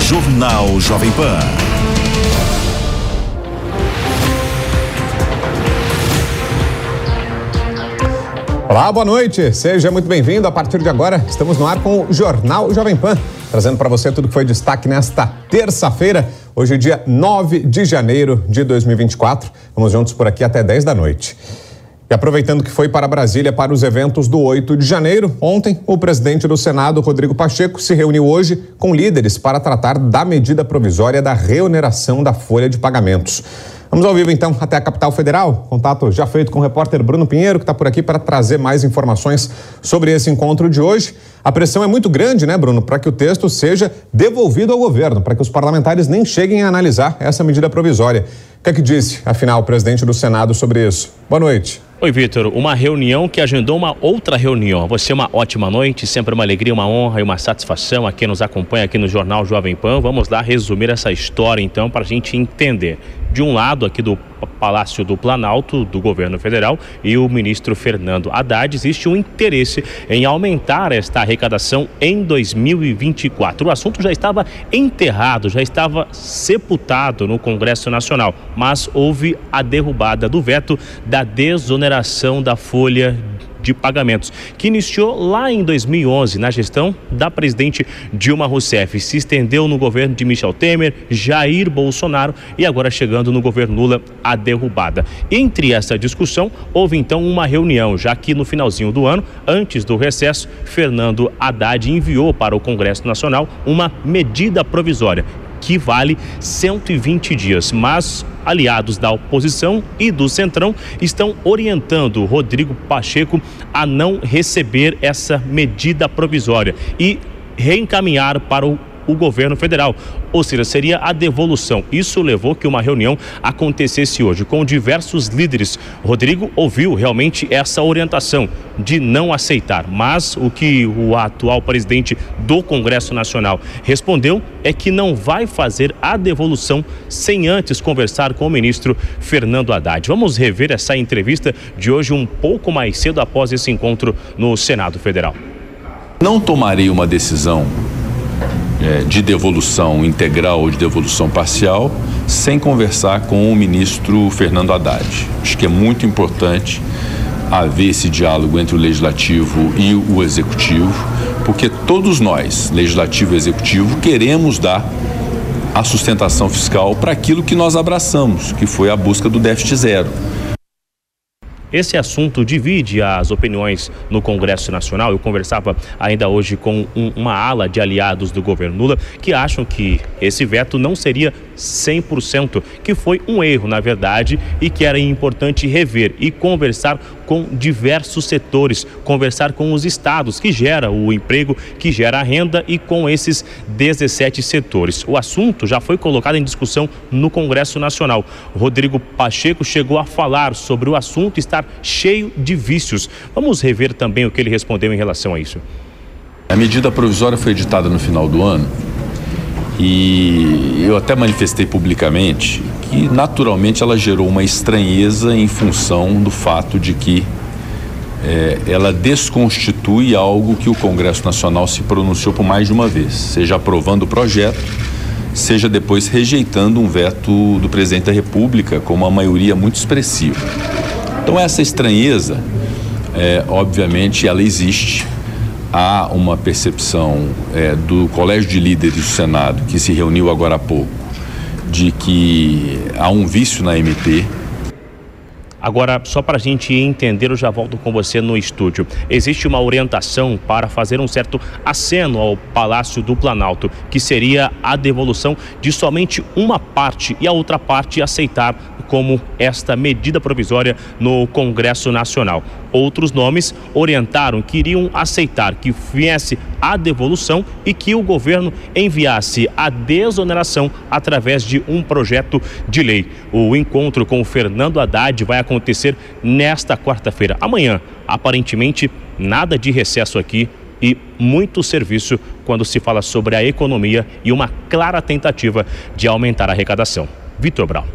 Jornal Jovem Pan. Olá, boa noite. Seja muito bem-vindo. A partir de agora, estamos no ar com o Jornal Jovem Pan, trazendo para você tudo que foi destaque nesta terça-feira, hoje dia 9 de janeiro de 2024. Vamos juntos por aqui até 10 da noite. E aproveitando que foi para Brasília para os eventos do 8 de janeiro, ontem o presidente do Senado, Rodrigo Pacheco, se reuniu hoje com líderes para tratar da medida provisória da reoneração da folha de pagamentos. Vamos ao vivo então até a capital federal. Contato já feito com o repórter Bruno Pinheiro, que está por aqui para trazer mais informações sobre esse encontro de hoje. A pressão é muito grande, né, Bruno, para que o texto seja devolvido ao governo, para que os parlamentares nem cheguem a analisar essa medida provisória. O que é que disse, afinal, o presidente do Senado sobre isso? Boa noite. Oi, Vitor. Uma reunião que agendou uma outra reunião. Você, uma ótima noite, sempre uma alegria, uma honra e uma satisfação a quem nos acompanha aqui no Jornal Jovem Pan. Vamos lá resumir essa história, então, para a gente entender. De um lado, aqui do Palácio do Planalto, do governo federal, e o ministro Fernando Haddad, existe um interesse em aumentar esta arrecadação em 2024. O assunto já estava enterrado, já estava sepultado no Congresso Nacional, mas houve a derrubada do veto da desoneração da folha de pagamentos, que iniciou lá em 2011, na gestão da presidente Dilma Rousseff, se estendeu no governo de Michel Temer, Jair Bolsonaro e agora chegando no governo Lula, a derrubada. Entre essa discussão, houve então uma reunião, já que no finalzinho do ano, antes do recesso, Fernando Haddad enviou para o Congresso Nacional uma medida provisória que vale 120 dias, mas aliados da oposição e do Centrão estão orientando Rodrigo Pacheco a não receber essa medida provisória e reencaminhar para o governo federal, ou seja, seria a devolução. Isso levou que uma reunião acontecesse hoje com diversos líderes. Rodrigo ouviu realmente essa orientação de não aceitar, mas o que o atual presidente do Congresso Nacional respondeu é que não vai fazer a devolução sem antes conversar com o ministro Fernando Haddad. Vamos rever essa entrevista de hoje um pouco mais cedo após esse encontro no Senado Federal. Não tomarei uma decisão de devolução integral ou de devolução parcial sem conversar com o ministro Fernando Haddad. Acho que é muito importante haver esse diálogo entre o Legislativo e o Executivo, porque todos nós, Legislativo e Executivo, queremos dar a sustentação fiscal para aquilo que nós abraçamos, que foi a busca do déficit zero. Esse assunto divide as opiniões no Congresso Nacional. Eu conversava ainda hoje com uma ala de aliados do governo Lula que acham que esse veto não seria 100%, que foi um erro, na verdade, e que era importante rever e conversar com diversos setores, conversar com os estados, que gera o emprego, que gera a renda, e com esses 17 setores. O assunto já foi colocado em discussão no Congresso Nacional. Rodrigo Pacheco chegou a falar sobre o assunto estar cheio de vícios. Vamos rever também o que ele respondeu em relação a isso. A medida provisória foi editada no final do ano e eu até manifestei publicamente que naturalmente ela gerou uma estranheza em função do fato de que ela desconstitui algo que o Congresso Nacional se pronunciou por mais de uma vez, seja aprovando o projeto, seja depois rejeitando um veto do presidente da República com uma maioria muito expressiva. Então essa estranheza, obviamente, ela existe. Há uma percepção do Colégio de Líderes do Senado, que se reuniu agora há pouco, de que há um vício na MP. Agora, só para a gente entender, eu já volto com você no estúdio. Existe uma orientação para fazer um certo aceno ao Palácio do Planalto, que seria a devolução de somente uma parte e a outra parte aceitar como esta medida provisória no Congresso Nacional. Outros nomes orientaram que iriam aceitar que viesse a devolução e que o governo enviasse a desoneração através de um projeto de lei. O encontro com o Fernando Haddad vai acontecer nesta quarta-feira. Amanhã, aparentemente, nada de recesso aqui e muito serviço quando se fala sobre a economia e uma clara tentativa de aumentar a arrecadação. Vitor Brown.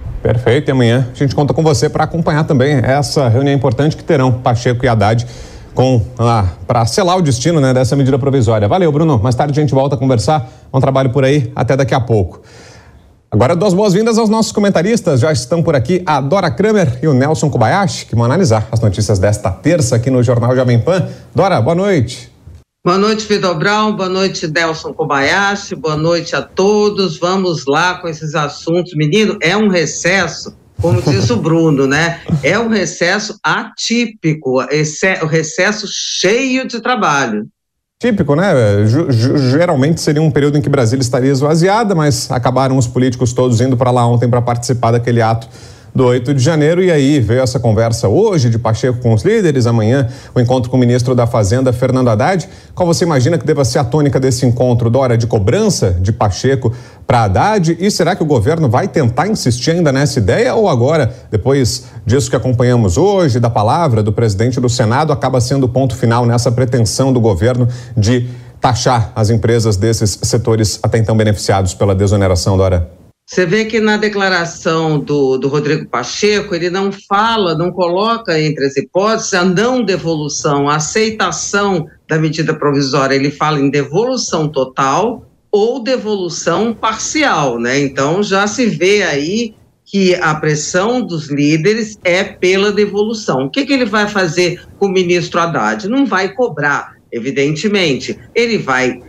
Perfeito, e amanhã a gente conta com você para acompanhar também essa reunião importante que terão Pacheco e Haddad para selar o destino, né, dessa medida provisória. Valeu, Bruno. Mais tarde a gente volta a conversar. Bom trabalho por aí. Até daqui a pouco. Agora, dou as boas-vindas aos nossos comentaristas. Já estão por aqui a Dora Kramer e o Nelson Kobayashi, que vão analisar as notícias desta terça aqui no Jornal Jovem Pan. Dora, boa noite. Boa noite, Vitor Brown. Boa noite, Nelson Kobayashi. Boa noite a todos. Vamos lá com esses assuntos. Menino, é um recesso, como diz o Bruno, né? É um recesso atípico, o recesso cheio de trabalho. Típico, né? Geralmente seria um período em que Brasília estaria esvaziada, mas acabaram os políticos todos indo para lá ontem para participar daquele ato do 8 de janeiro, e aí veio essa conversa hoje de Pacheco com os líderes, amanhã o encontro com o ministro da Fazenda, Fernando Haddad. Qual você imagina que deva ser a tônica desse encontro, Dora, de cobrança de Pacheco para Haddad? E será que o governo vai tentar insistir ainda nessa ideia, ou agora, depois disso que acompanhamos hoje, da palavra do presidente do Senado, acaba sendo o ponto final nessa pretensão do governo de taxar as empresas desses setores até então beneficiados pela desoneração, Dora? Você vê que na declaração do Rodrigo Pacheco, ele não fala, não coloca entre as hipóteses a não devolução, a aceitação da medida provisória. Ele fala em devolução total ou devolução parcial, né? Então já se vê aí que a pressão dos líderes é pela devolução. O que ele vai fazer com o ministro Haddad? Não vai cobrar, evidentemente. Ele vai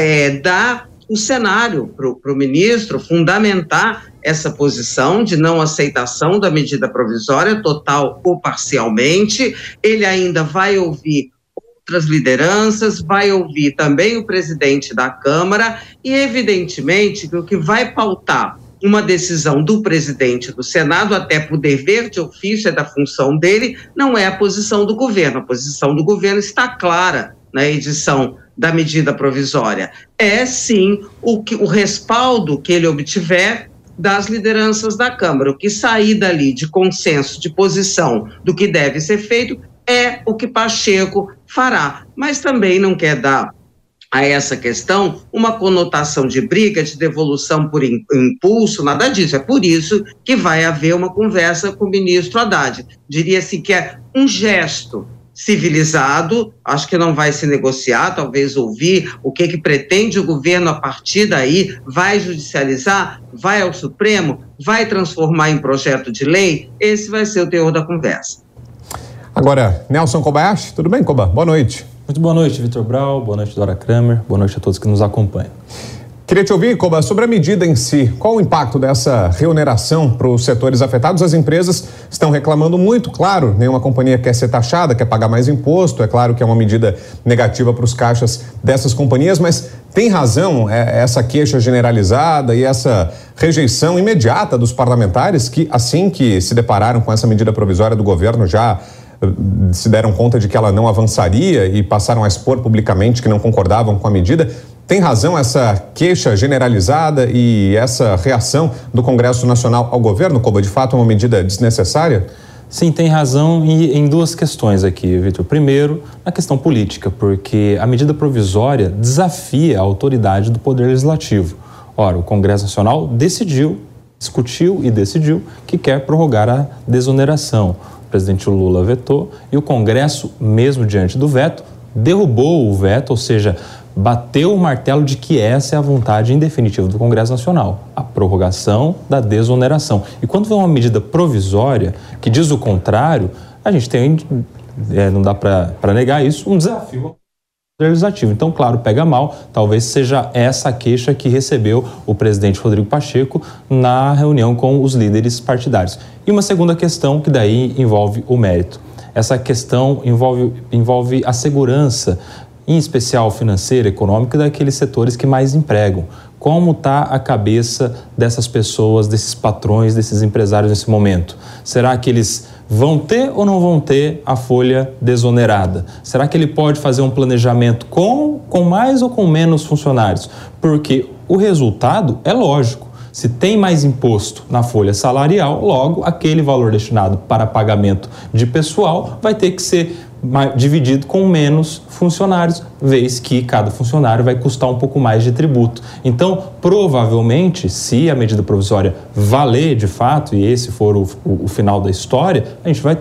dar o cenário para o ministro fundamentar essa posição de não aceitação da medida provisória, total ou parcialmente. Ele ainda vai ouvir outras lideranças, vai ouvir também o presidente da Câmara e, evidentemente, que o que vai pautar uma decisão do presidente do Senado, até por dever de ofício, é da função dele, não é a posição do governo. A posição do governo está clara na edição da medida provisória. É, sim, o respaldo que ele obtiver das lideranças da Câmara. O que sair dali de consenso, de posição do que deve ser feito, é o que Pacheco fará. Mas também não quer dar a essa questão uma conotação de briga, de devolução por impulso, nada disso. É por isso que vai haver uma conversa com o ministro Haddad. Diria-se que é um gesto civilizado, acho que não vai se negociar, talvez ouvir o que pretende o governo a partir daí, vai judicializar, vai ao Supremo, vai transformar em projeto de lei. Esse vai ser o teor da conversa. Agora, Nelson Kobayashi, tudo bem, Koba? Boa noite. Muito boa noite, Vitor Brown, boa noite, Dora Kramer, boa noite a todos que nos acompanham. Queria te ouvir, Koba, sobre a medida em si. Qual o impacto dessa reoneração para os setores afetados? As empresas estão reclamando muito, claro, nenhuma companhia quer ser taxada, quer pagar mais imposto, é claro que é uma medida negativa para os caixas dessas companhias, mas tem razão essa queixa generalizada e essa rejeição imediata dos parlamentares que, assim que se depararam com essa medida provisória do governo, já se deram conta de que ela não avançaria e passaram a expor publicamente que não concordavam com a medida. Tem razão essa queixa generalizada e essa reação do Congresso Nacional ao governo, Koba? De fato, é uma medida desnecessária? Sim, tem razão em duas questões aqui, Vitor. Primeiro, na questão política, porque a medida provisória desafia a autoridade do Poder Legislativo. Ora, o Congresso Nacional discutiu e decidiu que quer prorrogar a desoneração. O presidente Lula vetou e o Congresso, mesmo diante do veto, derrubou o veto, ou seja, bateu o martelo de que essa é a vontade em definitivo do Congresso Nacional, a prorrogação da desoneração. E quando vem uma medida provisória que diz o contrário, a gente tem, não dá para negar isso, um desafio legislativo. Então, claro, pega mal, talvez seja essa a queixa que recebeu o presidente Rodrigo Pacheco na reunião com os líderes partidários. E uma segunda questão que daí envolve o mérito. Essa questão envolve a segurança, em especial financeira, econômica, daqueles setores que mais empregam. Como está a cabeça dessas pessoas, desses patrões, desses empresários nesse momento? Será que eles vão ter ou não vão ter a folha desonerada? Será que ele pode fazer um planejamento com mais ou com menos funcionários? Porque o resultado é lógico. Se tem mais imposto na folha salarial, logo aquele valor destinado para pagamento de pessoal vai ter que ser dividido com menos funcionários, vez que cada funcionário vai custar um pouco mais de tributo. Então, provavelmente, se a medida provisória valer de fato, e esse for o final da história, a gente vai ter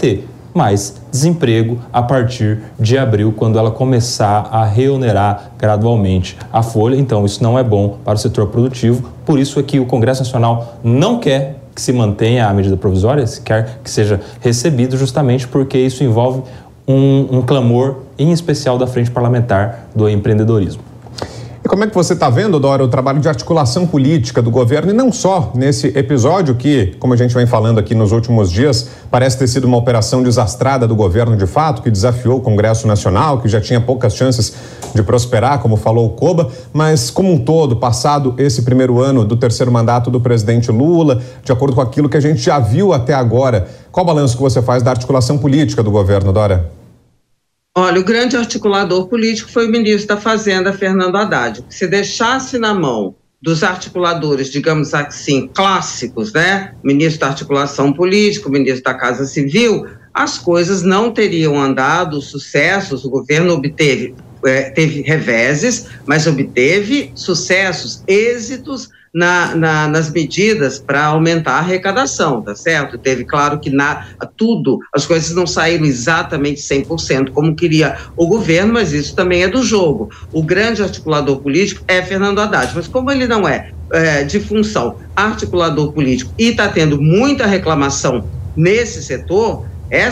mas desemprego a partir de abril, quando ela começar a reonerar gradualmente a folha. Então, isso não é bom para o setor produtivo. Por isso é que o Congresso Nacional não quer que se mantenha a medida provisória, quer que seja recebido, justamente porque isso envolve um clamor, em especial da Frente Parlamentar do Empreendedorismo. E como é que você está vendo, Dora, o trabalho de articulação política do governo, e não só nesse episódio que, como a gente vem falando aqui nos últimos dias, parece ter sido uma operação desastrada do governo de fato, que desafiou o Congresso Nacional, que já tinha poucas chances de prosperar, como falou o Koba, mas como um todo, passado esse primeiro ano do terceiro mandato do presidente Lula, de acordo com aquilo que a gente já viu até agora, qual o balanço que você faz da articulação política do governo, Dora? Olha, o grande articulador político foi o ministro da Fazenda, Fernando Haddad. Se deixasse na mão dos articuladores, digamos assim, clássicos, né? Ministro da Articulação Política, ministro da Casa Civil, as coisas não teriam andado, sucessos, o governo teve reveses, mas obteve sucessos, êxitos nas medidas para aumentar a arrecadação, tá certo? Teve, claro que as coisas não saíram exatamente 100% como queria o governo, mas isso também é do jogo. O grande articulador político é Fernando Haddad, mas como ele não é de função articulador político e está tendo muita reclamação nesse setor,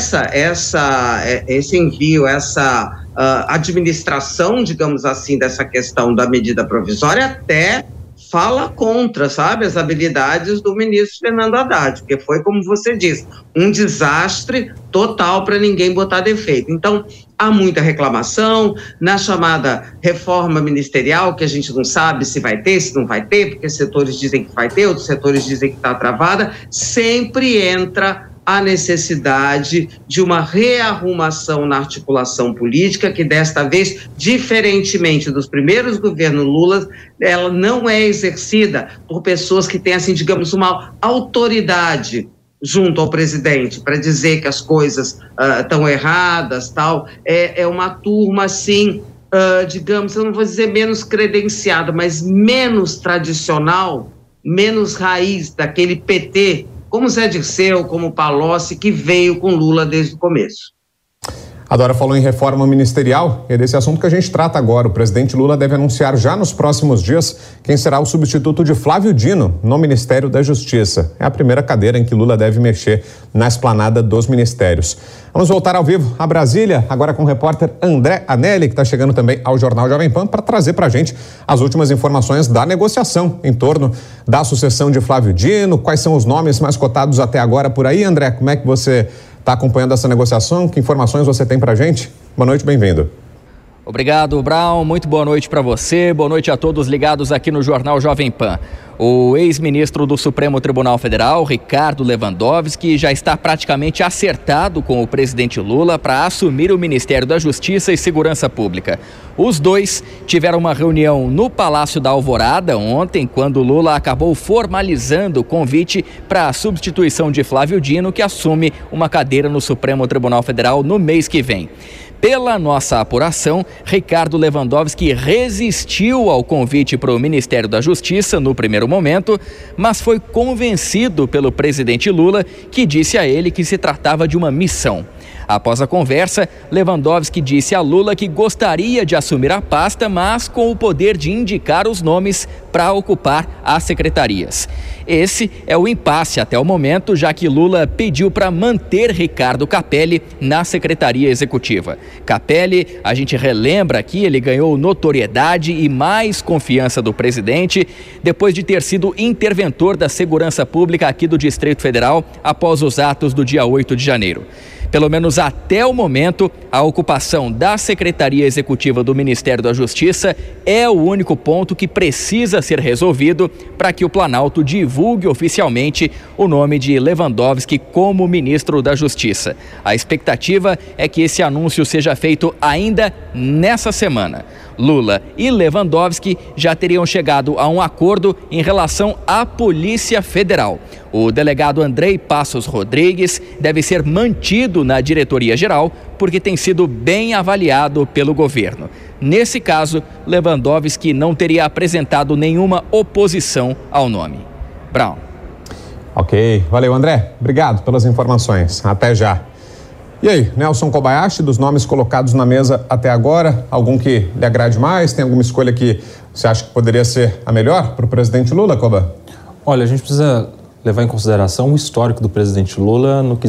esse envio, essa administração, digamos assim, dessa questão da medida provisória até fala contra, sabe, as habilidades do ministro Fernando Haddad, porque foi, como você disse, um desastre total para ninguém botar defeito. Então, há muita reclamação na chamada reforma ministerial, que a gente não sabe se vai ter, se não vai ter, porque setores dizem que vai ter, outros setores dizem que está travada, sempre entra a necessidade de uma rearrumação na articulação política, que desta vez, diferentemente dos primeiros governos Lula, ela não é exercida por pessoas que têm, assim, digamos, uma autoridade junto ao presidente para dizer que as coisas estão erradas, tal. É uma turma, assim, digamos, eu não vou dizer menos credenciada, mas menos tradicional, menos raiz daquele PT, como Zé Dirceu, como Palocci, que veio com Lula desde o começo. A Dora falou em reforma ministerial, e é desse assunto que a gente trata agora. O presidente Lula deve anunciar já nos próximos dias quem será o substituto de Flávio Dino no Ministério da Justiça. É a primeira cadeira em que Lula deve mexer na esplanada dos ministérios. Vamos voltar ao vivo a Brasília, agora com o repórter André Anelli, que está chegando também ao Jornal Jovem Pan, para trazer para a gente as últimas informações da negociação em torno da sucessão de Flávio Dino. Quais são os nomes mais cotados até agora por aí, André? Como é que você está acompanhando essa negociação? Que informações você tem para a gente? Boa noite, bem-vindo. Obrigado, Brown. Muito boa noite para você. Boa noite a todos ligados aqui no Jornal Jovem Pan. O ex-ministro do Supremo Tribunal Federal, Ricardo Lewandowski, já está praticamente acertado com o presidente Lula para assumir o Ministério da Justiça e Segurança Pública. Os dois tiveram uma reunião no Palácio da Alvorada ontem, quando Lula acabou formalizando o convite para a substituição de Flávio Dino, que assume uma cadeira no Supremo Tribunal Federal no mês que vem. Pela nossa apuração, Ricardo Lewandowski resistiu ao convite para o Ministério da Justiça no primeiro momento, mas foi convencido pelo presidente Lula, que disse a ele que se tratava de uma missão. Após a conversa, Lewandowski disse a Lula que gostaria de assumir a pasta, mas com o poder de indicar os nomes para ocupar as secretarias. Esse é o impasse até o momento, já que Lula pediu para manter Ricardo Capelli na Secretaria Executiva. Capelli, a gente relembra aqui, ele ganhou notoriedade e mais confiança do presidente depois de ter sido interventor da Segurança Pública aqui do Distrito Federal após os atos do dia 8 de janeiro. Pelo menos até o momento, a ocupação da Secretaria Executiva do Ministério da Justiça é o único ponto que precisa ser resolvido para que o Planalto divulgue oficialmente o nome de Lewandowski como ministro da Justiça. A expectativa é que esse anúncio seja feito ainda nessa semana. Lula e Lewandowski já teriam chegado a um acordo em relação à Polícia Federal. O delegado Andrei Passos Rodrigues deve ser mantido na diretoria-geral porque tem sido bem avaliado pelo governo. Nesse caso, Lewandowski não teria apresentado nenhuma oposição ao nome. Brown. Ok, valeu, André. Obrigado pelas informações. Até já. E aí, Nelson Kobayashi, dos nomes colocados na mesa até agora, algum que lhe agrade mais? Tem alguma escolha que você acha que poderia ser a melhor para o presidente Lula, Koba? Olha, a gente precisa levar em consideração o histórico do presidente Lula no que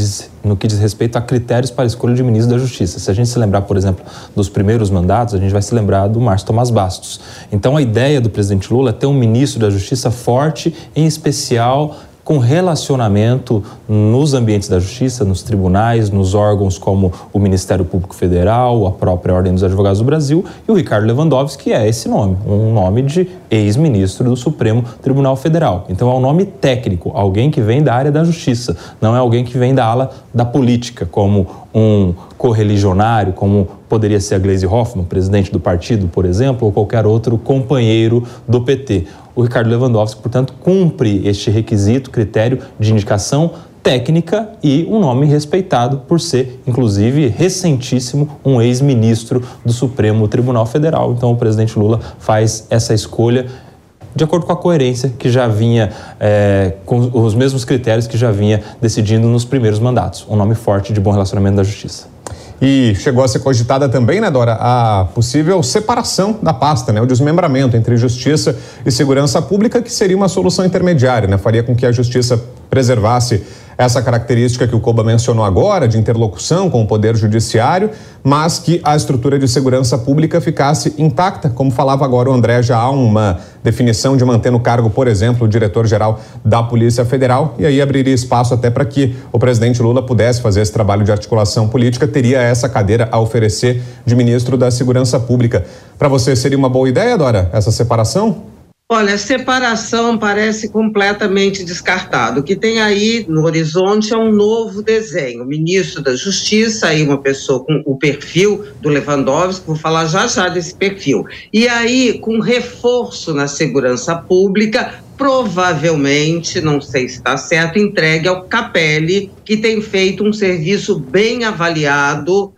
diz respeito a critérios para a escolha de ministro da Justiça. Se a gente se lembrar, por exemplo, dos primeiros mandatos, a gente vai se lembrar do Márcio Tomás Bastos. Então, a ideia do presidente Lula é ter um ministro da Justiça forte, em especial com relacionamento nos ambientes da justiça, nos tribunais, nos órgãos como o Ministério Público Federal, a própria Ordem dos Advogados do Brasil, e o Ricardo Lewandowski é esse nome, um nome de ex-ministro do Supremo Tribunal Federal. Então é um nome técnico, alguém que vem da área da justiça, não é alguém que vem da ala da política, como um correligionário, como poderia ser a Gleisi Hoffmann, presidente do partido, por exemplo, ou qualquer outro companheiro do PT. O Ricardo Lewandowski, portanto, cumpre este requisito, critério de indicação técnica e um nome respeitado por ser, inclusive, recentíssimo, um ex-ministro do Supremo Tribunal Federal. Então, o presidente Lula faz essa escolha de acordo com a coerência que já vinha, com os mesmos critérios que já vinha decidindo nos primeiros mandatos. Um nome forte de bom relacionamento da justiça. E chegou a ser cogitada também, né, Dora, a possível separação da pasta, né, o desmembramento entre Justiça e Segurança Pública, que seria uma solução intermediária, né, faria com que a Justiça preservasse essa característica que o Koba mencionou agora, de interlocução com o Poder Judiciário, mas que a estrutura de segurança pública ficasse intacta. Como falava agora o André, já há uma definição de manter no cargo, por exemplo, o diretor-geral da Polícia Federal, e aí abriria espaço até para que o presidente Lula pudesse fazer esse trabalho de articulação política, teria essa cadeira a oferecer de ministro da Segurança Pública. Para você, seria uma boa ideia, Dora, essa separação? Olha, a separação parece completamente descartado. O que tem aí no horizonte é um novo desenho. O ministro da Justiça, aí uma pessoa com o perfil do Lewandowski, vou falar já desse perfil. E aí, com reforço na segurança pública, provavelmente, não sei se está certo, entregue ao Capelli, que tem feito um serviço bem avaliado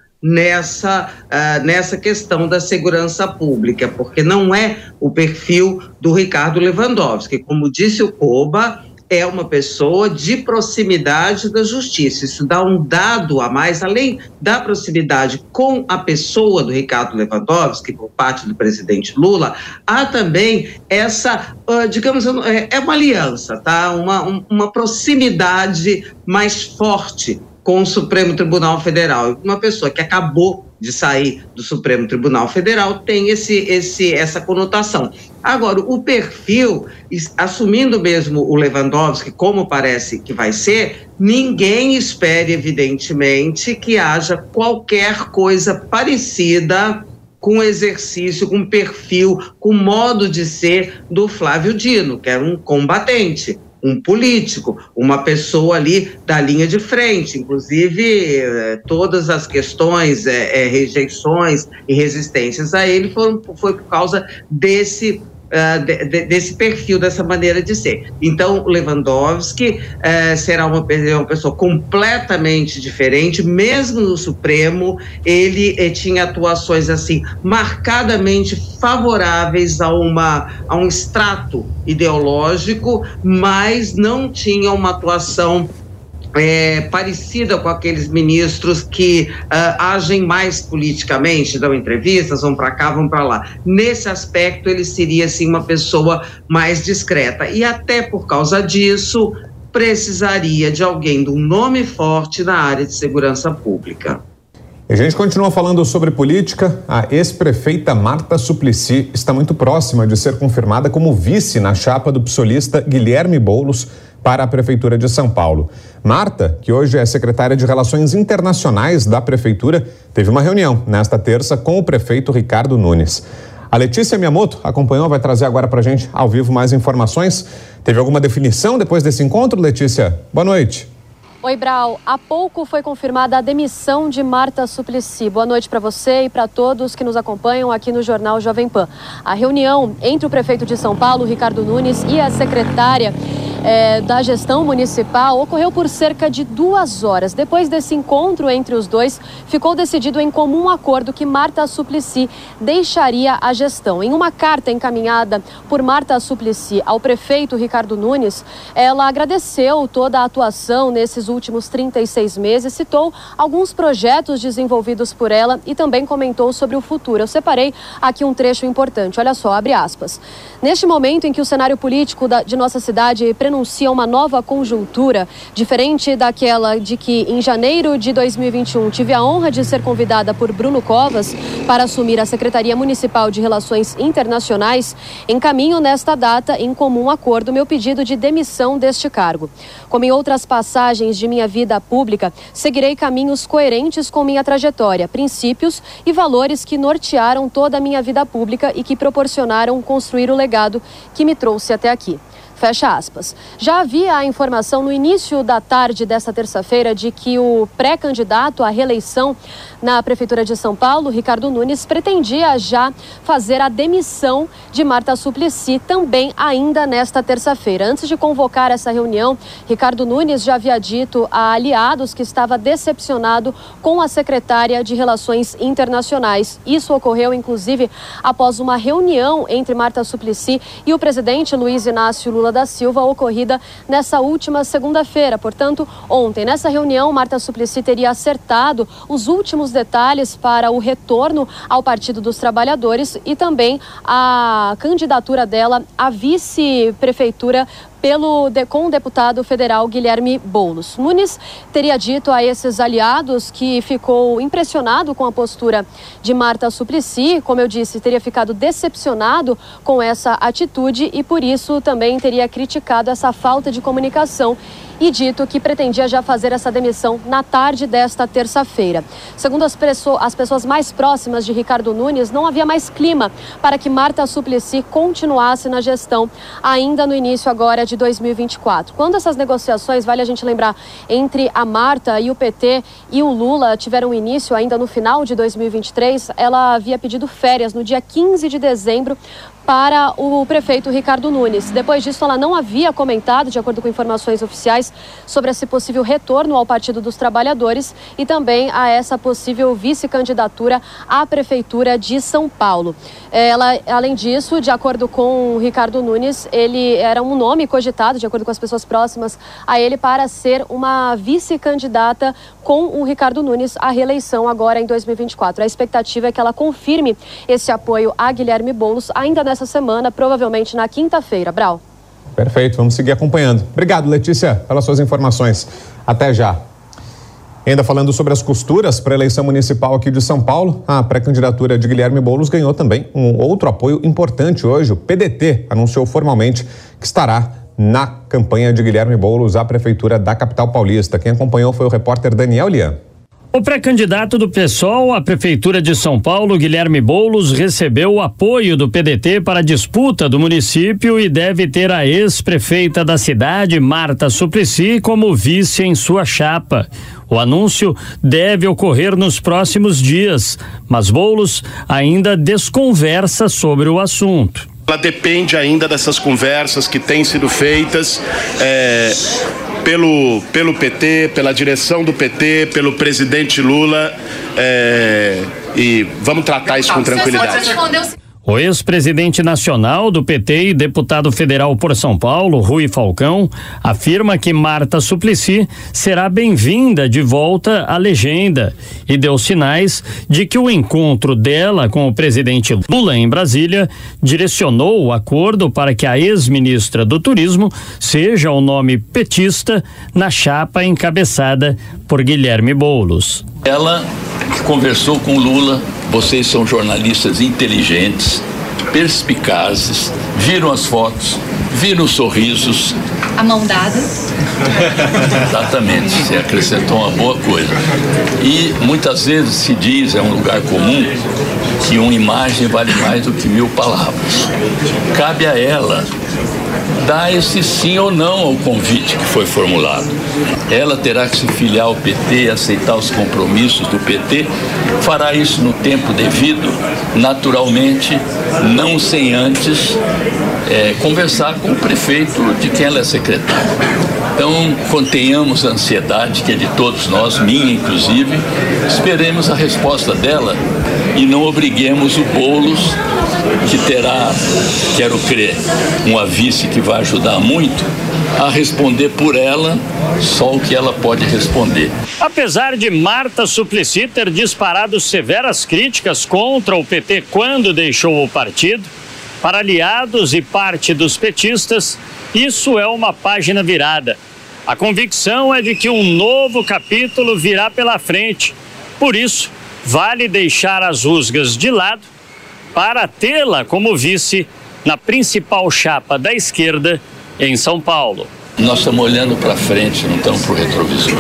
nessa questão da segurança pública, porque não é o perfil do Ricardo Lewandowski. Como disse o Koba, é uma pessoa de proximidade da justiça. Isso dá um dado a mais, além da proximidade com a pessoa do Ricardo Lewandowski, por parte do presidente Lula, há também essa, digamos, é uma aliança, tá? Uma proximidade mais forte com o Supremo Tribunal Federal. Uma pessoa que acabou de sair do Supremo Tribunal Federal tem essa conotação. Agora, o perfil, assumindo mesmo o Lewandowski, como parece que vai ser, ninguém espere, evidentemente, que haja qualquer coisa parecida com o exercício, com o perfil, com o modo de ser do Flávio Dino, que era um combatente, um político, uma pessoa ali da linha de frente. Inclusive, todas as questões, rejeições e resistências a ele foi por causa desse perfil, dessa maneira de ser. Então, Lewandowski será uma pessoa completamente diferente. Mesmo no Supremo, ele tinha atuações assim marcadamente favoráveis a um extrato ideológico, mas não tinha uma atuação parecida com aqueles ministros que agem mais politicamente, dão entrevistas, vão para cá, vão para lá. Nesse aspecto, ele seria, assim, uma pessoa mais discreta. E até por causa disso, precisaria de alguém de um nome forte na área de segurança pública. A gente continua falando sobre política. A ex-prefeita Marta Suplicy está muito próxima de ser confirmada como vice na chapa do psolista Guilherme Boulos para a Prefeitura de São Paulo. Marta, que hoje é secretária de Relações Internacionais da Prefeitura, teve uma reunião nesta terça com o prefeito Ricardo Nunes. A Letícia Miyamoto acompanhou, vai trazer agora para a gente ao vivo mais informações. Teve alguma definição depois desse encontro, Letícia? Boa noite. Oi, Brau. Há pouco foi confirmada a demissão de Marta Suplicy. Boa noite para você e para todos que nos acompanham aqui no Jornal Jovem Pan. A reunião entre o prefeito de São Paulo, Ricardo Nunes, e a secretária da gestão municipal ocorreu por cerca de 2 horas. Depois desse encontro entre os dois, ficou decidido em comum acordo que Marta Suplicy deixaria a gestão. Em uma carta encaminhada por Marta Suplicy ao prefeito Ricardo Nunes, ela agradeceu toda a atuação nesses últimos 36 meses, citou alguns projetos desenvolvidos por ela e também comentou sobre o futuro. Eu separei aqui um trecho importante, olha só, abre aspas. Neste momento em que o cenário político de nossa cidade prenuncia uma nova conjuntura, diferente daquela de que em janeiro de 2021 tive a honra de ser convidada por Bruno Covas para assumir a Secretaria Municipal de Relações Internacionais, encaminho nesta data, em comum acordo, meu pedido de demissão deste cargo. Como em outras passagens de minha vida pública, seguirei caminhos coerentes com minha trajetória, princípios e valores que nortearam toda a minha vida pública e que proporcionaram construir o legado que me trouxe até aqui. Fecha aspas. Já havia a informação no início da tarde desta terça-feira de que o pré-candidato à reeleição na Prefeitura de São Paulo, Ricardo Nunes, pretendia já fazer a demissão de Marta Suplicy também ainda nesta terça-feira. Antes de convocar essa reunião, Ricardo Nunes já havia dito a aliados que estava decepcionado com a secretária de Relações Internacionais. Isso ocorreu, inclusive, após uma reunião entre Marta Suplicy e o presidente Luiz Inácio Lula da Silva, ocorrida nessa última segunda-feira. Portanto, ontem, nessa reunião, Marta Suplicy teria acertado os últimos detalhes para o retorno ao Partido dos Trabalhadores e também a candidatura dela à vice-prefeitura com o deputado federal Guilherme Boulos. Nunes teria dito a esses aliados que ficou impressionado com a postura de Marta Suplicy, como eu disse, teria ficado decepcionado com essa atitude e por isso também teria criticado essa falta de comunicação e dito que pretendia já fazer essa demissão na tarde desta terça-feira. Segundo as pessoas mais próximas de Ricardo Nunes, não havia mais clima para que Marta Suplicy continuasse na gestão ainda no início agora de 2024. Quando essas negociações, vale a gente lembrar, entre a Marta e o PT e o Lula tiveram início ainda no final de 2023, ela havia pedido férias no dia 15 de dezembro para o prefeito Ricardo Nunes. Depois disso, ela não havia comentado, de acordo com informações oficiais, sobre esse possível retorno ao Partido dos Trabalhadores e também a essa possível vice-candidatura à Prefeitura de São Paulo. Ela, além disso, de acordo com o Ricardo Nunes, ele era um nome cogitado, de acordo com as pessoas próximas a ele, para ser uma vice-candidata com o Ricardo Nunes à reeleição agora em 2024. A expectativa é que ela confirme esse apoio a Guilherme Boulos ainda nessa semana, provavelmente na quinta-feira. Brau. Perfeito, vamos seguir acompanhando. Obrigado, Letícia, pelas suas informações. Até já. Ainda falando sobre as costuras para a eleição municipal aqui de São Paulo, a pré-candidatura de Guilherme Boulos ganhou também um outro apoio importante hoje. O PDT anunciou formalmente que estará na campanha de Guilherme Boulos à Prefeitura da capital paulista. Quem acompanhou foi o repórter Daniel Lian. O pré-candidato do PSOL à Prefeitura de São Paulo, Guilherme Boulos, recebeu o apoio do PDT para a disputa do município e deve ter a ex-prefeita da cidade, Marta Suplicy, como vice em sua chapa. O anúncio deve ocorrer nos próximos dias, mas Boulos ainda desconversa sobre o assunto. Ela depende ainda dessas conversas que têm sido feitas pelo PT, pela direção do PT, pelo presidente Lula, e vamos tratar isso com tranquilidade. O ex-presidente nacional do PT e deputado federal por São Paulo, Rui Falcão, afirma que Marta Suplicy será bem-vinda de volta à legenda e deu sinais de que o encontro dela com o presidente Lula em Brasília direcionou o acordo para que a ex-ministra do Turismo seja o nome petista na chapa encabeçada por Guilherme Boulos. Ela conversou com Lula. Vocês são jornalistas inteligentes, perspicazes, viram as fotos, viram os sorrisos. A mão dada. Exatamente, você acrescentou uma boa coisa. E muitas vezes se diz, é um lugar comum, que uma imagem vale mais do que 1000 palavras. Cabe a ela dar esse sim ou não ao convite que foi formulado. Ela terá que se filiar ao PT, aceitar os compromissos do PT, fará isso no tempo devido, naturalmente, não sem antes conversar com o prefeito de quem ela é secretária. Então, contenhamos a ansiedade, que é de todos nós, minha inclusive, esperemos a resposta dela e não obriguemos o Boulos, que terá, quero crer, uma vice que vai ajudar muito, a responder por ela só o que ela pode responder. Apesar de Marta Suplicy ter disparado severas críticas contra o PT quando deixou o partido, para aliados e parte dos petistas, isso é uma página virada. A convicção é de que um novo capítulo virá pela frente. Por isso, vale deixar as rusgas de lado para tê-la como vice na principal chapa da esquerda em São Paulo. Nós estamos olhando para frente, não estamos para o retrovisor.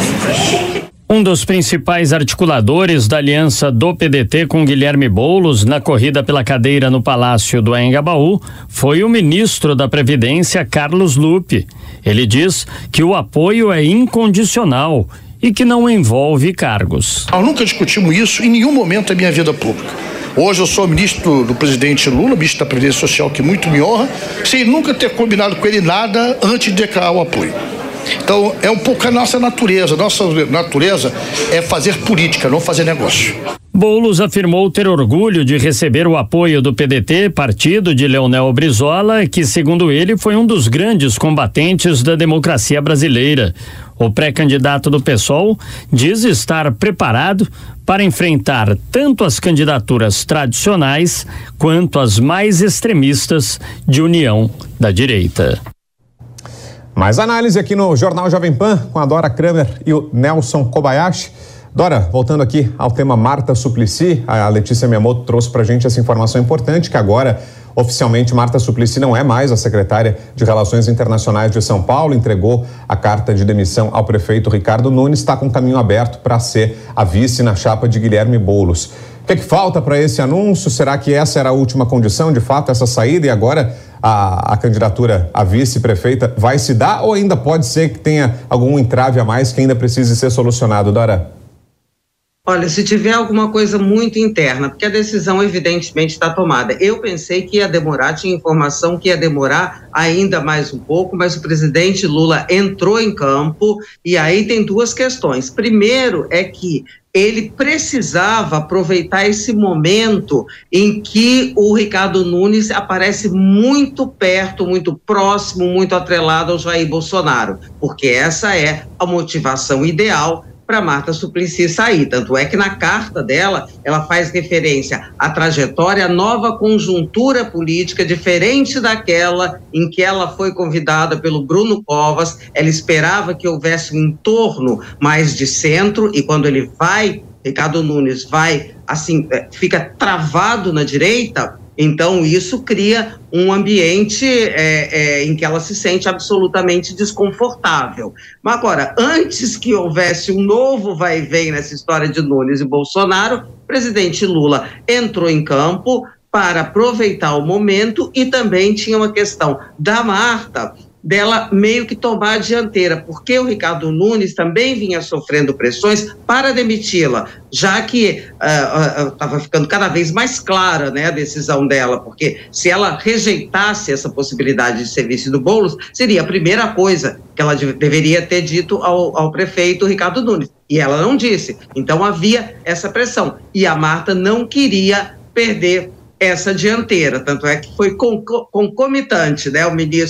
Um dos principais articuladores da aliança do PDT com Guilherme Boulos na corrida pela cadeira no Palácio do Anhangabaú foi o ministro da Previdência, Carlos Lupe. Ele diz que o apoio é incondicional e que não envolve cargos. Nós nunca discutimos isso em nenhum momento da minha vida pública. Hoje eu sou ministro do presidente Lula, ministro da Previdência Social, que muito me honra, sem nunca ter combinado com ele nada antes de declarar o apoio. Então, é um pouco a nossa natureza. Nossa natureza é fazer política, não fazer negócio. Boulos afirmou ter orgulho de receber o apoio do PDT, partido de Leonel Brizola, que, segundo ele, foi um dos grandes combatentes da democracia brasileira. O pré-candidato do PSOL diz estar preparado para enfrentar tanto as candidaturas tradicionais quanto as mais extremistas de união da direita. Mais análise aqui no Jornal Jovem Pan com a Dora Kramer e o Nelson Kobayashi. Dora, voltando aqui ao tema Marta Suplicy, a Letícia Miyamoto trouxe pra gente essa informação importante que agora, oficialmente, Marta Suplicy não é mais a secretária de Relações Internacionais de São Paulo, entregou a carta de demissão ao prefeito Ricardo Nunes, está com o caminho aberto para ser a vice na chapa de Guilherme Boulos. O que falta para esse anúncio? Será que essa era a última condição, de fato, essa saída, e agora a candidatura a vice-prefeita vai se dar, ou ainda pode ser que tenha algum entrave a mais que ainda precise ser solucionado, Dora? Olha, se tiver alguma coisa muito interna, porque a decisão evidentemente está tomada. Eu pensei que ia demorar, tinha informação que ia demorar ainda mais um pouco, mas o presidente Lula entrou em campo e aí tem duas questões. Primeiro é que ele precisava aproveitar esse momento em que o Ricardo Nunes aparece muito perto, muito próximo, muito atrelado ao Jair Bolsonaro, porque essa é a motivação ideal para Marta Suplicy sair. Tanto é que na carta dela, ela faz referência à trajetória, à nova conjuntura política, diferente daquela em que ela foi convidada pelo Bruno Covas. Ela esperava que houvesse um entorno mais de centro, e quando ele vai, Ricardo Nunes vai, assim, fica travado na direita. Então, isso cria um ambiente em que ela se sente absolutamente desconfortável. Mas agora, antes que houvesse um novo vai e vem nessa história de Nunes e Bolsonaro, o presidente Lula entrou em campo para aproveitar o momento, e também tinha uma questão da Marta, dela meio que tomar a dianteira, porque o Ricardo Nunes também vinha sofrendo pressões para demiti-la, já que estava ficando cada vez mais clara, né, a decisão dela, porque se ela rejeitasse essa possibilidade de ser vice do Boulos, seria a primeira coisa que ela deveria ter dito ao prefeito Ricardo Nunes, e ela não disse. Então havia essa pressão, e a Marta não queria perder essa dianteira, tanto é que foi concomitante, né?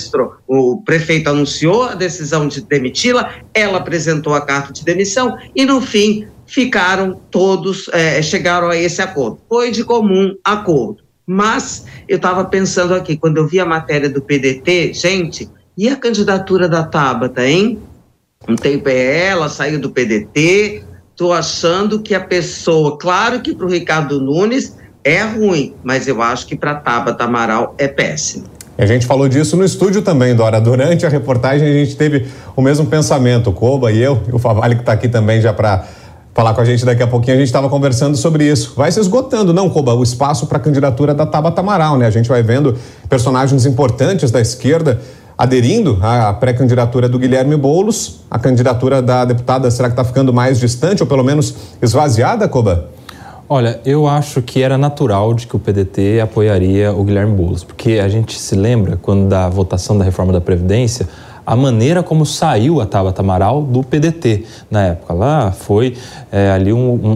O prefeito anunciou a decisão de demiti-la, ela apresentou a carta de demissão e, no fim, ficaram todos, chegaram a esse acordo. Foi de comum acordo. Mas eu estava pensando aqui, quando eu vi a matéria do PDT, gente, e a candidatura da Tabata, hein? Um tempo ela saiu do PDT, estou achando que a pessoa, claro que para o Ricardo Nunes é ruim, mas eu acho que para Tabata Amaral é péssimo. A gente falou disso no estúdio também, Dora. Durante a reportagem a gente teve o mesmo pensamento, o Koba e eu, e o Favalli que está aqui também já para falar com a gente daqui a pouquinho, a gente estava conversando sobre isso. Vai se esgotando, não, Koba, o espaço para a candidatura da Tabata Amaral, né? A gente vai vendo personagens importantes da esquerda aderindo à pré-candidatura do Guilherme Boulos. A candidatura da deputada, será que está ficando mais distante ou pelo menos esvaziada, Koba? Olha, eu acho que era natural de que o PDT apoiaria o Guilherme Boulos, porque a gente se lembra, quando da votação da reforma da Previdência, a maneira como saiu a Tabata Amaral do PDT na época. Lá foi ali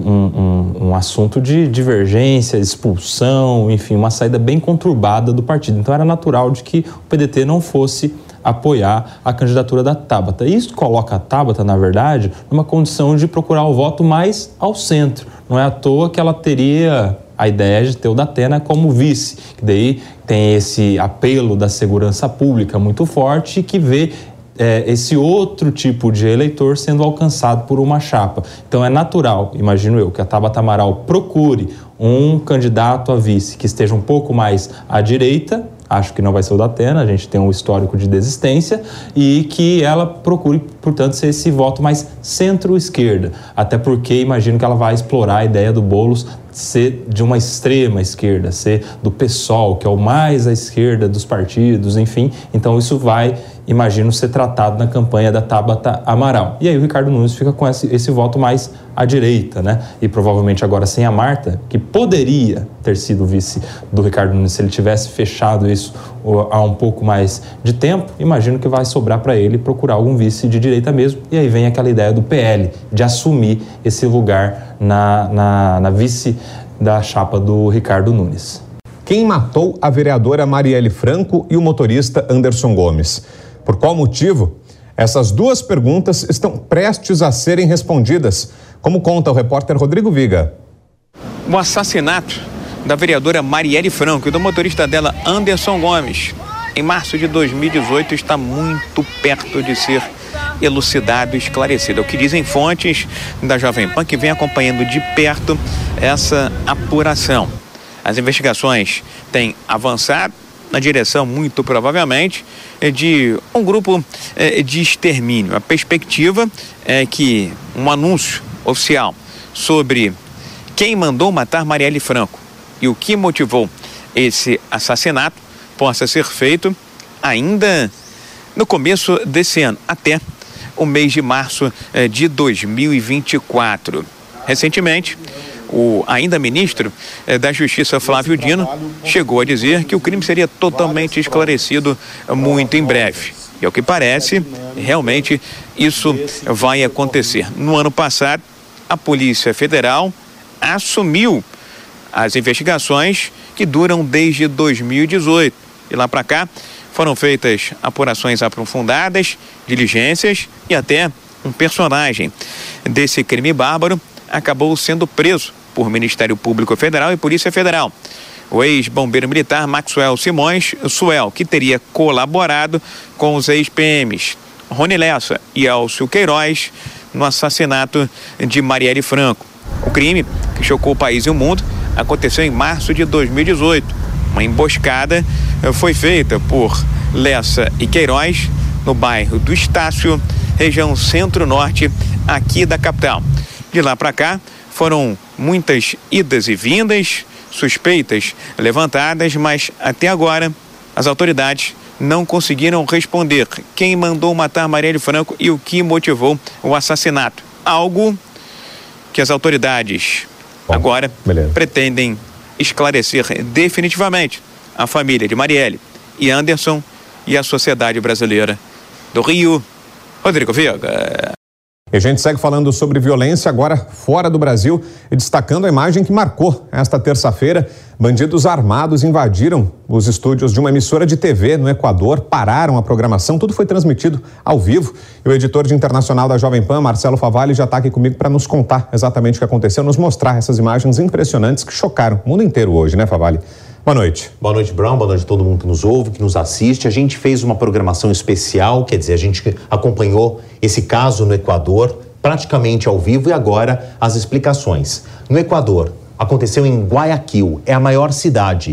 um assunto de divergência, expulsão, enfim, uma saída bem conturbada do partido. Então era natural de que o PDT não fosse apoiar a candidatura da Tabata. Isso coloca a Tabata, na verdade, numa condição de procurar o voto mais ao centro. Não é à toa que ela teria a ideia de ter o Datena como vice, que daí tem esse apelo da segurança pública muito forte que vê esse outro tipo de eleitor sendo alcançado por uma chapa. Então é natural, imagino eu, que a Tabata Amaral procure um candidato a vice que esteja um pouco mais à direita. Acho que não vai ser o Datena, a gente tem um histórico de desistência, e que ela procure, portanto, ser esse voto mais centro-esquerda. Até porque imagino que ela vai explorar a ideia do Boulos ser de uma extrema esquerda, ser do PSOL, que é o mais à esquerda dos partidos, enfim. Então isso vai, imagino, ser tratado na campanha da Tabata Amaral. E aí o Ricardo Nunes fica com esse voto mais à direita, né? E provavelmente agora sem a Marta, que poderia ter sido vice do Ricardo Nunes se ele tivesse fechado isso há um pouco mais de tempo, imagino que vai sobrar para ele procurar algum vice de direita mesmo. E aí vem aquela ideia do PL de assumir esse lugar na vice da chapa do Ricardo Nunes. Quem matou a vereadora Marielle Franco e o motorista Anderson Gomes? Por qual motivo? Essas duas perguntas estão prestes a serem respondidas, como conta o repórter Rodrigo Viga. O assassinato da vereadora Marielle Franco e do motorista dela Anderson Gomes, em março de 2018, está muito perto de ser elucidado e esclarecido. É o que dizem fontes da Jovem Pan, que vem acompanhando de perto essa apuração. As investigações têm avançado na direção, muito provavelmente, de um grupo de extermínio. A perspectiva é que um anúncio oficial sobre quem mandou matar Marielle Franco e o que motivou esse assassinato possa ser feito ainda no começo desse ano, até o mês de março de 2024. Recentemente, o ainda ministro da Justiça, Flávio Dino, chegou a dizer que o crime seria totalmente esclarecido muito em breve. E ao que parece, realmente isso vai acontecer. No ano passado, a Polícia Federal assumiu as investigações que duram desde 2018. E lá para cá foram feitas apurações aprofundadas, diligências, e até um personagem desse crime bárbaro acabou sendo preso por Ministério Público Federal e Polícia Federal. O ex-bombeiro militar Maxwell Simões Suel, que teria colaborado com os ex-PMs Rony Lessa e Elcio Queiroz no assassinato de Marielle Franco. O crime, que chocou o país e o mundo, aconteceu em março de 2018. Uma emboscada foi feita por Lessa e Queiroz no bairro do Estácio, região centro-norte aqui da capital. De lá para cá, foram muitas idas e vindas, suspeitas levantadas, mas até agora as autoridades não conseguiram responder quem mandou matar Marielle Franco e o que motivou o assassinato. Algo que as autoridades agora pretendem esclarecer definitivamente a família de Marielle e Anderson e a sociedade brasileira. Do Rio, Rodrigo Viga. E a gente segue falando sobre violência agora fora do Brasil e destacando a imagem que marcou esta terça-feira. Bandidos armados invadiram os estúdios de uma emissora de TV no Equador, pararam a programação, tudo foi transmitido ao vivo. E o editor de internacional da Jovem Pan, Marcelo Favalli, já está aqui comigo para nos contar exatamente o que aconteceu, nos mostrar essas imagens impressionantes que chocaram o mundo inteiro hoje, né, Favalli? Boa noite. Boa noite, Brown. Boa noite a todo mundo que nos ouve, que nos assiste. A gente fez uma programação especial, quer dizer, a gente acompanhou esse caso no Equador, praticamente ao vivo, e agora as explicações. No Equador, aconteceu em Guayaquil, é a maior cidade.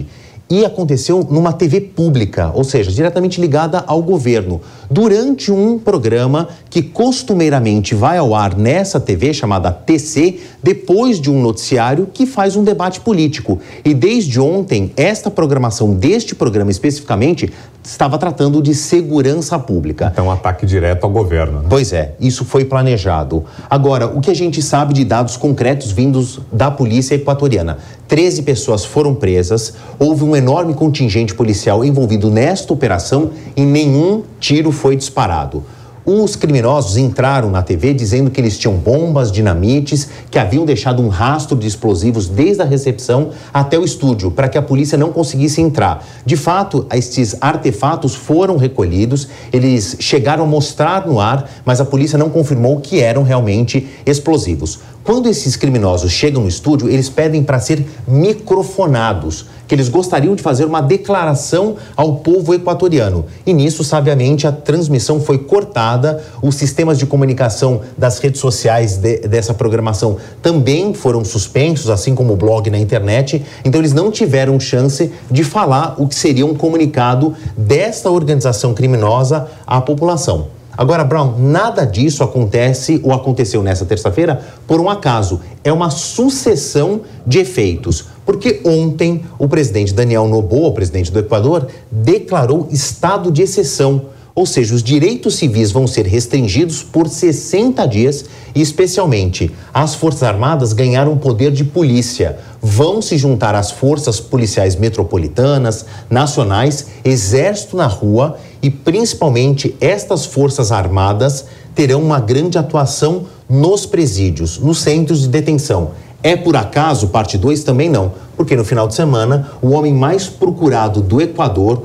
e aconteceu numa TV pública, ou seja, diretamente ligada ao governo, durante um programa que costumeiramente vai ao ar nessa TV, chamada TC, depois de um noticiário que faz um debate político. E desde ontem, esta programação deste programa especificamente estava tratando de segurança pública. Então, um ataque direto ao governo, né? Pois é, isso foi planejado. Agora, o que a gente sabe de dados concretos vindos da polícia equatoriana? 13 pessoas foram presas, houve um enorme contingente policial envolvido nesta operação e nenhum tiro foi disparado. Os criminosos entraram na TV dizendo que eles tinham bombas, dinamites, que haviam deixado um rastro de explosivos desde a recepção até o estúdio, para que a polícia não conseguisse entrar. De fato, estes artefatos foram recolhidos, eles chegaram a mostrar no ar, mas a polícia não confirmou que eram realmente explosivos. Quando esses criminosos chegam no estúdio, eles pedem para ser microfonados, que eles gostariam de fazer uma declaração ao povo equatoriano. E nisso, sabiamente, a transmissão foi cortada, os sistemas de comunicação das redes sociais dessa programação também foram suspensos, assim como o blog na internet, então eles não tiveram chance de falar o que seria um comunicado desta organização criminosa à população. Agora, Brown, nada disso acontece ou aconteceu nessa terça-feira por um acaso. É uma sucessão de efeitos. Porque ontem o presidente Daniel Noboa, o presidente do Equador, declarou estado de exceção. Ou seja, os direitos civis vão ser restringidos por 60 dias e, especialmente, as Forças Armadas ganharam poder de polícia. Vão se juntar às forças policiais metropolitanas, nacionais, exército na rua e, principalmente, estas Forças Armadas terão uma grande atuação nos presídios, nos centros de detenção. É por acaso? Parte 2 também não, porque no final de semana, o homem mais procurado do Equador,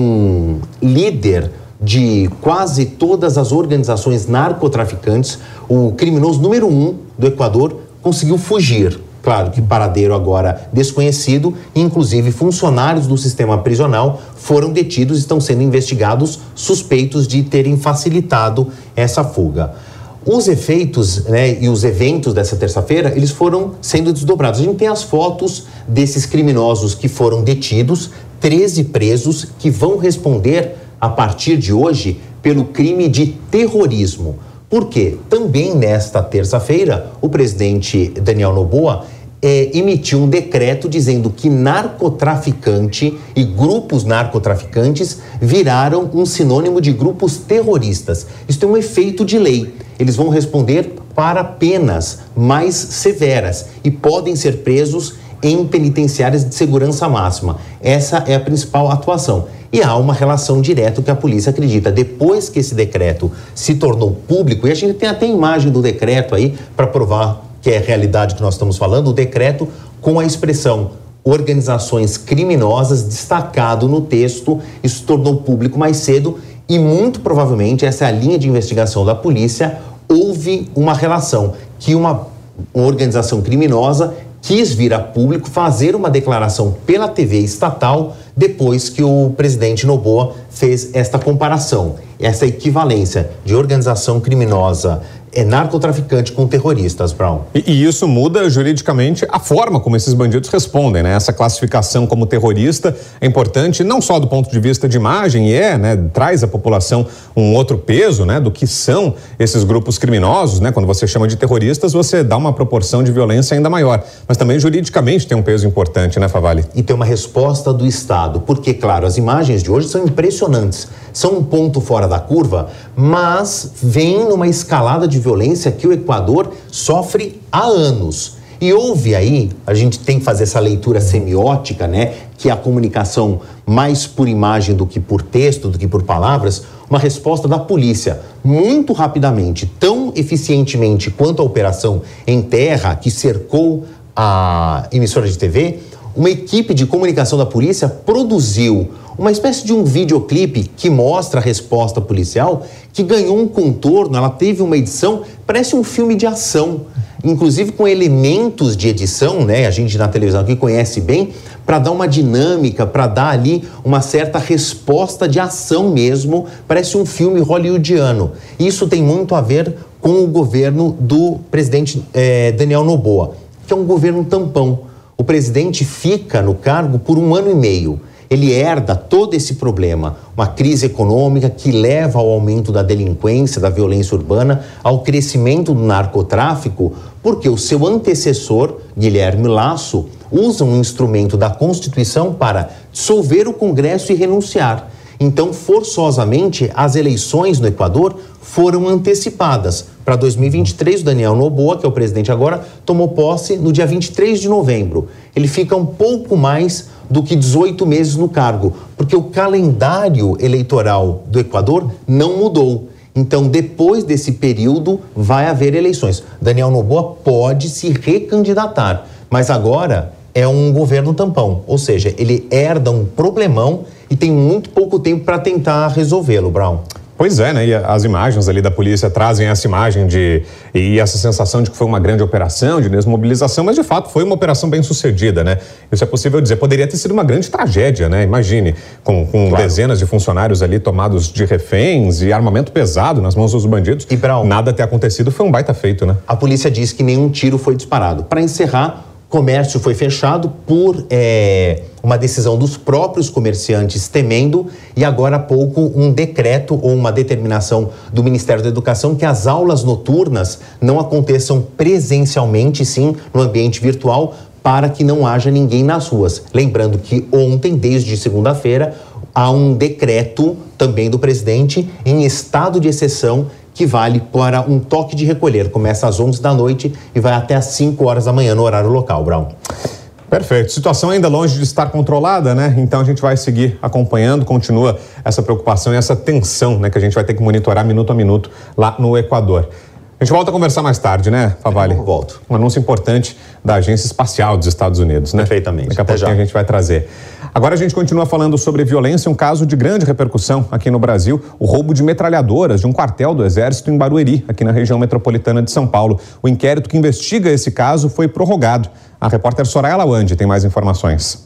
um líder de quase todas as organizações narcotraficantes, o criminoso número 1 do Equador, conseguiu fugir. Claro que paradeiro agora desconhecido, inclusive funcionários do sistema prisional foram detidos e estão sendo investigados, suspeitos de terem facilitado essa fuga. Os efeitos, e os eventos dessa terça-feira, eles foram sendo desdobrados. A gente tem as fotos desses criminosos que foram detidos, 13 presos que vão responder a partir de hoje pelo crime de terrorismo. Por quê? Também nesta terça-feira, o presidente Daniel Noboa emitiu um decreto dizendo que narcotraficante e grupos narcotraficantes viraram um sinônimo de grupos terroristas. Isso tem um efeito de lei. Eles vão responder para penas mais severas e podem ser presos em penitenciárias de segurança máxima. Essa é a principal atuação. E há uma relação direta que a polícia acredita. Depois que esse decreto se tornou público, e a gente tem até a imagem do decreto aí para provar que é a realidade que nós estamos falando, o decreto com a expressão organizações criminosas destacado no texto, isso se tornou público mais cedo e muito provavelmente, essa é a linha de investigação da polícia, houve uma relação que uma organização criminosa quis vir a público fazer uma declaração pela TV estatal depois que o presidente Noboa fez esta comparação, essa equivalência de organização criminosa narcotraficante com terroristas, Brown. E isso muda juridicamente a forma como esses bandidos respondem, né? Essa classificação como terrorista é importante não só do ponto de vista de imagem, traz à população um outro peso, do que são esses grupos criminosos, Quando você chama de terroristas, você dá uma proporção de violência ainda maior, mas também juridicamente tem um peso importante, Favale? E tem uma resposta do Estado, porque, claro, as imagens de hoje são impressionantes, são um ponto fora da curva, mas vem numa escalada de violência que o Equador sofre há anos. E houve aí, a gente tem que fazer essa leitura semiótica, que é a comunicação mais por imagem do que por texto, do que por palavras, uma resposta da polícia muito rapidamente, tão eficientemente quanto a operação em terra que cercou a emissora de TV. Uma equipe de comunicação da polícia produziu uma espécie de um videoclipe que mostra a resposta policial, que ganhou um contorno, ela teve uma edição, parece um filme de ação, inclusive com elementos de edição, a gente na televisão aqui conhece bem, para dar uma dinâmica, para dar ali uma certa resposta de ação mesmo, parece um filme hollywoodiano. Isso tem muito a ver com o governo do presidente Daniel Noboa, que é um governo tampão. O presidente fica no cargo por 1 ano e meio. ele herda todo esse problema, uma crise econômica que leva ao aumento da delinquência, da violência urbana, ao crescimento do narcotráfico, porque o seu antecessor, Guilherme Lasso, usa um instrumento da Constituição para dissolver o Congresso e renunciar. Então, forçosamente, as eleições no Equador foram antecipadas. Para 2023, o Daniel Noboa, que é o presidente agora, tomou posse no dia 23 de novembro. Ele fica um pouco mais do que 18 meses no cargo, porque o calendário eleitoral do Equador não mudou. Então, depois desse período, vai haver eleições. Daniel Noboa pode se recandidatar, mas agora é um governo tampão, ou seja, ele herda um problemão e tem muito pouco tempo para tentar resolvê-lo, Brown. Pois é, né? E as imagens ali da polícia trazem essa imagem e essa sensação de que foi uma grande operação de desmobilização, mas de fato foi uma operação bem sucedida, né? Isso é possível dizer. Poderia ter sido uma grande tragédia, né? Imagine, com claro, dezenas de funcionários ali tomados de reféns e armamento pesado nas mãos dos bandidos. E Brown, nada ter acontecido, foi um baita feito, né? A polícia diz que nenhum tiro foi disparado. Para encerrar, o comércio foi fechado por uma decisão dos próprios comerciantes temendo, e agora há pouco um decreto ou uma determinação do Ministério da Educação que as aulas noturnas não aconteçam presencialmente, sim, no ambiente virtual, para que não haja ninguém nas ruas. Lembrando que ontem, desde segunda-feira, há um decreto também do presidente em estado de exceção que vale para um toque de recolher. Começa às 11 da noite e vai até às 5 horas da manhã no horário local, Brown. Perfeito. Situação ainda longe de estar controlada, né? Então a gente vai seguir acompanhando, continua essa preocupação e essa tensão, né? Que a gente vai ter que monitorar minuto a minuto lá no Equador. A gente volta a conversar mais tarde, né, Favalli? Eu volto. Um anúncio importante da Agência Espacial dos Estados Unidos, né? Perfeitamente. Daqui a pouquinho a gente vai trazer. Agora a gente continua falando sobre violência, um caso de grande repercussão aqui no Brasil, o roubo de metralhadoras de um quartel do Exército em Barueri, aqui na região metropolitana de São Paulo. O inquérito que investiga esse caso foi prorrogado. A repórter Soraya Lawande tem mais informações.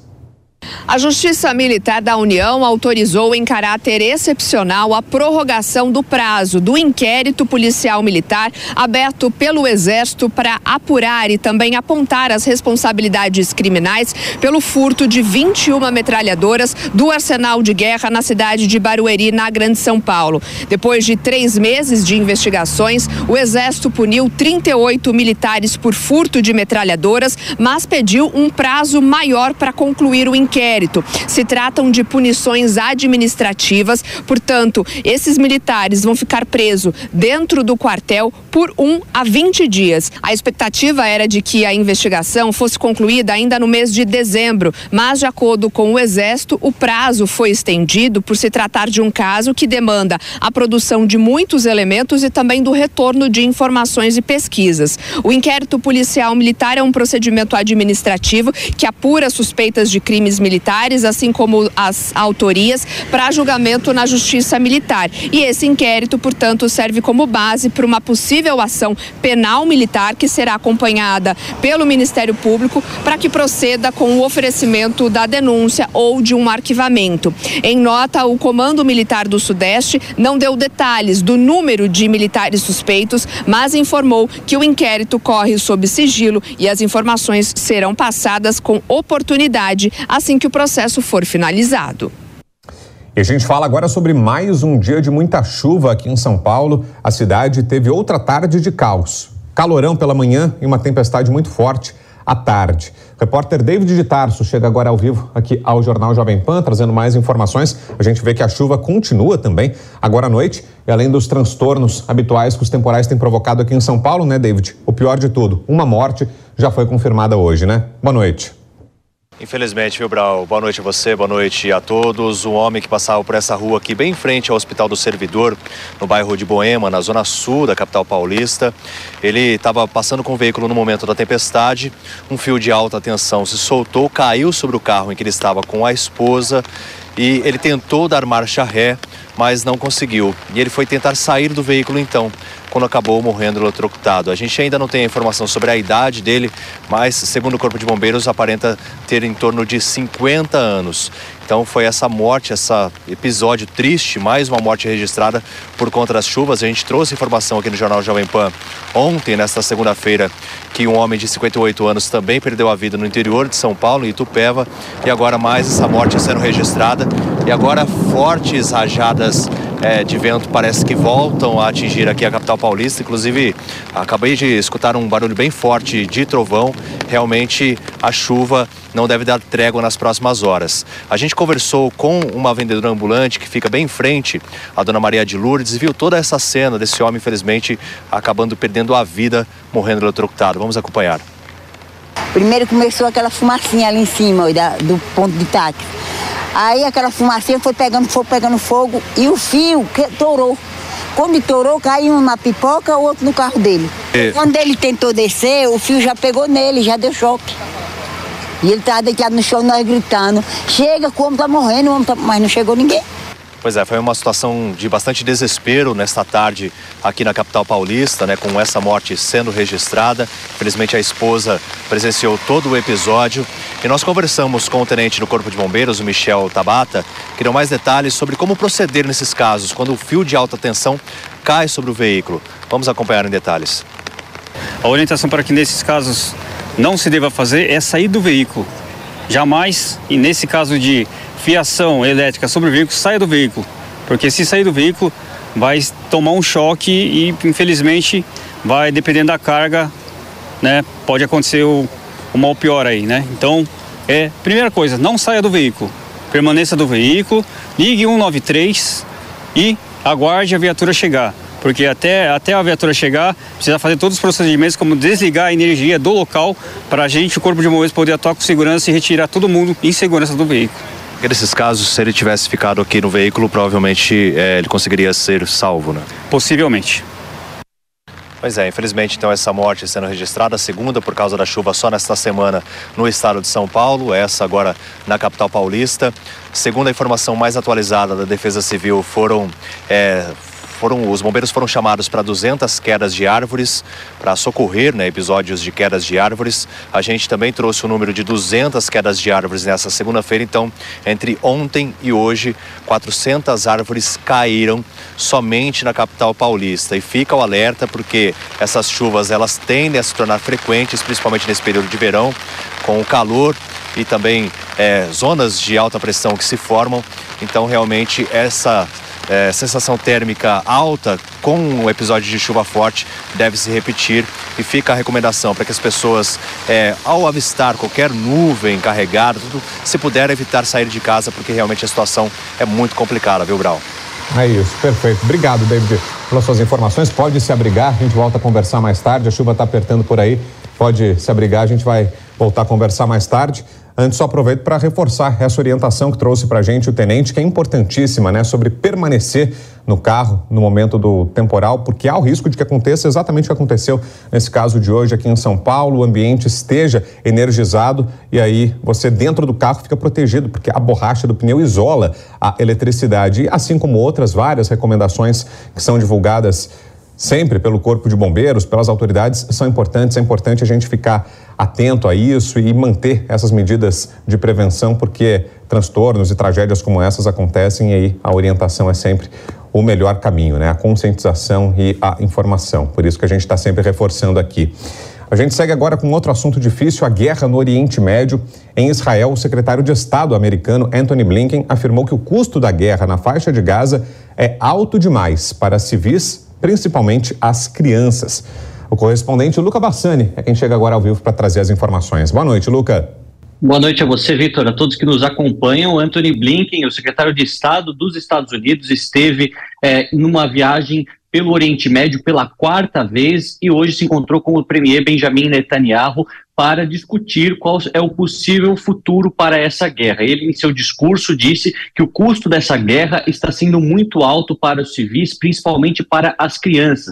A Justiça Militar da União autorizou em caráter excepcional a prorrogação do prazo do inquérito policial militar aberto pelo Exército para apurar e também apontar as responsabilidades criminais pelo furto de 21 metralhadoras do arsenal de guerra na cidade de Barueri, na Grande São Paulo. Depois de 3 meses de investigações, o Exército puniu 38 militares por furto de metralhadoras, mas pediu um prazo maior para concluir o inquérito. Se tratam de punições administrativas, portanto, esses militares vão ficar presos dentro do quartel por 1 a 20 dias. A expectativa era de que a investigação fosse concluída ainda no mês de dezembro, mas de acordo com o Exército, o prazo foi estendido por se tratar de um caso que demanda a produção de muitos elementos e também do retorno de informações e pesquisas. O inquérito policial militar é um procedimento administrativo que apura suspeitas de crimes militares, assim como as autorias, para julgamento na Justiça Militar. E esse inquérito, portanto, serve como base para uma possível ação penal militar que será acompanhada pelo Ministério Público para que proceda com o oferecimento da denúncia ou de um arquivamento. Em nota, o Comando Militar do Sudeste não deu detalhes do número de militares suspeitos, mas informou que o inquérito corre sob sigilo e as informações serão passadas com oportunidade assim que o processo for finalizado. E a gente fala agora sobre mais um dia de muita chuva aqui em São Paulo. A cidade teve outra tarde de caos. Calorão pela manhã e uma tempestade muito forte à tarde. O repórter David de Tarso chega agora ao vivo aqui ao Jornal Jovem Pan, trazendo mais informações. A gente vê que a chuva continua também agora à noite, e além dos transtornos habituais que os temporais têm provocado aqui em São Paulo, né, David? O pior de tudo, uma morte já foi confirmada hoje, né? Boa noite. Infelizmente, viu, Brau? Boa noite a você, boa noite a todos. Um homem que passava por essa rua aqui, bem em frente ao Hospital do Servidor, no bairro de Boema, na zona sul da capital paulista. Ele estava passando com o veículo no momento da tempestade. Um fio de alta tensão se soltou, caiu sobre o carro em que ele estava com a esposa e ele tentou dar marcha ré, mas não conseguiu. E ele foi tentar sair do veículo então. quando acabou morrendo eletrocutado. A gente ainda não tem a informação sobre a idade dele, mas segundo o Corpo de Bombeiros aparenta ter em torno de 50 anos. Então foi essa morte, esse episódio triste, mais uma morte registrada por conta das chuvas. A gente trouxe informação aqui no Jornal Jovem Pan ontem, nesta segunda-feira, que um homem de 58 anos também perdeu a vida no interior de São Paulo, em Itupeva, e agora mais essa morte sendo registrada. E agora fortes rajadas de vento parece que voltam a atingir aqui a capital paulista. Inclusive, acabei de escutar um barulho bem forte de trovão. Realmente a chuva não deve dar trégua nas próximas horas. A gente conversou com uma vendedora ambulante que fica bem em frente, a dona Maria de Lourdes, e viu toda essa cena desse homem, infelizmente, acabando perdendo a vida, morrendo eletrocutado. Vamos acompanhar. Primeiro começou aquela fumacinha ali em cima do ponto de táxi. Aí aquela fumacinha foi pegando fogo e o fio torou. Quando torou, caiu um na pipoca, o outro no carro dele. Quando ele tentou descer, o fio já pegou nele, já deu choque. E ele estava deitado no chão, nós gritando, chega, o homem tá morrendo, mas não chegou ninguém. Pois é, foi uma situação de bastante desespero nesta tarde aqui na capital paulista, né, com essa morte sendo registrada. Infelizmente a esposa presenciou todo o episódio e nós conversamos com o tenente do Corpo de Bombeiros, o Michel Tabata, que deu mais detalhes sobre como proceder nesses casos, quando o fio de alta tensão cai sobre o veículo. Vamos acompanhar em detalhes. A orientação para que nesses casos não se deva fazer é sair do veículo. Jamais, e nesse caso de fiação elétrica sobre o veículo, saia do veículo, porque se sair do veículo vai tomar um choque e infelizmente vai, dependendo da carga, né, pode acontecer o mal pior aí, né? Então, primeira coisa, não saia do veículo, permaneça do veículo, ligue 193 e aguarde a viatura chegar, porque até a viatura chegar, precisa fazer todos os procedimentos, como desligar a energia do local, para a gente, o Corpo de Bombeiros, poder atuar com segurança e retirar todo mundo em segurança do veículo. Nesses casos, se ele tivesse ficado aqui no veículo, provavelmente ele conseguiria ser salvo, né? Possivelmente. Pois é, infelizmente então essa morte sendo registrada, a segunda por causa da chuva só nesta semana no estado de São Paulo, essa agora na capital paulista. Segundo a informação mais atualizada da Defesa Civil, os bombeiros foram chamados para 200 quedas de árvores, para socorrer, né, episódios de quedas de árvores. A gente também trouxe o número de 200 quedas de árvores nessa segunda-feira. Então, entre ontem e hoje, 400 árvores caíram somente na capital paulista. E fica o alerta porque essas chuvas elas tendem a se tornar frequentes, principalmente nesse período de verão, com o calor e também zonas de alta pressão que se formam. Então, realmente, essa sensação térmica alta com um episódio de chuva forte deve se repetir, e fica a recomendação para que as pessoas, ao avistar qualquer nuvem carregada, se puder evitar sair de casa, porque realmente a situação é muito complicada, viu, Brau? É isso, perfeito. Obrigado, David, pelas suas informações. Pode se abrigar, a gente volta a conversar mais tarde. A chuva está apertando por aí, pode se abrigar, a gente vai voltar a conversar mais tarde. Antes, só aproveito para reforçar essa orientação que trouxe para a gente o tenente, que é importantíssima, né? Sobre permanecer no carro no momento do temporal, porque há o risco de que aconteça exatamente o que aconteceu nesse caso de hoje aqui em São Paulo, o ambiente esteja energizado e aí você dentro do carro fica protegido, porque a borracha do pneu isola a eletricidade. E assim como outras várias recomendações que são divulgadas sempre pelo Corpo de Bombeiros, pelas autoridades, são importantes. É importante a gente ficar atento a isso e manter essas medidas de prevenção, porque transtornos e tragédias como essas acontecem e aí a orientação é sempre o melhor caminho, né? A conscientização e a informação. Por isso que a gente está sempre reforçando aqui. A gente segue agora com outro assunto difícil, a guerra no Oriente Médio. Em Israel, o secretário de Estado americano, Antony Blinken, afirmou que o custo da guerra na faixa de Gaza é alto demais para civis, principalmente as crianças. O correspondente Luca Bassani é quem chega agora ao vivo para trazer as informações. Boa noite, Luca. Boa noite a você, Vitor, a todos que nos acompanham. Antony Blinken, o secretário de Estado dos Estados Unidos, esteve numa viagem pelo Oriente Médio pela quarta vez e hoje se encontrou com o premier Benjamin Netanyahu para discutir qual é o possível futuro para essa guerra. Ele, em seu discurso, disse que o custo dessa guerra está sendo muito alto para os civis, principalmente para as crianças.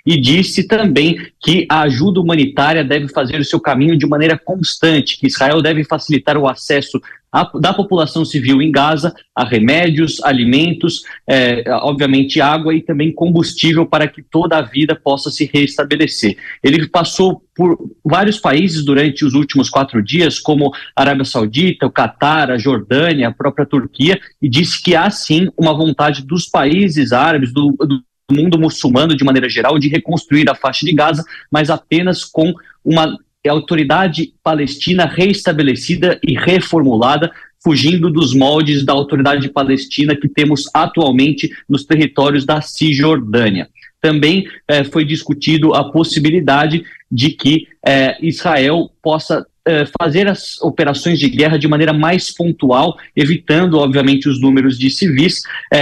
e disse também que a ajuda humanitária deve fazer o seu caminho de maneira constante, que Israel deve facilitar o acesso da população civil em Gaza a remédios, alimentos, obviamente água e também combustível para que toda a vida possa se restabelecer. Ele passou por vários países durante os últimos 4 dias, como a Arábia Saudita, o Catar, a Jordânia, a própria Turquia, e disse que há sim uma vontade dos países árabes, do mundo muçulmano de maneira geral, de reconstruir a faixa de Gaza, mas apenas com uma autoridade palestina reestabelecida e reformulada, fugindo dos moldes da autoridade palestina que temos atualmente nos territórios da Cisjordânia. Também foi discutido a possibilidade de que Israel possa fazer as operações de guerra de maneira mais pontual, evitando, obviamente, os números de civis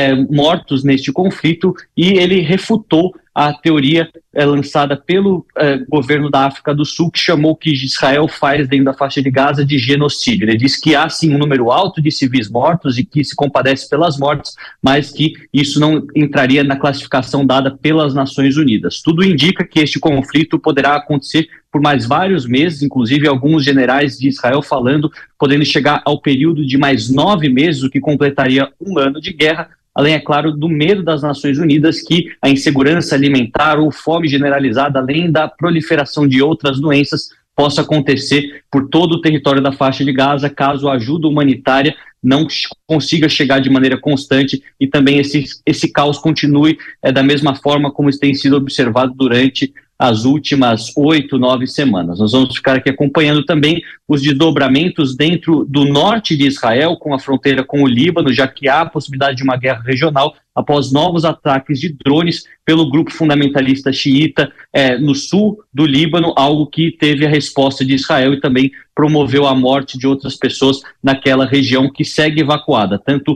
mortos neste conflito, e ele refutou a teoria lançada pelo governo da África do Sul, que chamou o que Israel faz dentro da faixa de Gaza de genocídio. Ele diz que há sim um número alto de civis mortos e que se compadece pelas mortes, mas que isso não entraria na classificação dada pelas Nações Unidas. Tudo indica que este conflito poderá acontecer por mais vários meses, inclusive alguns generais de Israel falando, podendo chegar ao período de mais 9 meses, o que completaria 1 ano de guerra, além, é claro, do medo das Nações Unidas que a insegurança alimentar ou fome generalizada, além da proliferação de outras doenças, possa acontecer por todo o território da faixa de Gaza, caso a ajuda humanitária não consiga chegar de maneira constante e também esse caos continue da mesma forma como tem sido observado durante as últimas 8, 9 semanas. Nós vamos ficar aqui acompanhando também os desdobramentos dentro do norte de Israel, com a fronteira com o Líbano, já que há a possibilidade de uma guerra regional após novos ataques de drones pelo grupo fundamentalista xiita no sul do Líbano, algo que teve a resposta de Israel e também promoveu a morte de outras pessoas naquela região que segue evacuada, tanto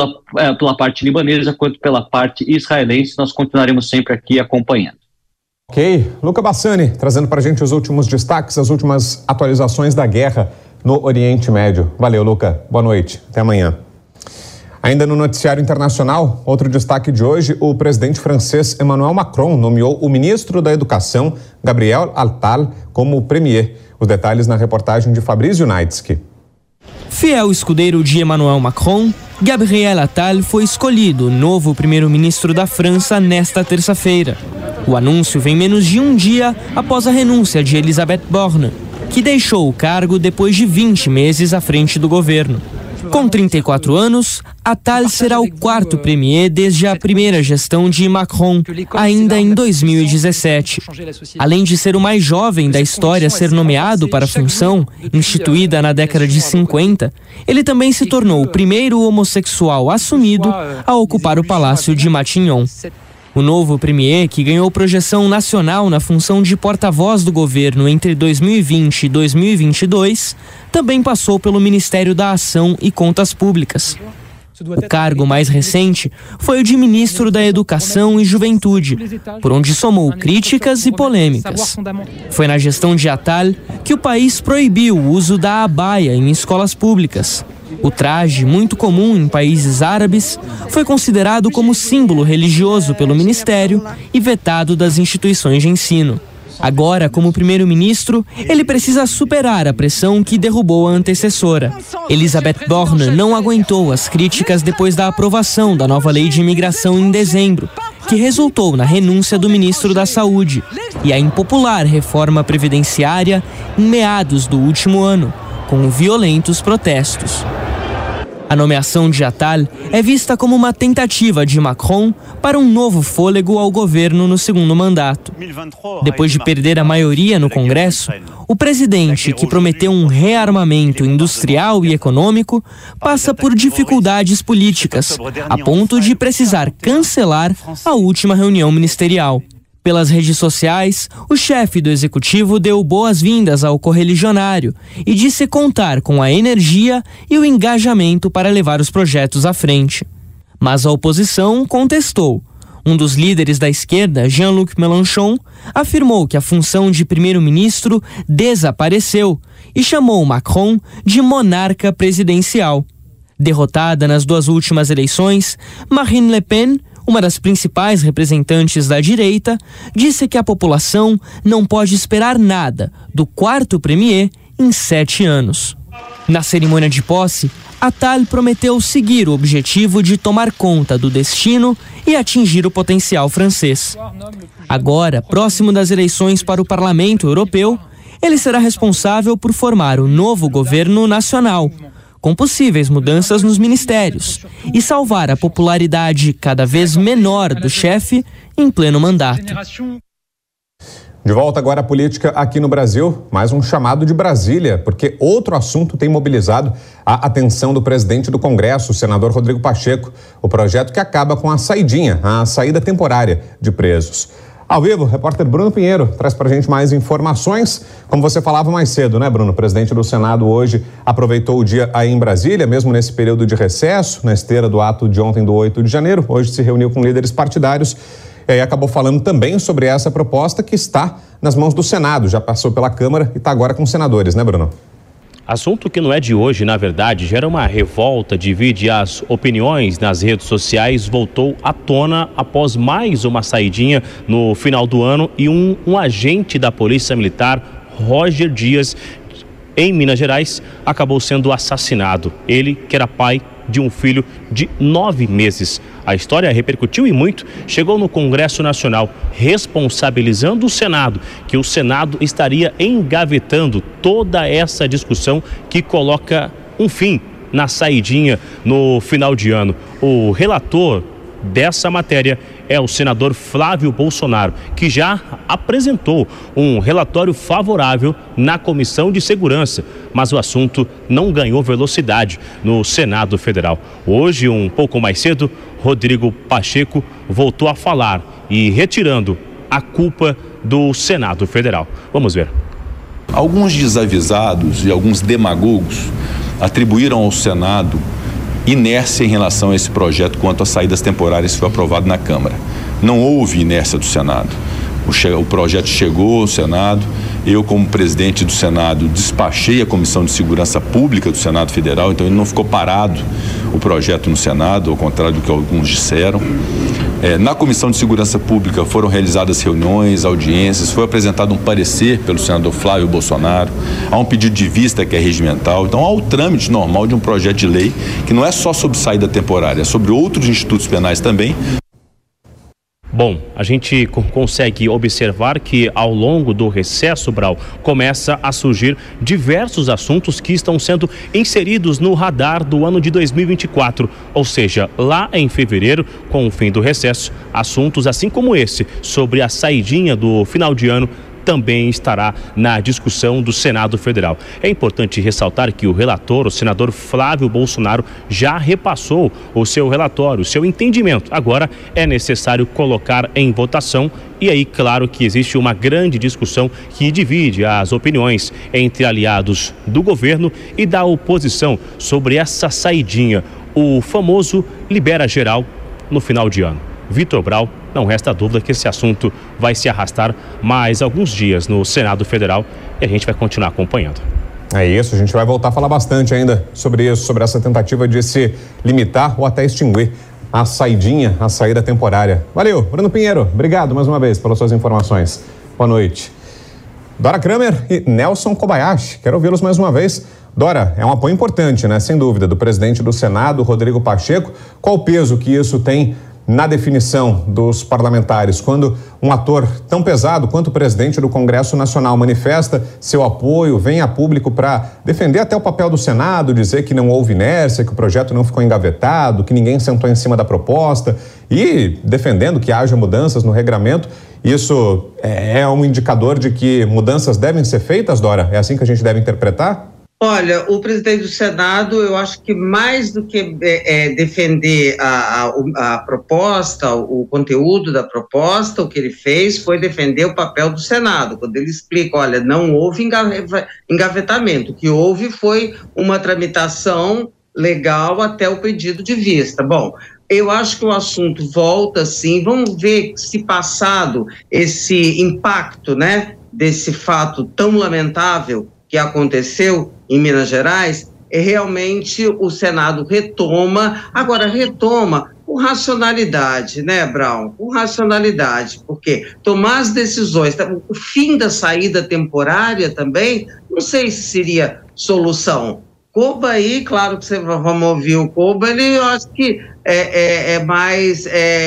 pela parte libanesa quanto pela parte israelense. Nós continuaremos sempre aqui acompanhando. Ok, Luca Bassani trazendo para a gente os últimos destaques, as últimas atualizações da guerra no Oriente Médio. Valeu, Luca. Boa noite. Até amanhã. Ainda no noticiário internacional, outro destaque de hoje, o presidente francês Emmanuel Macron nomeou o ministro da Educação, Gabriel Attal, como premier. Os detalhes na reportagem de Fabrício Naitsky. Fiel escudeiro de Emmanuel Macron, Gabriel Attal foi escolhido novo primeiro-ministro da França nesta terça-feira. O anúncio vem menos de um dia após a renúncia de Elisabeth Borne, que deixou o cargo depois de 20 meses à frente do governo. Com 34 anos, Attal será o 4º premier desde a primeira gestão de Macron, ainda em 2017. Além de ser o mais jovem da história a ser nomeado para a função, instituída na década de 50, ele também se tornou o primeiro homossexual assumido a ocupar o Palácio de Matignon. O novo premier, que ganhou projeção nacional na função de porta-voz do governo entre 2020 e 2022, também passou pelo Ministério da Ação e Contas Públicas. O cargo mais recente foi o de ministro da Educação e Juventude, por onde somou críticas e polêmicas. Foi na gestão de Attal que o país proibiu o uso da abaia em escolas públicas. O traje, muito comum em países árabes, foi considerado como símbolo religioso pelo ministério e vetado das instituições de ensino. Agora, como primeiro-ministro, ele precisa superar a pressão que derrubou a antecessora. Elisabeth Borne não aguentou as críticas depois da aprovação da nova lei de imigração em dezembro, que resultou na renúncia do ministro da Saúde, e a impopular reforma previdenciária em meados do último ano, com violentos protestos. A nomeação de Attal é vista como uma tentativa de Macron para um novo fôlego ao governo no segundo mandato. Depois de perder a maioria no Congresso, o presidente, que prometeu um rearmamento industrial e econômico, passa por dificuldades políticas, a ponto de precisar cancelar a última reunião ministerial. Pelas redes sociais, o chefe do executivo deu boas-vindas ao correligionário e disse contar com a energia e o engajamento para levar os projetos à frente. Mas a oposição contestou. Um dos líderes da esquerda, Jean-Luc Mélenchon, afirmou que a função de primeiro-ministro desapareceu e chamou Macron de monarca presidencial. Derrotada nas 2 últimas eleições, Marine Le Pen, uma das principais representantes da direita, disse que a população não pode esperar nada do quarto premier em 7 anos. Na cerimônia de posse, Attal prometeu seguir o objetivo de tomar conta do destino e atingir o potencial francês. Agora, próximo das eleições para o Parlamento Europeu, ele será responsável por formar o novo governo nacional, com possíveis mudanças nos ministérios, e salvar a popularidade cada vez menor do chefe em pleno mandato. De volta agora à política aqui no Brasil, mais um chamado de Brasília, porque outro assunto tem mobilizado a atenção do presidente do Congresso, o senador Rodrigo Pacheco, o projeto que acaba com a saída temporária de presos. Ao vivo, o repórter Bruno Pinheiro traz pra gente mais informações. Como você falava mais cedo, né, Bruno? O presidente do Senado hoje aproveitou o dia aí em Brasília, mesmo nesse período de recesso, na esteira do ato de ontem do 8 de janeiro. Hoje se reuniu com líderes partidários e aí acabou falando também sobre essa proposta que está nas mãos do Senado. Já passou pela Câmara e está agora com os senadores, né, Bruno? Assunto que não é de hoje, na verdade, gera uma revolta, divide as opiniões nas redes sociais, voltou à tona após mais uma saidinha no final do ano e um agente da Polícia Militar, Roger Dias, em Minas Gerais, acabou sendo assassinado. Ele, que era pai de um filho de 9 meses. A história repercutiu e muito, chegou no Congresso Nacional, responsabilizando o Senado, que o Senado estaria engavetando toda essa discussão que coloca um fim na saidinha no final de ano. O relator dessa matéria é o senador Flávio Bolsonaro, que já apresentou um relatório favorável na Comissão de Segurança, mas o assunto não ganhou velocidade no Senado Federal. Hoje, um pouco mais cedo, Rodrigo Pacheco voltou a falar e retirando a culpa do Senado Federal. Vamos ver. Alguns desavisados e alguns demagogos atribuíram ao Senado inércia em relação a esse projeto quanto às saídas temporárias que foi aprovado na Câmara. Não houve inércia do Senado. O projeto chegou ao Senado, eu como presidente do Senado despachei a Comissão de Segurança Pública do Senado Federal, então ele não ficou parado o projeto no Senado, ao contrário do que alguns disseram. Na Comissão de Segurança Pública foram realizadas reuniões, audiências, foi apresentado um parecer pelo senador Flávio Bolsonaro, há um pedido de vista que é regimental, então há o trâmite normal de um projeto de lei que não é só sobre saída temporária, é sobre outros institutos penais também. Bom, a gente consegue observar que ao longo do recesso, Brau, começa a surgir diversos assuntos que estão sendo inseridos no radar do ano de 2024. Ou seja, lá em fevereiro, com o fim do recesso, assuntos assim como esse, sobre a saidinha do final de ano, também estará na discussão do Senado Federal. É importante ressaltar que o relator, o senador Flávio Bolsonaro, já repassou o seu relatório, o seu entendimento. Agora é necessário colocar em votação e aí, claro que existe uma grande discussão que divide as opiniões entre aliados do governo e da oposição sobre essa saidinha, o famoso libera geral no final de ano. Vitor Brau, não resta dúvida que esse assunto vai se arrastar mais alguns dias no Senado Federal e a gente vai continuar acompanhando. É isso, a gente vai voltar a falar bastante ainda sobre isso, sobre essa tentativa de se limitar ou até extinguir a saidinha, a saída temporária. Valeu, Bruno Pinheiro, obrigado mais uma vez pelas suas informações. Boa noite. Dora Kramer e Nelson Kobayashi, quero ouvi-los mais uma vez. Dora, é um apoio importante, né? Sem dúvida, do presidente do Senado, Rodrigo Pacheco. Qual o peso que isso tem na definição dos parlamentares, quando um ator tão pesado quanto o presidente do Congresso Nacional manifesta seu apoio, vem a público para defender até o papel do Senado, dizer que não houve inércia, que o projeto não ficou engavetado, que ninguém sentou em cima da proposta e defendendo que haja mudanças no regramento, isso é um indicador de que mudanças devem ser feitas, Dora? É assim que a gente deve interpretar? Olha, o presidente do Senado, eu acho que mais do que defender a proposta, o conteúdo da proposta, o que ele fez foi defender o papel do Senado, quando ele explica, olha, não houve engavetamento, o que houve foi uma tramitação legal até o pedido de vista. Bom, eu acho que o assunto volta sim, vamos ver se passado esse impacto, né, desse fato tão lamentável que aconteceu em Minas Gerais, realmente o Senado retoma com racionalidade, né, Brown? Com racionalidade, porque tomar as decisões, o fim da saída temporária também, não sei se seria solução. Koba aí, claro que vamos ouvir o Koba, eu acho que é mais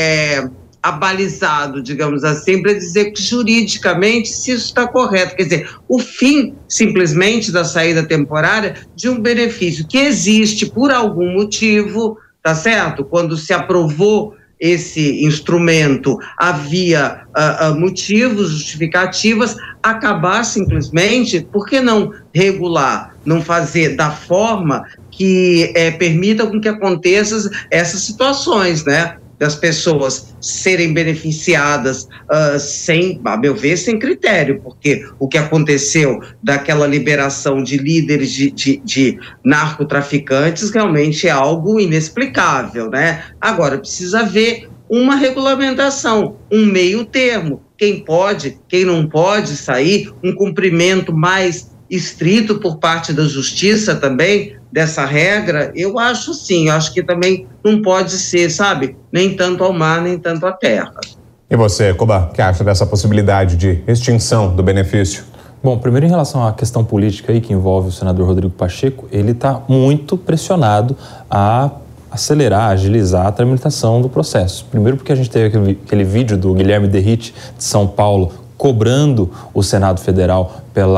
abalizado, digamos assim, para dizer que juridicamente se isso está correto. Quer dizer, o fim simplesmente da saída temporária de um benefício que existe por algum motivo, tá certo? Quando se aprovou esse instrumento, havia motivos, justificativas, acabar simplesmente, por que não regular, não fazer da forma que permita com que aconteçam essas situações, né? Das pessoas serem beneficiadas sem, a meu ver, sem critério, porque o que aconteceu daquela liberação de líderes de narcotraficantes realmente é algo inexplicável, né? Agora, precisa haver uma regulamentação, um meio termo, quem pode, quem não pode sair, um cumprimento mais estrito por parte da justiça também, dessa regra, eu acho sim, eu acho que também não pode ser, sabe, nem tanto ao mar, nem tanto à terra. E você, Koba, o que acha dessa possibilidade de extinção do benefício? Bom, primeiro em relação à questão política aí que envolve o senador Rodrigo Pacheco, ele está muito pressionado a acelerar, agilizar a tramitação do processo. Primeiro porque a gente teve aquele vídeo do Guilherme Derrite de São Paulo cobrando o Senado Federal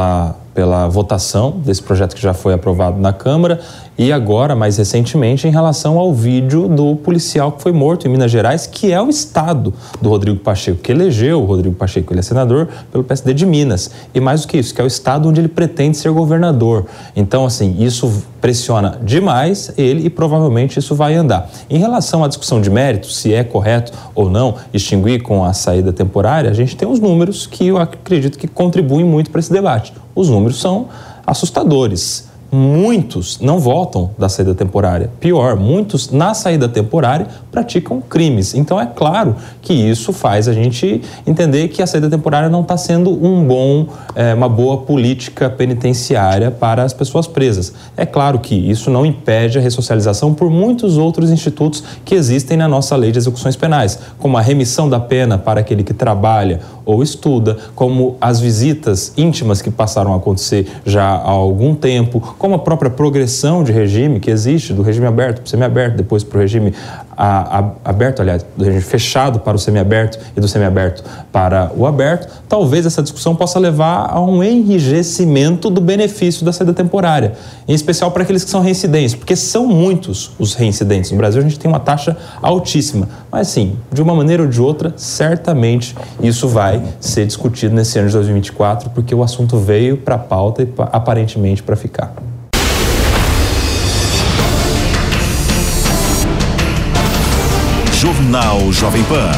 pela votação desse projeto que já foi aprovado na Câmara e agora, mais recentemente, em relação ao vídeo do policial que foi morto em Minas Gerais, que é o estado do Rodrigo Pacheco, que elegeu o Rodrigo Pacheco, ele é senador pelo PSD de Minas, e mais do que isso, que é o estado onde ele pretende ser governador. Então, assim, isso pressiona demais ele e provavelmente isso vai andar. Em relação à discussão de mérito, se é correto ou não extinguir com a saída temporária, a gente tem os números que eu acredito que contribuem muito para esse debate. Os números são assustadores. Muitos não voltam da saída temporária. Pior, muitos na saída temporária praticam crimes. Então é claro que isso faz a gente entender que a saída temporária não está sendo uma boa política penitenciária para as pessoas presas. É claro que isso não impede a ressocialização por muitos outros institutos que existem na nossa lei de execuções penais, como a remissão da pena para aquele que trabalha ou estuda, como as visitas íntimas que passaram a acontecer já há algum tempo, como a própria progressão de regime que existe, do regime aberto para o semiaberto, depois para o regime aberto, aliás, do regime fechado para o semiaberto e do semiaberto para o aberto. Talvez essa discussão possa levar a um enrijecimento do benefício da saída temporária, em especial para aqueles que são reincidentes, porque são muitos os reincidentes. No Brasil a gente tem uma taxa altíssima, mas sim, de uma maneira ou de outra, certamente isso vai ser discutido nesse ano de 2024, porque o assunto veio para a pauta e aparentemente para ficar. Jornal Jovem Pan.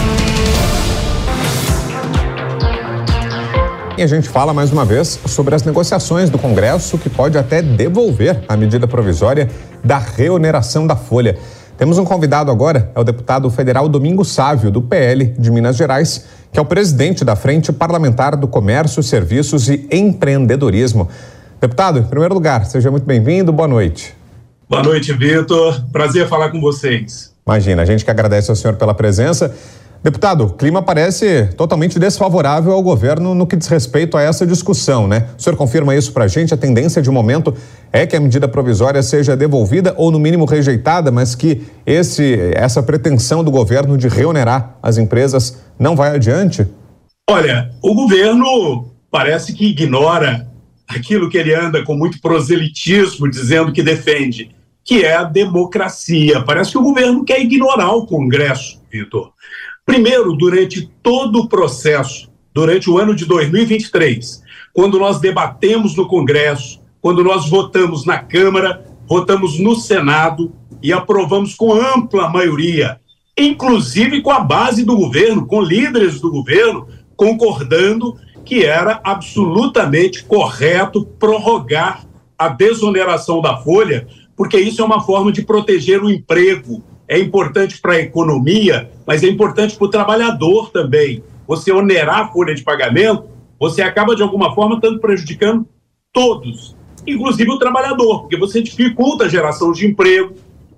E a gente fala mais uma vez sobre as negociações do Congresso que pode até devolver a medida provisória da reoneração da folha. Temos um convidado agora, é o deputado federal Domingos Sávio, do PL de Minas Gerais, que é o presidente da Frente Parlamentar do Comércio, Serviços e Empreendedorismo. Deputado, em primeiro lugar, seja muito bem-vindo, boa noite. Boa noite, Vitor. Prazer falar com vocês. Imagina, a gente que agradece ao senhor pela presença. Deputado, o clima parece totalmente desfavorável ao governo no que diz respeito a essa discussão, né? O senhor confirma isso pra gente? A tendência de momento é que a medida provisória seja devolvida ou no mínimo rejeitada, mas que essa pretensão do governo de reonerar as empresas não vai adiante? Olha, o governo parece que ignora aquilo que ele anda com muito proselitismo dizendo que defende, que é a democracia. Parece que o governo quer ignorar o Congresso, Vitor. Primeiro, durante todo o processo, durante o ano de 2023, quando nós debatemos no Congresso, quando nós votamos na Câmara, votamos no Senado e aprovamos com ampla maioria, inclusive com a base do governo, com líderes do governo, concordando que era absolutamente correto prorrogar a desoneração da folha, porque isso é uma forma de proteger o emprego. É importante para a economia, mas é importante para o trabalhador também. Você onerar a folha de pagamento, você acaba de alguma forma tanto prejudicando todos, inclusive o trabalhador, porque você dificulta a geração de emprego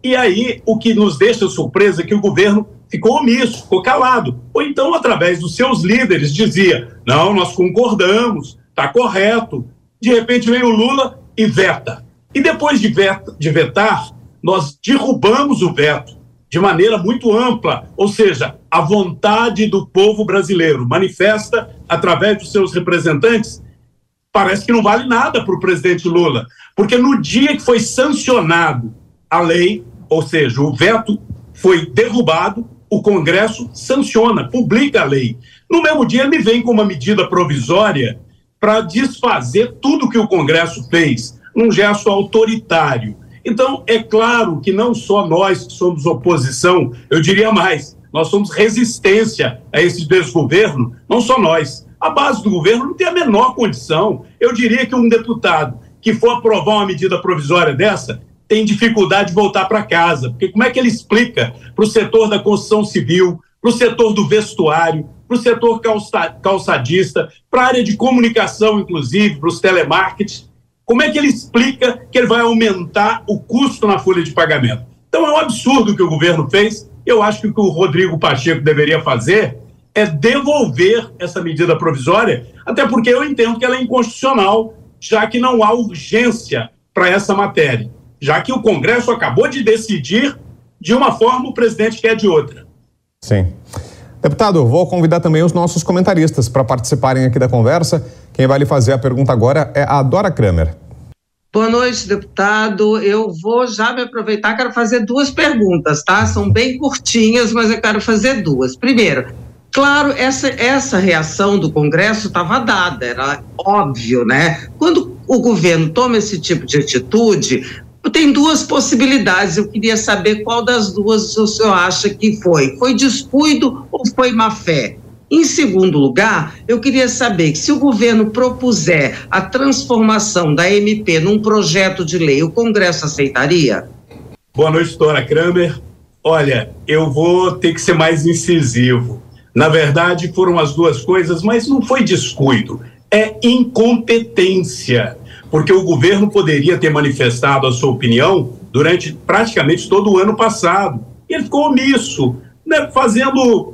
E aí, o que nos deixa surpresa é que o governo ficou omisso, ficou calado. Ou então, através dos seus líderes, dizia, não, nós concordamos, está correto. De repente veio o Lula e veta. E depois de vetar, nós derrubamos o veto de maneira muito ampla, ou seja, a vontade do povo brasileiro manifesta através dos seus representantes. Parece que não vale nada para o presidente Lula, porque no dia que foi sancionado a lei, ou seja, o veto foi derrubado, o Congresso sanciona, publica a lei. No mesmo dia ele vem com uma medida provisória para desfazer tudo que o Congresso fez, num gesto autoritário. Então, é claro que não só nós que somos oposição, eu diria mais, nós somos resistência a esse desgoverno, não só nós. A base do governo não tem a menor condição. Eu diria que um deputado que for aprovar uma medida provisória dessa tem dificuldade de voltar para casa, porque como é que ele explica para o setor da construção civil, para o setor do vestuário, para o setor calçadista, para a área de comunicação, inclusive, para os telemarketing, como é que ele explica que ele vai aumentar o custo na folha de pagamento? Então é um absurdo o que o governo fez. Eu acho que o que o Rodrigo Pacheco deveria fazer é devolver essa medida provisória, até porque eu entendo que ela é inconstitucional, já que não há urgência para essa matéria, já que o Congresso acabou de decidir de uma forma, o presidente quer de outra. Sim. Deputado, vou convidar também os nossos comentaristas para participarem aqui da conversa. Quem vai lhe fazer a pergunta agora é a Dora Kramer. Boa noite, deputado. Eu vou já me aproveitar, quero fazer duas perguntas, tá? São bem curtinhas, mas eu quero fazer duas. Primeiro, claro, essa reação do Congresso estava dada, era óbvio, né? Quando o governo toma esse tipo de atitude, tem duas possibilidades. Eu queria saber qual das duas o senhor acha que foi. Foi descuido ou foi má-fé? Em segundo lugar, eu queria saber que se o governo propuser a transformação da MP num projeto de lei, o Congresso aceitaria? Boa noite, doutora Kramer. Olha, eu vou ter que ser mais incisivo. Na verdade, foram as duas coisas, mas não foi descuido, é incompetência. Porque o governo poderia ter manifestado a sua opinião durante praticamente todo o ano passado. E ele ficou omisso, né, fazendo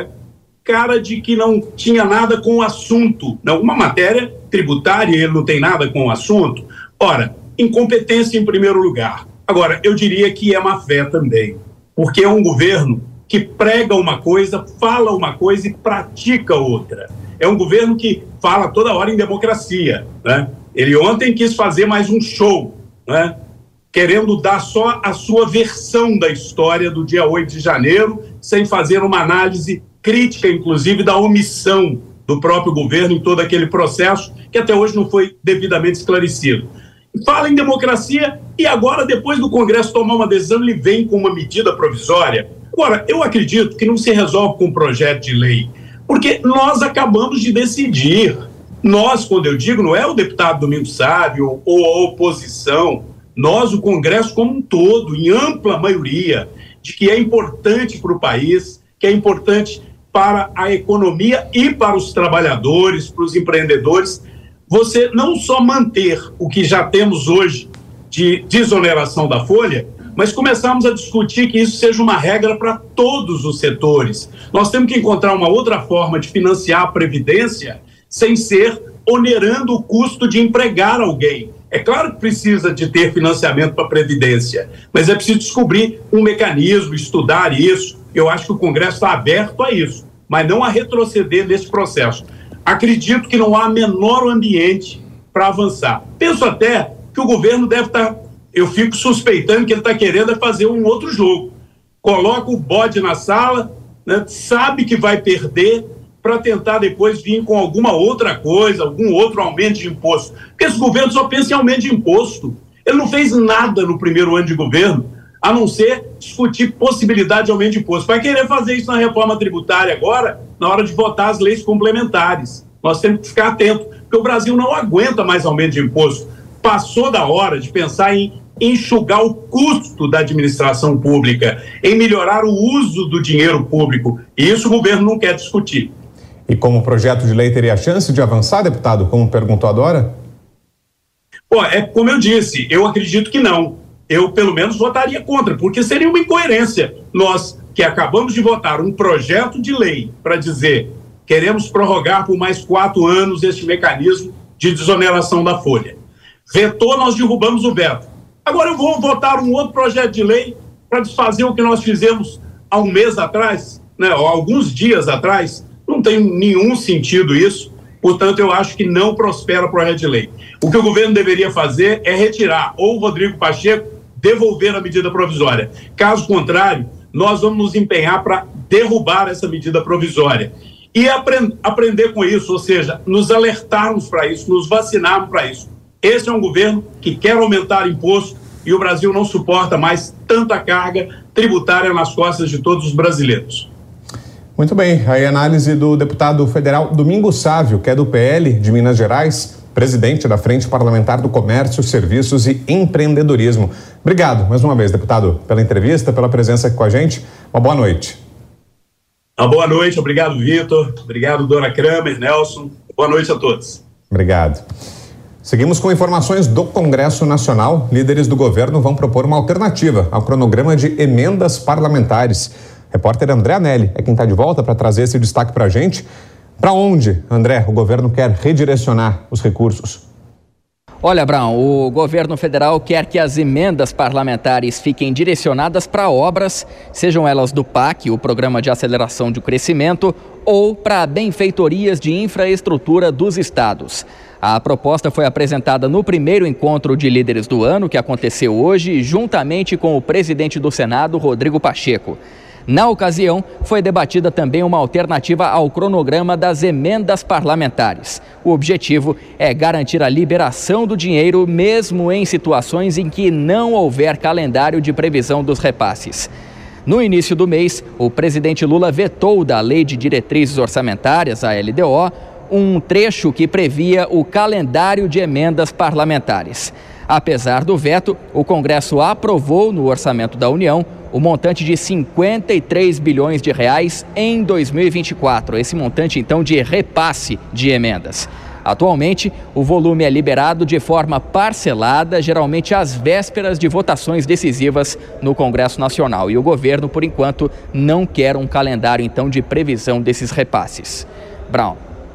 cara de que não tinha nada com o assunto. Não, uma matéria tributária, ele não tem nada com o assunto. Ora, incompetência em primeiro lugar. Agora, eu diria que é má fé também, porque é um governo que prega uma coisa, fala uma coisa e pratica outra. É um governo que fala toda hora em democracia, né? Ele ontem quis fazer mais um show, né? Querendo dar só a sua versão da história do dia 8 de janeiro, sem fazer uma análise crítica, inclusive, da omissão do próprio governo em todo aquele processo, que até hoje não foi devidamente esclarecido. Fala em democracia e agora, depois do Congresso tomar uma decisão, ele vem com uma medida provisória. Agora, eu acredito que não se resolve com um projeto de lei, porque nós acabamos de decidir. Nós, quando eu digo, não é o deputado Domingos Sávio ou a oposição, nós, o Congresso como um todo, em ampla maioria, de que é importante para o país, que é importante para a economia e para os trabalhadores, para os empreendedores, você não só manter o que já temos hoje de desoneração da folha, mas começarmos a discutir que isso seja uma regra para todos os setores. Nós temos que encontrar uma outra forma de financiar a Previdência sem ser onerando o custo de empregar alguém. É claro que precisa de ter financiamento para a Previdência, mas é preciso descobrir um mecanismo, estudar isso. Eu acho que o Congresso está aberto a isso, mas não a retroceder nesse processo. Acredito que não há menor ambiente para avançar. Penso até que o governo deve estar... Eu fico suspeitando que ele está querendo fazer um outro jogo. Coloca o bode na sala, né, sabe que vai perder, para tentar depois vir com alguma outra coisa, algum outro aumento de imposto. Porque esse governo só pensa em aumento de imposto. Ele não fez nada no primeiro ano de governo, a não ser discutir possibilidade de aumento de imposto. Vai querer fazer isso na reforma tributária agora, na hora de votar as leis complementares. Nós temos que ficar atentos, porque o Brasil não aguenta mais aumento de imposto. Passou da hora de pensar em enxugar o custo da administração pública, em melhorar o uso do dinheiro público. E isso o governo não quer discutir. E como o projeto de lei teria chance de avançar, deputado, como perguntou a Dora? Pô, como eu disse, eu acredito que não. eu pelo menos votaria contra, porque seria uma incoerência. Nós que acabamos de votar um projeto de lei para dizer queremos prorrogar por mais 4 anos este mecanismo de desoneração da folha. Vetou, nós derrubamos o veto. Agora eu vou votar um outro projeto de lei para desfazer o que nós fizemos há um mês atrás, né, ou alguns dias atrás. Não tem nenhum sentido isso. Portanto, eu acho que não prospera o projeto de lei. O que o governo deveria fazer é retirar ou o Rodrigo Pacheco, devolver a medida provisória. Caso contrário, nós vamos nos empenhar para derrubar essa medida provisória. E aprender com isso, ou seja, nos alertarmos para isso, nos vacinarmos para isso. Esse é um governo que quer aumentar imposto e o Brasil não suporta mais tanta carga tributária nas costas de todos os brasileiros. Muito bem, aí a análise do deputado federal Domingos Sávio, que é do PL de Minas Gerais, presidente da Frente Parlamentar do Comércio, Serviços e Empreendedorismo. Obrigado mais uma vez, deputado, pela entrevista, pela presença aqui com a gente. Uma boa noite. Uma boa noite, obrigado, Vitor. Obrigado, Dora Kramer, Nelson. Boa noite a todos. Obrigado. Seguimos com informações do Congresso Nacional. Líderes do governo vão propor uma alternativa ao cronograma de emendas parlamentares. Repórter André Anelli é quem está de volta para trazer esse destaque para a gente. Para onde, André, o governo quer redirecionar os recursos? Olha, Brown, o governo federal quer que as emendas parlamentares fiquem direcionadas para obras, sejam elas do PAC, o Programa de Aceleração do Crescimento, ou para benfeitorias de infraestrutura dos estados. A proposta foi apresentada no primeiro encontro de líderes do ano, que aconteceu hoje, juntamente com o presidente do Senado, Rodrigo Pacheco. Na ocasião, foi debatida também uma alternativa ao cronograma das emendas parlamentares. O objetivo é garantir a liberação do dinheiro mesmo em situações em que não houver calendário de previsão dos repasses. No início do mês, o presidente Lula vetou da Lei de Diretrizes Orçamentárias, a LDO, um trecho que previa o calendário de emendas parlamentares. Apesar do veto, o Congresso aprovou no Orçamento da União o montante de 53 bilhões de reais em 2024, esse montante então de repasse de emendas. Atualmente, o volume é liberado de forma parcelada, geralmente às vésperas de votações decisivas no Congresso Nacional. E o governo, por enquanto, não quer um calendário então de previsão desses repasses. Brown.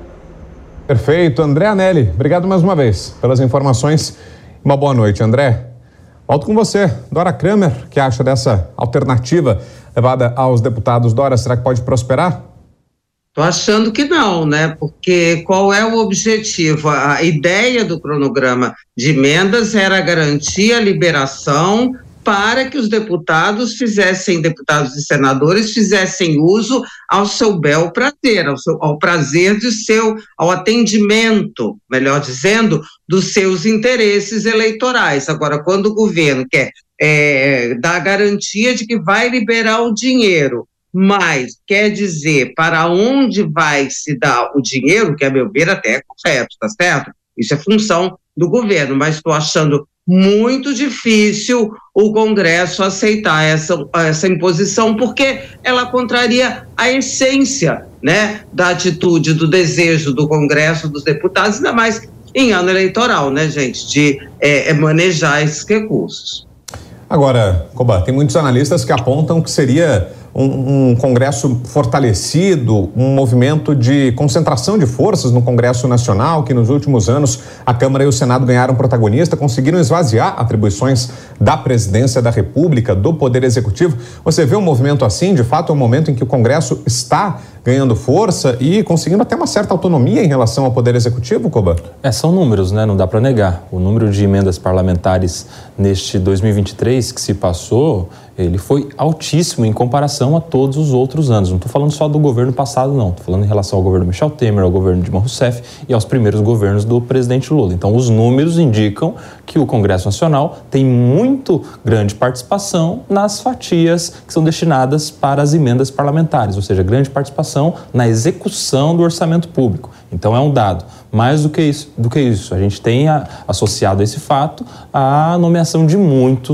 Perfeito. André Anelli, obrigado mais uma vez pelas informações. Uma boa noite, André. Volto com você, Dora Kramer, que acha dessa alternativa levada aos deputados. Dora, será que pode prosperar? Estou achando que não, né? Porque qual é o objetivo? A ideia do cronograma de emendas era garantir a liberação para que os deputados deputados e senadores fizessem uso ao seu bel prazer, ao prazer ao atendimento, melhor dizendo, dos seus interesses eleitorais. Agora, quando o governo quer dar a garantia de que vai liberar o dinheiro, mas quer dizer para onde vai se dar o dinheiro, que a meu ver até é correto, tá certo? Isso é função do governo, mas estou achando muito difícil o Congresso aceitar essa imposição, porque ela contraria a essência, né, da atitude, do desejo do Congresso, dos deputados, ainda mais em ano eleitoral, né, gente, de manejar esses recursos. Agora, Coba, tem muitos analistas que apontam que seria um Congresso fortalecido, um movimento de concentração de forças no Congresso Nacional, que nos últimos anos a Câmara e o Senado ganharam protagonista, conseguiram esvaziar atribuições da Presidência da República, do Poder Executivo. Você vê um movimento assim? De fato, é um momento em que o Congresso está ganhando força e conseguindo até uma certa autonomia em relação ao Poder Executivo, Coba? São números, né? Não dá para negar. O número de emendas parlamentares neste 2023 que se passou, ele foi altíssimo em comparação a todos os outros anos. Não estou falando só do governo passado, não. Estou falando em relação ao governo Michel Temer, ao governo Dilma Rousseff e aos primeiros governos do presidente Lula. Então, os números indicam que o Congresso Nacional tem muito grande participação nas fatias que são destinadas para as emendas parlamentares, ou seja, grande participação na execução do orçamento público. Então, é um dado. Mais do que isso, a gente tem associado a esse fato a nomeação de muitos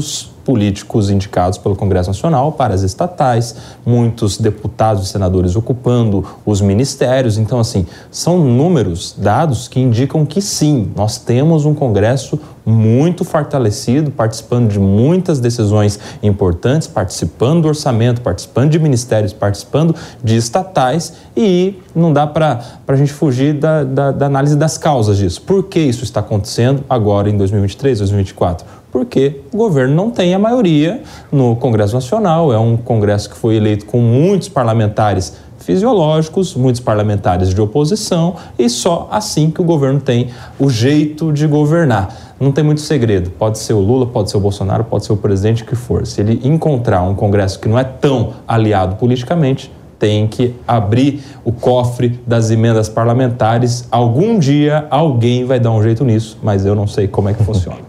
políticos indicados pelo Congresso Nacional para as estatais, muitos deputados e senadores ocupando os ministérios. Então, assim, são números, dados que indicam que sim, nós temos um Congresso muito fortalecido, participando de muitas decisões importantes, participando do orçamento, participando de ministérios, participando de estatais, e não dá para a gente fugir da análise das causas disso. Por que isso está acontecendo agora em 2023, 2024? Porque o governo não tem a maioria no Congresso Nacional, é um Congresso que foi eleito com muitos parlamentares fisiológicos, muitos parlamentares de oposição, e só assim que o governo tem o jeito de governar. Não tem muito segredo, pode ser o Lula, pode ser o Bolsonaro, pode ser o presidente que for. Se ele encontrar um Congresso que não é tão aliado politicamente, tem que abrir o cofre das emendas parlamentares. Algum dia alguém vai dar um jeito nisso, mas eu não sei como é que funciona.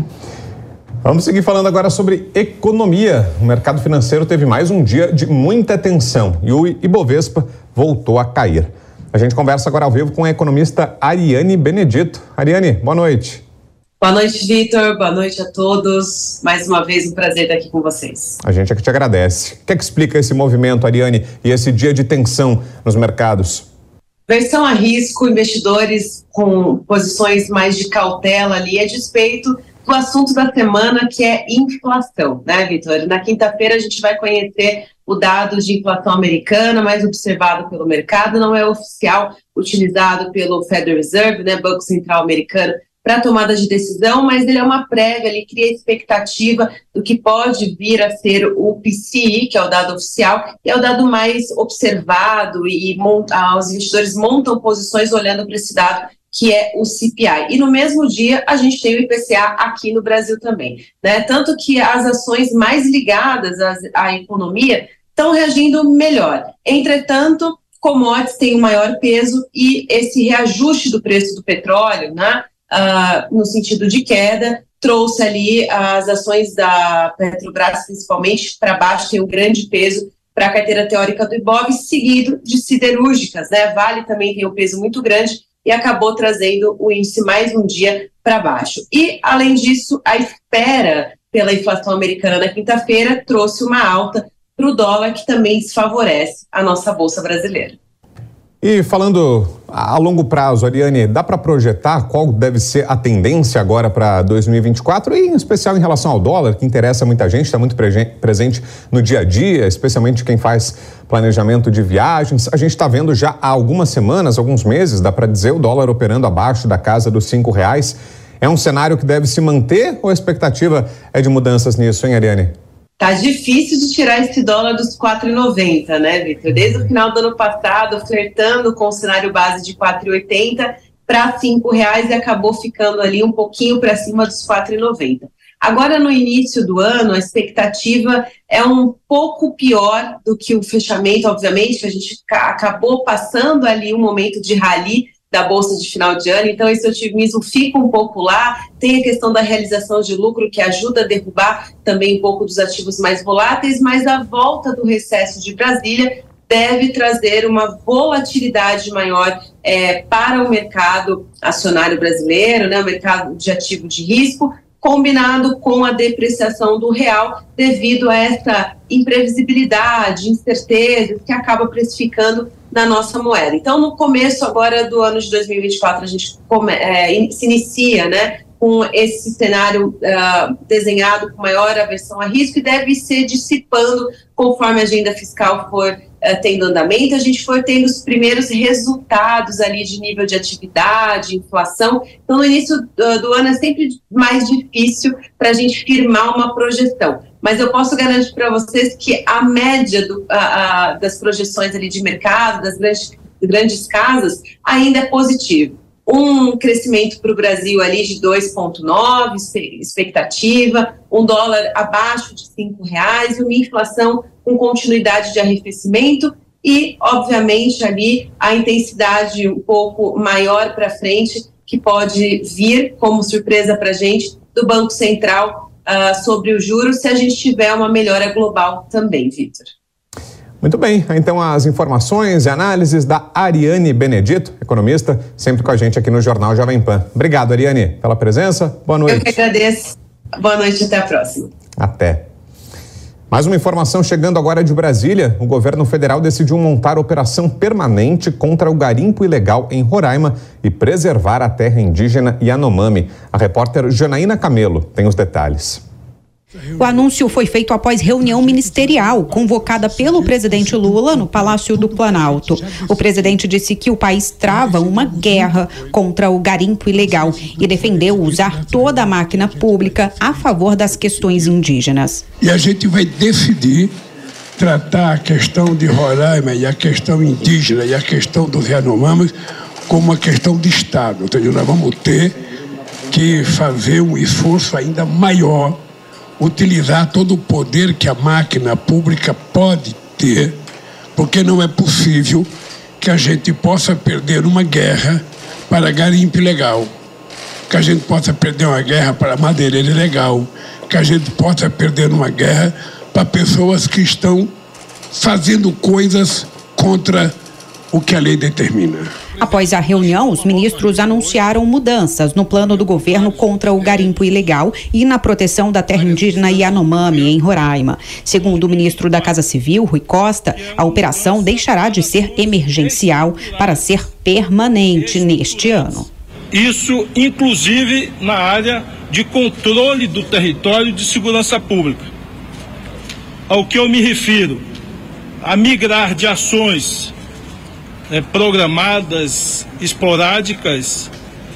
Vamos seguir falando agora sobre economia. O mercado financeiro teve mais um dia de muita tensão e o Ibovespa voltou a cair. A gente conversa agora ao vivo com a economista Ariane Benedito. Ariane, boa noite. Boa noite, Vitor. Boa noite a todos. Mais uma vez, um prazer estar aqui com vocês. A gente é que te agradece. O que é que explica esse movimento, Ariane, e esse dia de tensão nos mercados? Versão a risco, investidores com posições mais de cautela ali, a despeito do assunto da semana, que é inflação, né, Vitor? Na quinta-feira a gente vai conhecer o dado de inflação americana, mais observado pelo mercado, não é oficial, utilizado pelo Federal Reserve, né, Banco Central Americano, para tomada de decisão, mas ele é uma prévia, ele cria expectativa do que pode vir a ser o PCI, que é o dado oficial, e é o dado mais observado, e os investidores montam posições olhando para esse dado, que é o CPI. E no mesmo dia, a gente tem o IPCA aqui no Brasil também, né? Tanto que as ações mais ligadas à economia estão reagindo melhor. Entretanto, commodities têm o maior peso e esse reajuste do preço do petróleo, né, no sentido de queda, trouxe ali as ações da Petrobras, principalmente, para baixo, tem um grande peso para a carteira teórica do Ibov, seguido de siderúrgicas, né? Vale também tem um peso muito grande e acabou trazendo o índice mais um dia para baixo. E, além disso, a espera pela inflação americana na quinta-feira trouxe uma alta para o dólar, que também desfavorece a nossa Bolsa brasileira. E falando a longo prazo, Ariane, dá para projetar qual deve ser a tendência agora para 2024, e em especial em relação ao dólar, que interessa muita gente, está muito presente no dia a dia, especialmente quem faz planejamento de viagens. A gente está vendo já há algumas semanas, alguns meses, dá para dizer, o dólar operando abaixo da casa dos R$5. É um cenário que deve se manter ou a expectativa é de mudanças nisso, hein, Ariane? Tá difícil de tirar esse dólar dos R$4,90, né, Vitor? Desde o final do ano passado, flertando com o cenário base de R$4,80 para R$5 e acabou ficando ali um pouquinho para cima dos R$4,90. Agora, no início do ano, a expectativa é um pouco pior do que o fechamento, obviamente, que a gente acabou passando ali um momento de rally da Bolsa de final de ano, então esse otimismo fica um pouco lá, tem a questão da realização de lucro que ajuda a derrubar também um pouco dos ativos mais voláteis, mas a volta do recesso de Brasília deve trazer uma volatilidade maior para o mercado acionário brasileiro, né, o mercado de ativo de risco, combinado com a depreciação do real devido a essa imprevisibilidade, incerteza que acaba precificando na nossa moeda. Então, no começo agora do ano de 2024, a gente se inicia, né, com esse cenário desenhado com maior aversão a risco e deve ser dissipando conforme a agenda fiscal for tendo andamento, a gente for tendo os primeiros resultados ali de nível de atividade, inflação. Então, no início do ano é sempre mais difícil para a gente firmar uma projeção. Mas eu posso garantir para vocês que a média das projeções ali de mercado, das grandes casas, ainda é positivo. Um crescimento para o Brasil ali de 2,9, expectativa, um dólar abaixo de R$5, uma inflação com continuidade de arrefecimento e, obviamente, ali a intensidade um pouco maior para frente que pode vir como surpresa para a gente do Banco Central sobre os juros se a gente tiver uma melhora global também, Vitor. Muito bem, então as informações e análises da Ariane Benedito, economista, sempre com a gente aqui no Jornal Jovem Pan. Obrigado, Ariane, pela presença. Boa noite. Eu que agradeço. Boa noite, até a próxima. Até. Mais uma informação chegando agora de Brasília. O governo federal decidiu montar operação permanente contra o garimpo ilegal em Roraima e preservar a terra indígena Yanomami. A repórter Janaína Camelo tem os detalhes. O anúncio foi feito após reunião ministerial convocada pelo presidente Lula no Palácio do Planalto. O presidente disse que o país trava uma guerra contra o garimpo ilegal e defendeu usar toda a máquina pública a favor das questões indígenas. E a gente vai decidir tratar a questão de Roraima e a questão indígena e a questão dos Yanomamis como uma questão de Estado. Entendeu? Nós vamos ter que fazer um esforço ainda maior, utilizar todo o poder que a máquina pública pode ter, porque não é possível que a gente possa perder uma guerra para garimpo ilegal, que a gente possa perder uma guerra para madeireira ilegal, que a gente possa perder uma guerra para pessoas que estão fazendo coisas contra o que a lei determina. Após a reunião, os ministros anunciaram mudanças no plano do governo contra o garimpo ilegal e na proteção da terra indígena Yanomami, em Roraima. Segundo o ministro da Casa Civil, Rui Costa, a operação deixará de ser emergencial para ser permanente neste ano. Isso, inclusive, na área de controle do território de segurança pública. Ao que eu me refiro, a migrar de ações programadas, esporádicas,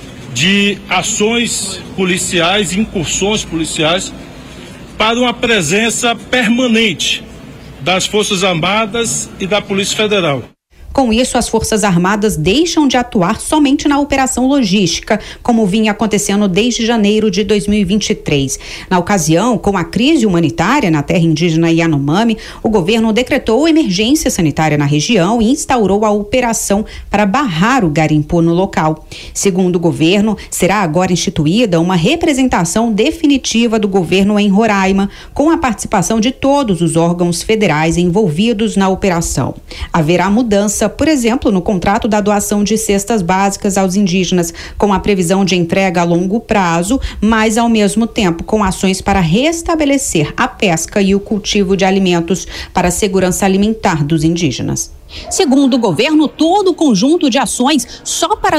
de ações policiais, incursões policiais, para uma presença permanente das Forças Armadas e da Polícia Federal. Com isso, as Forças Armadas deixam de atuar somente na operação logística, como vinha acontecendo desde janeiro de 2023. Na ocasião, com a crise humanitária na terra indígena Yanomami, o governo decretou emergência sanitária na região e instaurou a operação para barrar o garimpo no local. Segundo o governo, será agora instituída uma representação definitiva do governo em Roraima, com a participação de todos os órgãos federais envolvidos na operação. Haverá mudança, por exemplo, no contrato da doação de cestas básicas aos indígenas, com a previsão de entrega a longo prazo, mas ao mesmo tempo com ações para restabelecer a pesca e o cultivo de alimentos para a segurança alimentar dos indígenas. Segundo o governo, todo o conjunto de ações só para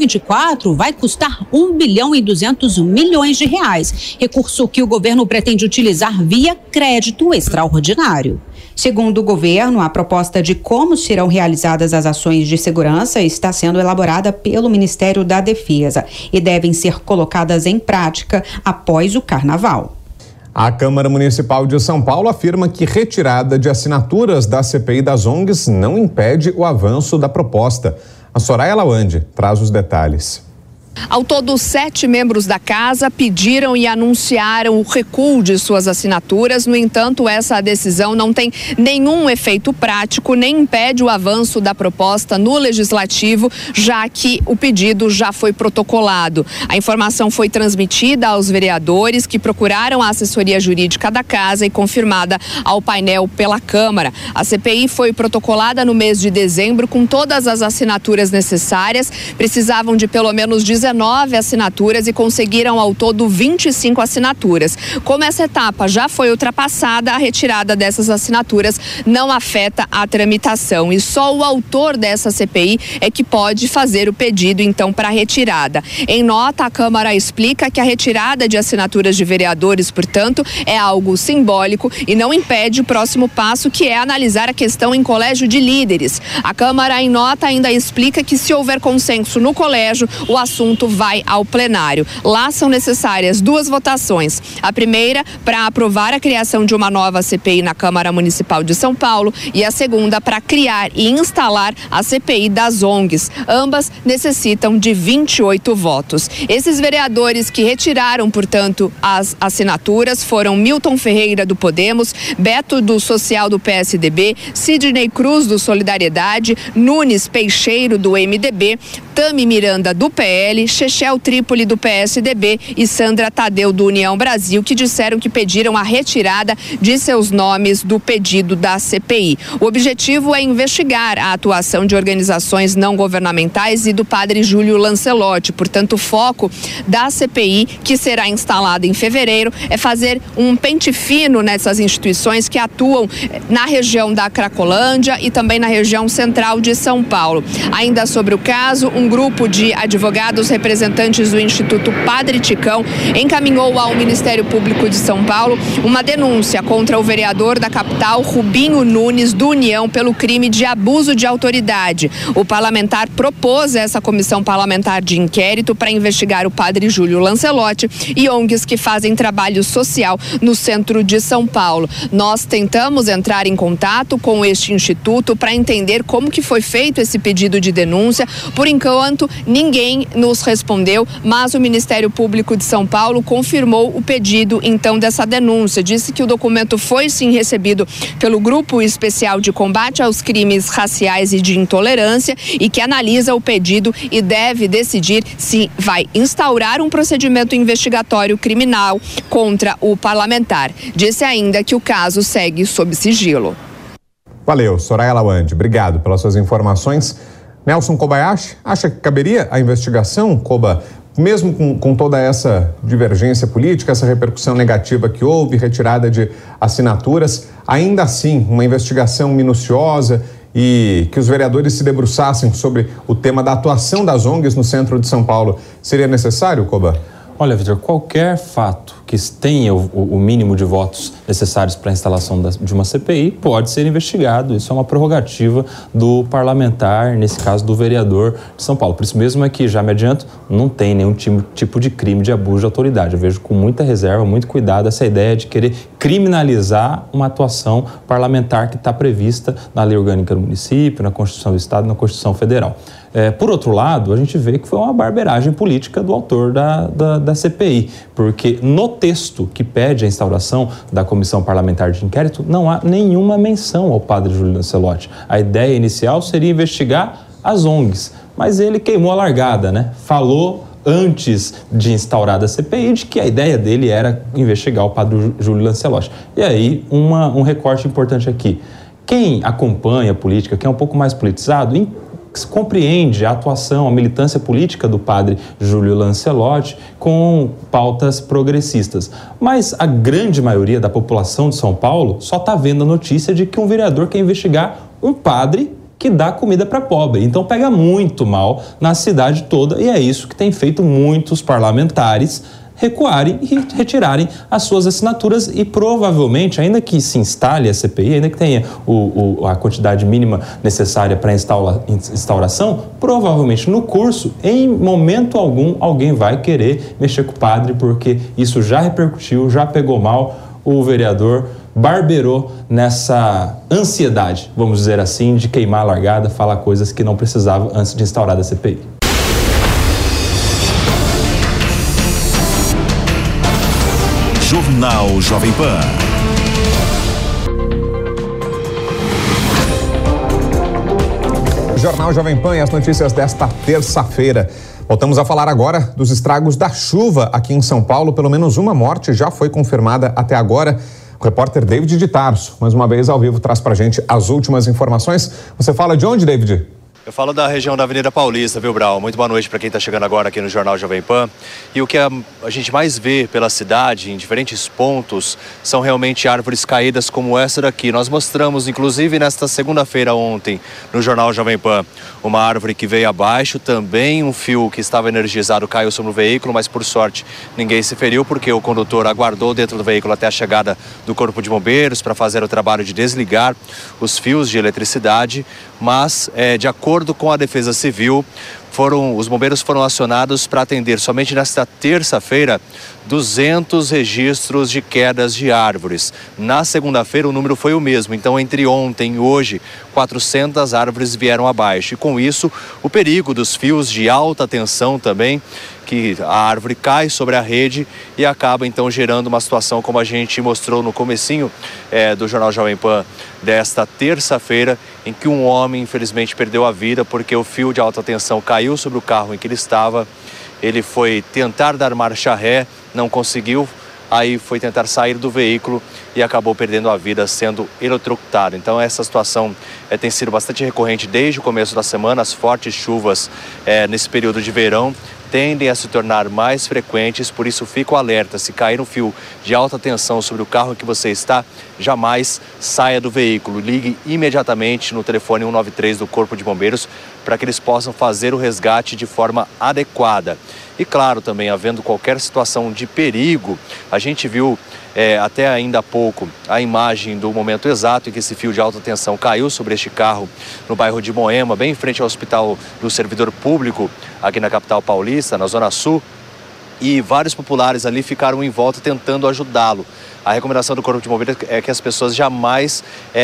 2024 vai custar R$1 bilhão e 200 milhões de reais, recurso que o governo pretende utilizar via crédito extraordinário. Segundo o governo, a proposta de como serão realizadas as ações de segurança está sendo elaborada pelo Ministério da Defesa e devem ser colocadas em prática após o Carnaval. A Câmara Municipal de São Paulo afirma que retirada de assinaturas da CPI das ONGs não impede o avanço da proposta. A Soraya Lawande traz os detalhes. Ao todo, 7 membros da casa pediram e anunciaram o recuo de suas assinaturas. No entanto, essa decisão não tem nenhum efeito prático, nem impede o avanço da proposta no Legislativo, já que o pedido já foi protocolado. A informação foi transmitida aos vereadores que procuraram a assessoria jurídica da casa e confirmada ao painel pela Câmara. A CPI foi protocolada no mês de dezembro com todas as assinaturas necessárias. Precisavam de pelo menos 19 assinaturas e conseguiram ao todo 25 assinaturas. Como essa etapa já foi ultrapassada, a retirada dessas assinaturas não afeta a tramitação e só o autor dessa CPI é que pode fazer o pedido então para retirada. Em nota, a Câmara explica que a retirada de assinaturas de vereadores, portanto, é algo simbólico e não impede o próximo passo, que é analisar a questão em colégio de líderes. A Câmara, em nota, ainda explica que se houver consenso no colégio, o assunto vai ao plenário. Lá são necessárias 2 votações. A primeira para aprovar a criação de uma nova CPI na Câmara Municipal de São Paulo e a segunda para criar e instalar a CPI das ONGs. Ambas necessitam de 28 votos. Esses vereadores que retiraram, portanto, as assinaturas foram Milton Ferreira, do Podemos, Beto, do Social, do PSDB, Sidney Cruz, do Solidariedade, Nunes Peixeiro, do MDB, Tami Miranda, do PL, Zambelli, Chechel Trípoli do PSDB e Sandra Tadeu do União Brasil, que disseram que pediram a retirada de seus nomes do pedido da CPI. O objetivo é investigar a atuação de organizações não governamentais e do padre Júlio Lancelotti. Portanto, o foco da CPI, que será instalada em fevereiro, é fazer um pente fino nessas instituições que atuam na região da Cracolândia e também na região central de São Paulo. Ainda sobre o caso, um grupo de advogados representantes do Instituto Padre Ticão encaminhou ao Ministério Público de São Paulo uma denúncia contra o vereador da capital, Rubinho Nunes, do União, pelo crime de abuso de autoridade. O parlamentar propôs essa comissão parlamentar de inquérito para investigar o padre Júlio Lancelotti e ONGs que fazem trabalho social no centro de São Paulo. Nós tentamos entrar em contato com este instituto para entender como que foi feito esse pedido de denúncia. Por enquanto, ninguém nos respondeu, mas o Ministério Público de São Paulo confirmou o pedido, então, dessa denúncia. Disse que o documento foi, sim, recebido pelo Grupo Especial de Combate aos Crimes Raciais e de Intolerância e que analisa o pedido e deve decidir se vai instaurar um procedimento investigatório criminal contra o parlamentar. Disse ainda que o caso segue sob sigilo. Valeu, Soraya Lawande. Obrigado pelas suas informações. Nelson Kobayashi, acha que caberia a investigação, Koba, mesmo com toda essa divergência política, essa repercussão negativa que houve, retirada de assinaturas, ainda assim, uma investigação minuciosa e que os vereadores se debruçassem sobre o tema da atuação das ONGs no centro de São Paulo, seria necessário, Koba? Olha, Vitor, qualquer fato que tenha o mínimo de votos necessários para a instalação de uma CPI pode ser investigado. Isso é uma prerrogativa do parlamentar, nesse caso do vereador de São Paulo. Por isso mesmo é que, já me adianto, não tem nenhum tipo de crime de abuso de autoridade. Eu vejo com muita reserva, muito cuidado essa ideia de querer criminalizar uma atuação parlamentar que está prevista na lei orgânica do município, na Constituição do Estado e na Constituição Federal. Por outro lado, a gente vê que foi uma barbeiragem política do autor da CPI, porque no texto que pede a instauração da comissão parlamentar de inquérito não há nenhuma menção ao padre Júlio Lancelotti. A ideia inicial seria investigar as ONGs, mas ele queimou a largada, né? Falou antes de instaurada a CPI de que a ideia dele era investigar o padre Júlio Lancelotti. E aí, um recorte importante aqui. Quem acompanha a política, quem é um pouco mais politizado, compreende a atuação, a militância política do padre Júlio Lancelotti com pautas progressistas. Mas a grande maioria da população de São Paulo só está vendo a notícia de que um vereador quer investigar um padre que dá comida para pobre. Então pega muito mal na cidade toda e é isso que tem feito muitos parlamentares recuarem e retirarem as suas assinaturas e provavelmente, ainda que se instale a CPI, ainda que tenha a quantidade mínima necessária para instauração, provavelmente no curso, em momento algum, alguém vai querer mexer com o padre, porque isso já repercutiu, já pegou mal, o vereador barbeirou nessa ansiedade, vamos dizer assim, de queimar a largada, falar coisas que não precisava antes de instaurar a CPI. Jornal Jovem Pan. Jornal Jovem Pan e as notícias desta terça-feira. Voltamos a falar agora dos estragos da chuva aqui em São Paulo. Pelo menos uma morte já foi confirmada até agora. O repórter David de Tarso, mais uma vez ao vivo, traz pra gente as últimas informações. Você fala de onde, David? Eu falo da região da Avenida Paulista, viu, Brau? Muito boa noite para quem está chegando agora aqui no Jornal Jovem Pan. E o que a gente mais vê pela cidade, em diferentes pontos, são realmente árvores caídas como essa daqui. Nós mostramos, inclusive, nesta segunda-feira ontem, no Jornal Jovem Pan, uma árvore que veio abaixo, também um fio que estava energizado caiu sobre o veículo, mas por sorte ninguém se feriu, porque o condutor aguardou dentro do veículo até a chegada do Corpo de Bombeiros para fazer o trabalho de desligar os fios de eletricidade, mas, de acordo com a Defesa Civil, os bombeiros foram acionados para atender somente nesta terça-feira 200 registros de quedas de árvores. Na segunda-feira o número foi o mesmo, então entre ontem e hoje 400 árvores vieram abaixo. E com isso o perigo dos fios de alta tensão também, que a árvore cai sobre a rede e acaba então gerando uma situação como a gente mostrou no comecinho do Jornal Jovem Pan desta terça-feira, em que um homem infelizmente perdeu a vida porque o fio de alta tensão caiu sobre o carro em que ele estava ele foi tentar dar marcha ré, não conseguiu, aí foi tentar sair do veículo e acabou perdendo a vida, sendo eletrocutado. Então essa situação tem sido bastante recorrente desde o começo da semana. As fortes chuvas nesse período de verão tendem a se tornar mais frequentes, por isso fica o alerta: se cair um fio de alta tensão sobre o carro em que você está, jamais saia do veículo. Ligue imediatamente no telefone 193 do Corpo de Bombeiros para que eles possam fazer o resgate de forma adequada. E claro, também havendo qualquer situação de perigo, a gente viu até ainda há pouco a imagem do momento exato em que esse fio de alta tensão caiu sobre este carro no bairro de Moema, bem em frente ao Hospital do Servidor Público, aqui na capital paulista, na Zona Sul, e vários populares ali ficaram em volta tentando ajudá-lo. A recomendação do Corpo de Bombeiros é que as pessoas jamais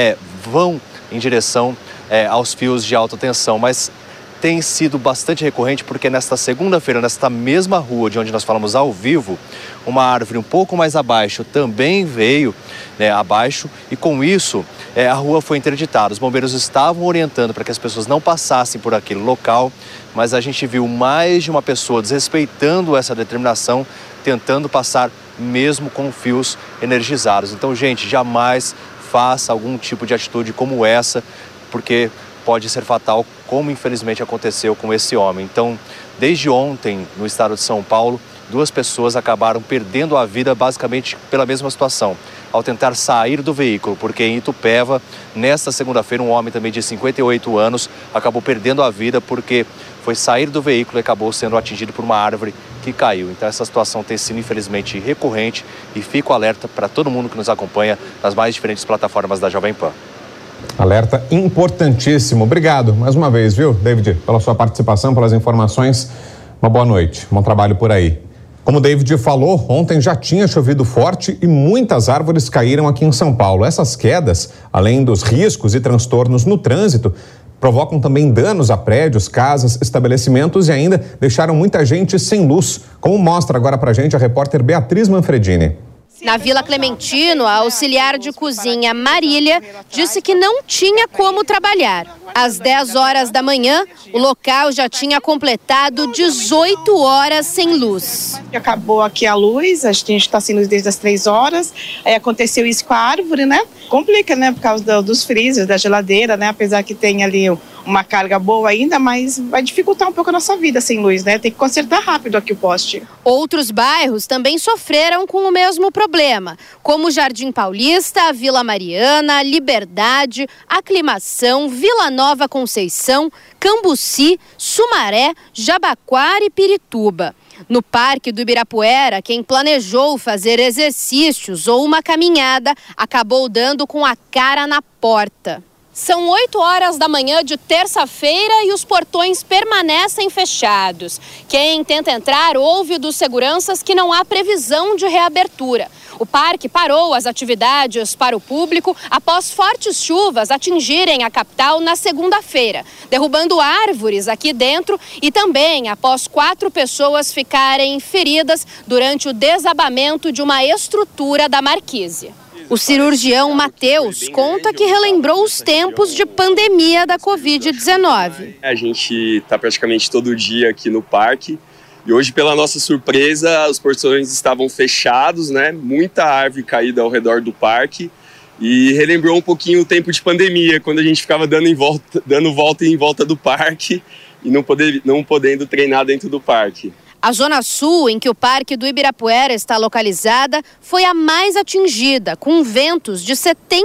vão em direção aos fios de alta tensão, mas tem sido bastante recorrente porque nesta segunda-feira, nesta mesma rua de onde nós falamos ao vivo, uma árvore um pouco mais abaixo também veio abaixo e com isso a rua foi interditada. Os bombeiros estavam orientando para que as pessoas não passassem por aquele local, mas a gente viu mais de uma pessoa desrespeitando essa determinação, tentando passar mesmo com fios energizados. Então, gente, jamais faça algum tipo de atitude como essa, porque pode ser fatal, como infelizmente aconteceu com esse homem. Então, desde ontem, no estado de São Paulo, 2 pessoas acabaram perdendo a vida basicamente pela mesma situação, ao tentar sair do veículo, porque em Itupeva, nesta segunda-feira, um homem também de 58 anos acabou perdendo a vida porque foi sair do veículo e acabou sendo atingido por uma árvore que caiu. Então essa situação tem sido infelizmente recorrente e fico alerta para todo mundo que nos acompanha nas mais diferentes plataformas da Jovem Pan. Alerta importantíssimo. Obrigado mais uma vez, viu, David, pela sua participação, pelas informações. Uma boa noite, bom trabalho por aí. Como o David falou, ontem já tinha chovido forte e muitas árvores caíram aqui em São Paulo. Essas quedas, além dos riscos e transtornos no trânsito, provocam também danos a prédios, casas, estabelecimentos e ainda deixaram muita gente sem luz, como mostra agora pra gente a repórter Beatriz Manfredini. Na Vila Clementino, a auxiliar de cozinha Marília disse que não tinha como trabalhar. Às 10 horas da manhã, o local já tinha completado 18 horas sem luz. Acabou aqui a luz, a gente está sem luz desde as 3 horas. Aí aconteceu isso com a árvore, né? Complica, né? Por causa dos freezers, da geladeira, né? Apesar que tem ali uma carga boa ainda, mas vai dificultar um pouco a nossa vida sem luz, né? Tem que consertar rápido aqui o poste. Outros bairros também sofreram com o mesmo problema, como Jardim Paulista, Vila Mariana, Liberdade, Aclimação, Vila Nova Conceição, Cambuci, Sumaré, Jabaquara e Pirituba. No Parque do Ibirapuera, quem planejou fazer exercícios ou uma caminhada acabou dando com a cara na porta. São 8 horas da manhã de terça-feira e os portões permanecem fechados. Quem tenta entrar ouve dos seguranças que não há previsão de reabertura. O parque parou as atividades para o público após fortes chuvas atingirem a capital na segunda-feira, derrubando árvores aqui dentro e também após 4 pessoas ficarem feridas durante o desabamento de uma estrutura da marquise. O cirurgião Matheus conta que relembrou os tempos de pandemia da Covid-19. A gente está praticamente todo dia aqui no parque e hoje, pela nossa surpresa, os portões estavam fechados, né? Muita árvore caída ao redor do parque e relembrou um pouquinho o tempo de pandemia, quando a gente ficava dando volta em volta do parque e não podendo treinar dentro do parque. A Zona Sul, em que o Parque do Ibirapuera está localizada, foi a mais atingida, com ventos de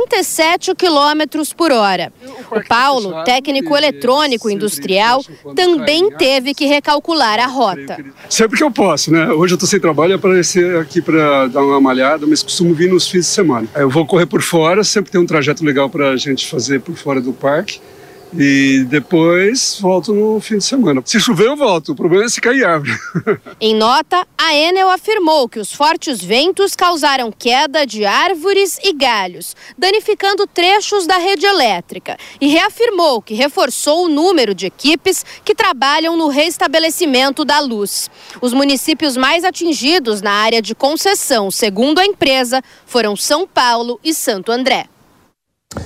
77 km por hora. O Paulo, técnico eletrônico industrial, também teve que recalcular a rota. Sempre que eu posso, né? Hoje eu estou sem trabalho, aparecer aqui para dar uma malhada, mas costumo vir nos fins de semana. Eu vou correr por fora, sempre tem um trajeto legal para a gente fazer por fora do parque. E depois volto no fim de semana. Se chover eu volto, o problema é se cair árvore. Em nota, a Enel afirmou que os fortes ventos causaram queda de árvores e galhos, danificando trechos da rede elétrica. E reafirmou que reforçou o número de equipes que trabalham no restabelecimento da luz. Os municípios mais atingidos na área de concessão, segundo a empresa, foram São Paulo e Santo André.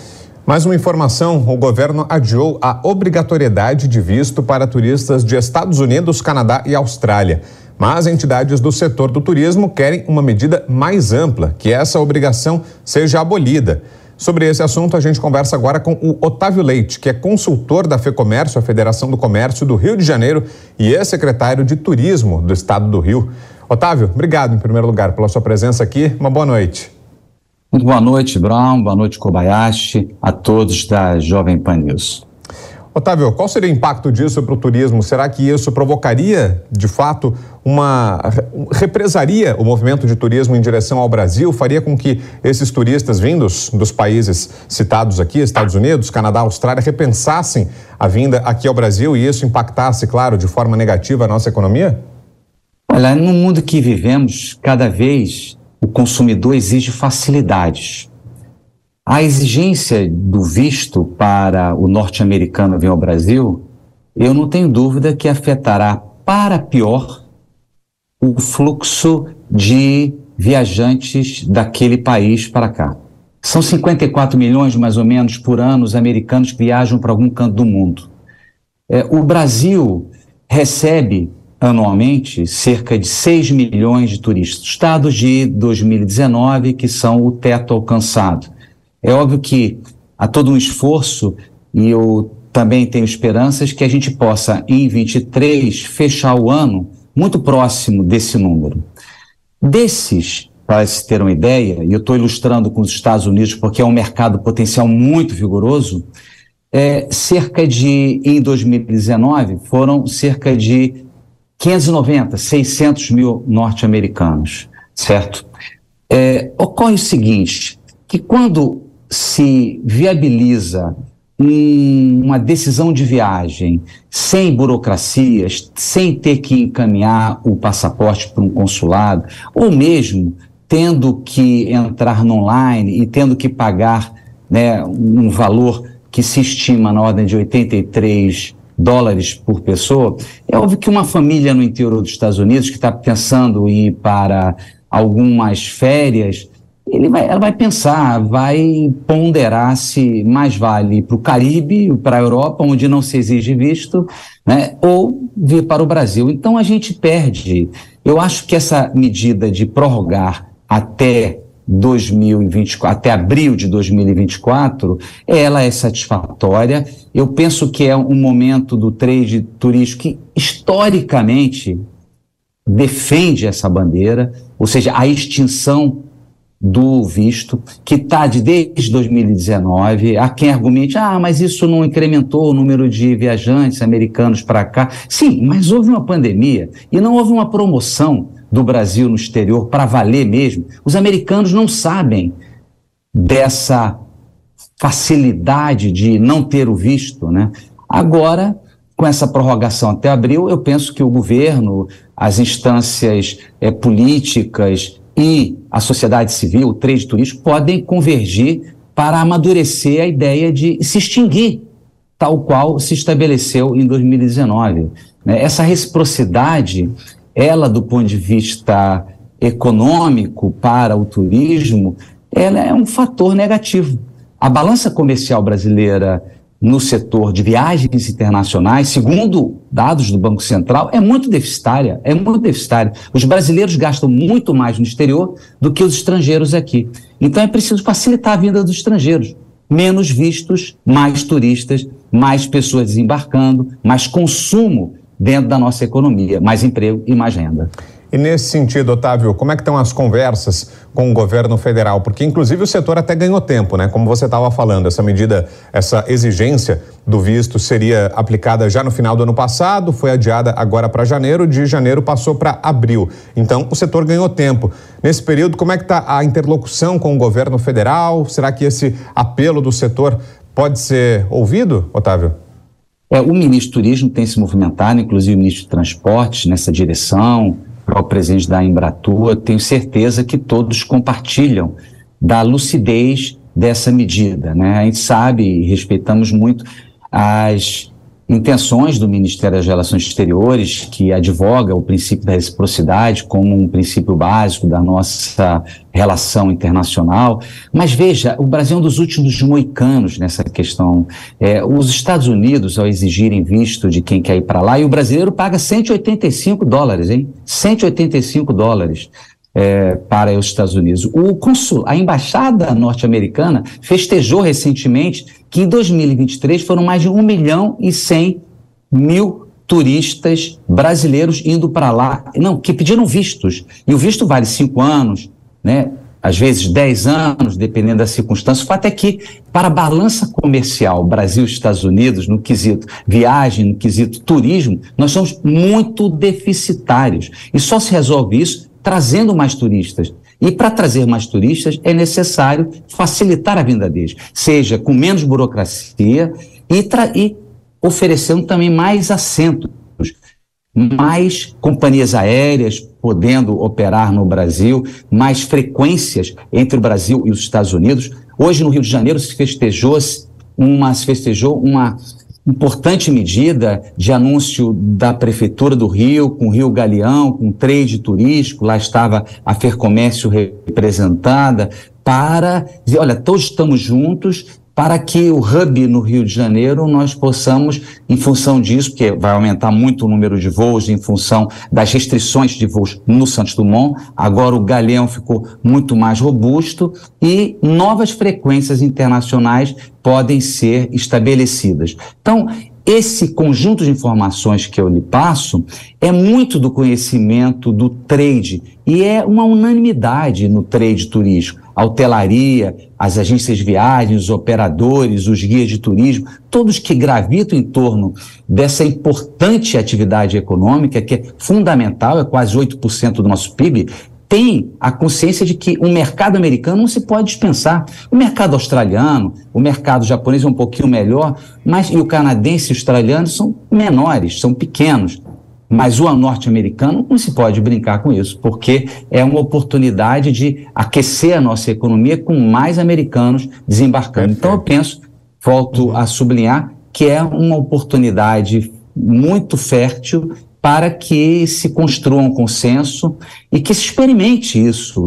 Mais uma informação, o governo adiou a obrigatoriedade de visto para turistas de Estados Unidos, Canadá e Austrália. Mas entidades do setor do turismo querem uma medida mais ampla, que essa obrigação seja abolida. Sobre esse assunto, a gente conversa agora com o Otávio Leite, que é consultor da FEComércio, a Federação do Comércio do Rio de Janeiro, e ex-secretário de Turismo do Estado do Rio. Otávio, obrigado em primeiro lugar pela sua presença aqui. Uma boa noite. Muito boa noite, Brown. Boa noite, Kobayashi, a todos da Jovem Pan News. Otávio, qual seria o impacto disso para o turismo? Será que isso provocaria, de fato, represaria o movimento de turismo em direção ao Brasil? Faria com que esses turistas vindos dos países citados aqui, Estados Unidos, Canadá, Austrália, repensassem a vinda aqui ao Brasil e isso impactasse, claro, de forma negativa a nossa economia? Olha, no mundo que vivemos, cada vez o consumidor exige facilidades. A exigência do visto para o norte-americano vir ao Brasil, eu não tenho dúvida que afetará para pior o fluxo de viajantes daquele país para cá. São 54 milhões, mais ou menos, por ano, os americanos que viajam para algum canto do mundo. O Brasil recebe anualmente cerca de 6 milhões de turistas, dados de 2019, que são o teto alcançado. É óbvio que há todo um esforço, e eu também tenho esperanças que a gente possa, em 23, fechar o ano muito próximo desse número. Desses, para se ter uma ideia, e eu estou ilustrando com os Estados Unidos porque é um mercado potencial muito vigoroso, em 2019, foram cerca de 590, 600 mil norte-americanos, certo? Ocorre o seguinte, que quando se viabiliza uma decisão de viagem sem burocracias, sem ter que encaminhar o passaporte para um consulado, ou mesmo tendo que entrar no online e tendo que pagar, né, um valor que se estima na ordem de $83 por pessoa, é óbvio que uma família no interior dos Estados Unidos que está pensando em ir para algumas férias, ela vai pensar, vai ponderar se mais vale ir para o Caribe, para a Europa, onde não se exige visto, né, ou vir para o Brasil. Então a gente perde. Eu acho que essa medida de prorrogar até 2024, até abril de 2024, ela é satisfatória. Eu penso que é um momento do trade turístico que historicamente defende essa bandeira, ou seja, a extinção do visto, que está desde 2019, há quem argumente, mas isso não incrementou o número de viajantes americanos para cá. Sim, mas houve uma pandemia e não houve uma promoção do Brasil no exterior para valer mesmo. Os americanos não sabem dessa facilidade de não ter o visto, né? Agora, com essa prorrogação até abril, eu penso que o governo, as instâncias políticas e a sociedade civil, o trade turístico, podem convergir para amadurecer a ideia de se extinguir, tal qual se estabeleceu em 2019. Essa reciprocidade, ela, do ponto de vista econômico para o turismo, ela é um fator negativo. A balança comercial brasileira no setor de viagens internacionais, segundo dados do Banco Central, é muito deficitária, Os brasileiros gastam muito mais no exterior do que os estrangeiros aqui. Então é preciso facilitar a vinda dos estrangeiros. Menos vistos, mais turistas, mais pessoas desembarcando, mais consumo dentro da nossa economia, mais emprego e mais renda. E nesse sentido, Otávio, como é que estão as conversas com o governo federal? Porque, inclusive, o setor até ganhou tempo, né? Como você estava falando, essa medida, essa exigência do visto seria aplicada já no final do ano passado, foi adiada agora para janeiro, de janeiro passou para abril. Então, o setor ganhou tempo. Nesse período, como é que está a interlocução com o governo federal? Será que esse apelo do setor pode ser ouvido, Otávio? O ministro do Turismo tem se movimentado, inclusive o ministro de Transportes, nessa direção, o presidente da Embratur. Tenho certeza que todos compartilham da lucidez dessa medida, né? A gente sabe e respeitamos muito as intenções do Ministério das Relações Exteriores, que advoga o princípio da reciprocidade como um princípio básico da nossa relação internacional. Mas veja, o Brasil é um dos últimos moicanos nessa questão. Os Estados Unidos, ao exigirem visto de quem quer ir para lá, e o brasileiro paga $185, hein? $185 para os Estados Unidos. A embaixada norte-americana festejou recentemente que em 2023 foram mais de 1.100.000 turistas brasileiros indo para lá, que pediram vistos, e o visto vale 5 anos, né? Às vezes 10 anos, dependendo da circunstância. O fato é que, para a balança comercial Brasil e Estados Unidos, no quesito viagem, no quesito turismo, nós somos muito deficitários, e só se resolve isso trazendo mais turistas. E para trazer mais turistas é necessário facilitar a vinda deles, seja com menos burocracia e oferecendo também mais assentos, mais companhias aéreas podendo operar no Brasil, mais frequências entre o Brasil e os Estados Unidos. Hoje no Rio de Janeiro se festejou uma importante medida de anúncio da Prefeitura do Rio, com o Rio Galeão, com trade turístico. Lá estava a Fercomércio representada, para dizer, olha, todos estamos juntos para que o hub no Rio de Janeiro nós possamos, em função disso, porque vai aumentar muito o número de voos em função das restrições de voos no Santos Dumont, agora o Galeão ficou muito mais robusto e novas frequências internacionais podem ser estabelecidas. Então, esse conjunto de informações que eu lhe passo é muito do conhecimento do trade e é uma unanimidade no trade turístico. A hotelaria, as agências de viagens, os operadores, os guias de turismo, todos que gravitam em torno dessa importante atividade econômica, que é fundamental, é quase 8% do nosso PIB, tem a consciência de que o mercado americano não se pode dispensar. O mercado australiano, o mercado japonês é um pouquinho melhor, e o canadense e o australiano são menores, são pequenos. Mas o norte-americano não se pode brincar com isso, porque é uma oportunidade de aquecer a nossa economia com mais americanos desembarcando. Então eu volto a sublinhar que é uma oportunidade muito fértil para que se construa um consenso e que se experimente isso,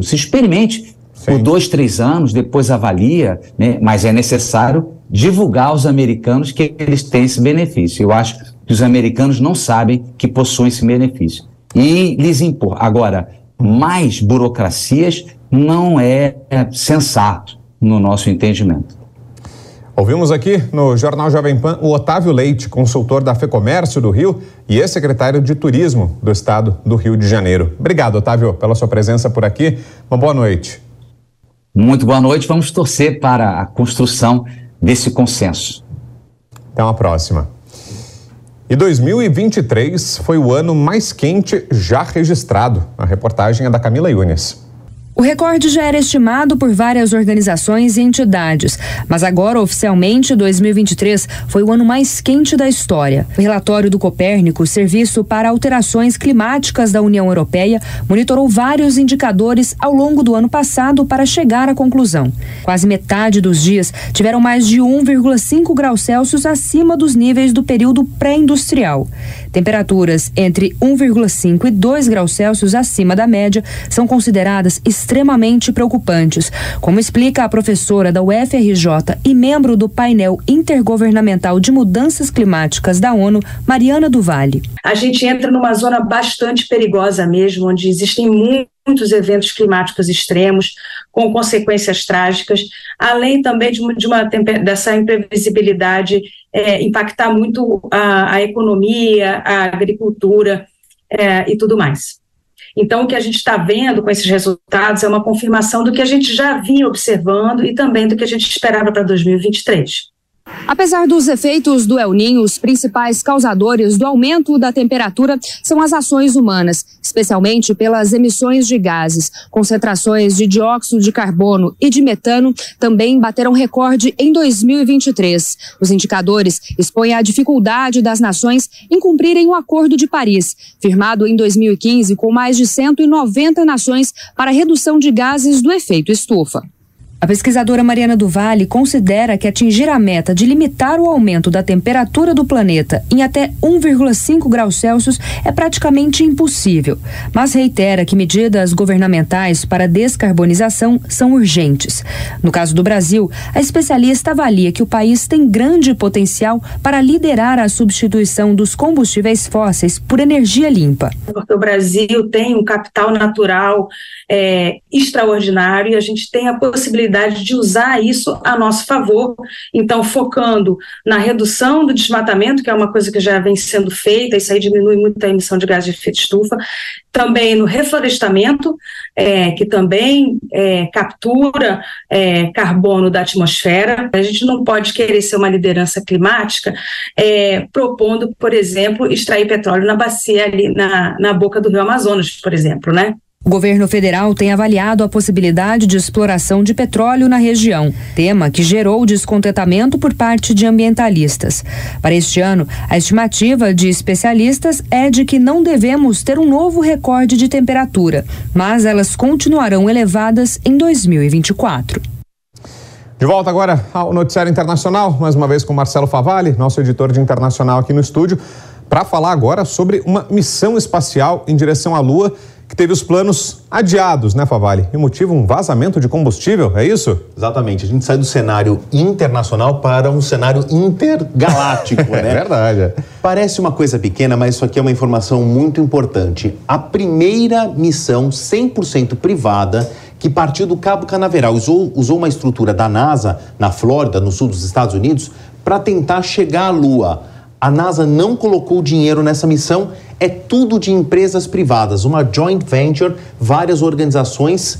por 2, 3 anos, depois avalia, né? Mas é necessário divulgar aos americanos que eles têm esse benefício. Eu acho que os americanos não sabem que possuem esse benefício e lhes impor. Agora, mais burocracias não é sensato no nosso entendimento. Ouvimos aqui no Jornal Jovem Pan o Otávio Leite, consultor da FEComércio do Rio e ex-secretário de Turismo do Estado do Rio de Janeiro. Obrigado, Otávio, pela sua presença por aqui. Uma boa noite. Muito boa noite. Vamos torcer para a construção desse consenso. Até uma próxima. E 2023 foi o ano mais quente já registrado. A reportagem é da Camila Yunes. O recorde já era estimado por várias organizações e entidades, mas agora, oficialmente, 2023 foi o ano mais quente da história. O relatório do Copérnico, Serviço para Alterações Climáticas da União Europeia, monitorou vários indicadores ao longo do ano passado para chegar à conclusão. Quase metade dos dias tiveram mais de 1,5 graus Celsius acima dos níveis do período pré-industrial. Temperaturas entre 1,5 e 2 graus Celsius acima da média são consideradas extremamente preocupantes, como explica a professora da UFRJ e membro do painel intergovernamental de mudanças climáticas da ONU, Mariana do Vale. A gente entra numa zona bastante perigosa mesmo, onde existem muitos eventos climáticos extremos, com consequências trágicas, além também dessa imprevisibilidade impactar muito a economia, a agricultura e tudo mais. Então, o que a gente está vendo com esses resultados é uma confirmação do que a gente já vinha observando e também do que a gente esperava para 2023. Apesar dos efeitos do El Niño, os principais causadores do aumento da temperatura são as ações humanas, especialmente pelas emissões de gases. Concentrações de dióxido de carbono e de metano também bateram recorde em 2023. Os indicadores expõem a dificuldade das nações em cumprirem o Acordo de Paris, firmado em 2015 com mais de 190 nações para a redução de gases do efeito estufa. A pesquisadora Mariana do Vale considera que atingir a meta de limitar o aumento da temperatura do planeta em até 1,5 graus Celsius é praticamente impossível, mas reitera que medidas governamentais para a descarbonização são urgentes. No caso do Brasil, a especialista avalia que o país tem grande potencial para liderar a substituição dos combustíveis fósseis por energia limpa. Porque o Brasil tem um capital natural extraordinário e a gente tem a possibilidade de usar isso a nosso favor, então focando na redução do desmatamento, que é uma coisa que já vem sendo feita, isso aí diminui muito a emissão de gás de efeito estufa, também no reflorestamento, que também captura carbono da atmosfera. A gente não pode querer ser uma liderança climática propondo, por exemplo, extrair petróleo na bacia ali na boca do Rio Amazonas, por exemplo, né? O governo federal tem avaliado a possibilidade de exploração de petróleo na região, tema que gerou descontentamento por parte de ambientalistas. Para este ano, a estimativa de especialistas é de que não devemos ter um novo recorde de temperatura, mas elas continuarão elevadas em 2024. De volta agora ao Noticiário Internacional, mais uma vez com Marcelo Favalli, nosso editor de internacional aqui no estúdio, para falar agora sobre uma missão espacial em direção à Lua que teve os planos adiados, né, Favalli? E o motivo, um vazamento de combustível, é isso? Exatamente. A gente sai do cenário internacional para um cenário intergaláctico, né? É verdade. Parece uma coisa pequena, mas isso aqui é uma informação muito importante. A primeira missão 100% privada que partiu do Cabo Canaveral, usou uma estrutura da NASA, na Flórida, no sul dos Estados Unidos, para tentar chegar à Lua. A NASA não colocou dinheiro nessa missão, é tudo de empresas privadas, uma joint venture, várias organizações,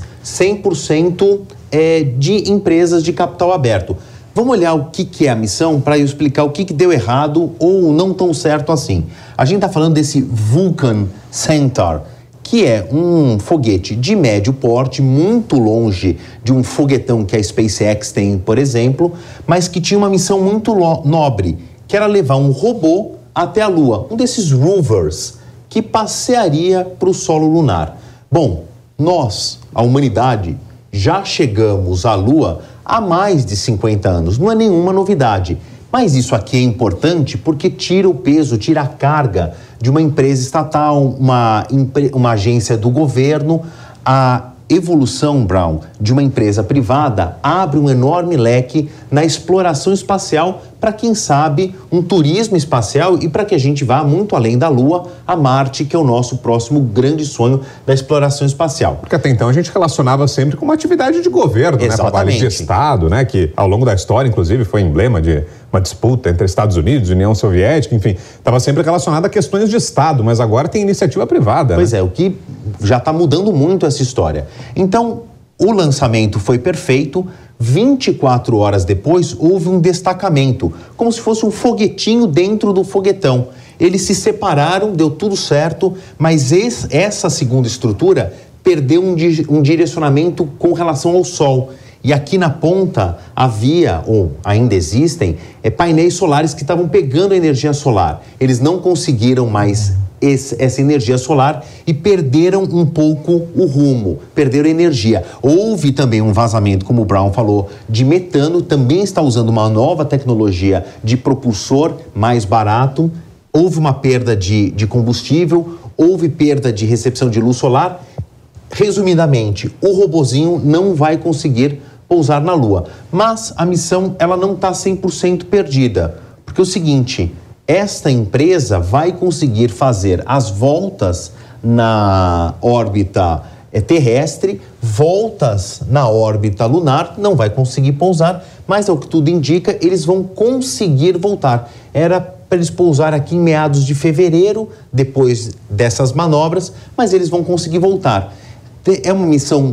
100% de empresas de capital aberto. Vamos olhar o que é a missão para eu explicar o que deu errado ou não tão certo assim. A gente está falando desse Vulcan Centaur, que é um foguete de médio porte, muito longe de um foguetão que a SpaceX tem, por exemplo, mas que tinha uma missão muito nobre, que era levar um robô até a Lua, um desses rovers, que passearia para o solo lunar. Bom, nós, a humanidade, já chegamos à Lua há mais de 50 anos, não é nenhuma novidade. Mas isso aqui é importante porque tira o peso, tira a carga de uma empresa estatal, uma agência do governo. A evolução, Brown, de uma empresa privada abre um enorme leque na exploração espacial para, quem sabe, um turismo espacial e para que a gente vá muito além da Lua, a Marte, que é o nosso próximo grande sonho da exploração espacial. Porque até então a gente relacionava sempre com uma atividade de governo, exatamente, né, de Estado, né, que ao longo da história, inclusive, foi emblema de uma disputa entre Estados Unidos e União Soviética, enfim, estava sempre relacionado a questões de Estado, mas agora tem iniciativa privada. Pois é, o que já está mudando muito essa história. Então, o lançamento foi perfeito. 24 horas depois, houve um destacamento, como se fosse um foguetinho dentro do foguetão. Eles se separaram, deu tudo certo, mas essa segunda estrutura perdeu um direcionamento com relação ao Sol. E aqui na ponta havia, ou ainda existem, painéis solares que estavam pegando a energia solar. Eles não conseguiram mais essa energia solar e perderam um pouco o rumo, perderam energia. Houve também um vazamento, como o Brown falou, de metano, também está usando uma nova tecnologia de propulsor mais barato. Houve uma perda de combustível, houve perda de recepção de luz solar. Resumidamente, o robozinho não vai conseguir pousar na Lua. Mas a missão ela não está 100% perdida. Porque é o seguinte, esta empresa vai conseguir fazer as voltas na órbita terrestre, voltas na órbita lunar, não vai conseguir pousar, mas ao que tudo indica, eles vão conseguir voltar. Era para eles pousar aqui em meados de fevereiro, depois dessas manobras, mas eles vão conseguir voltar. É uma missão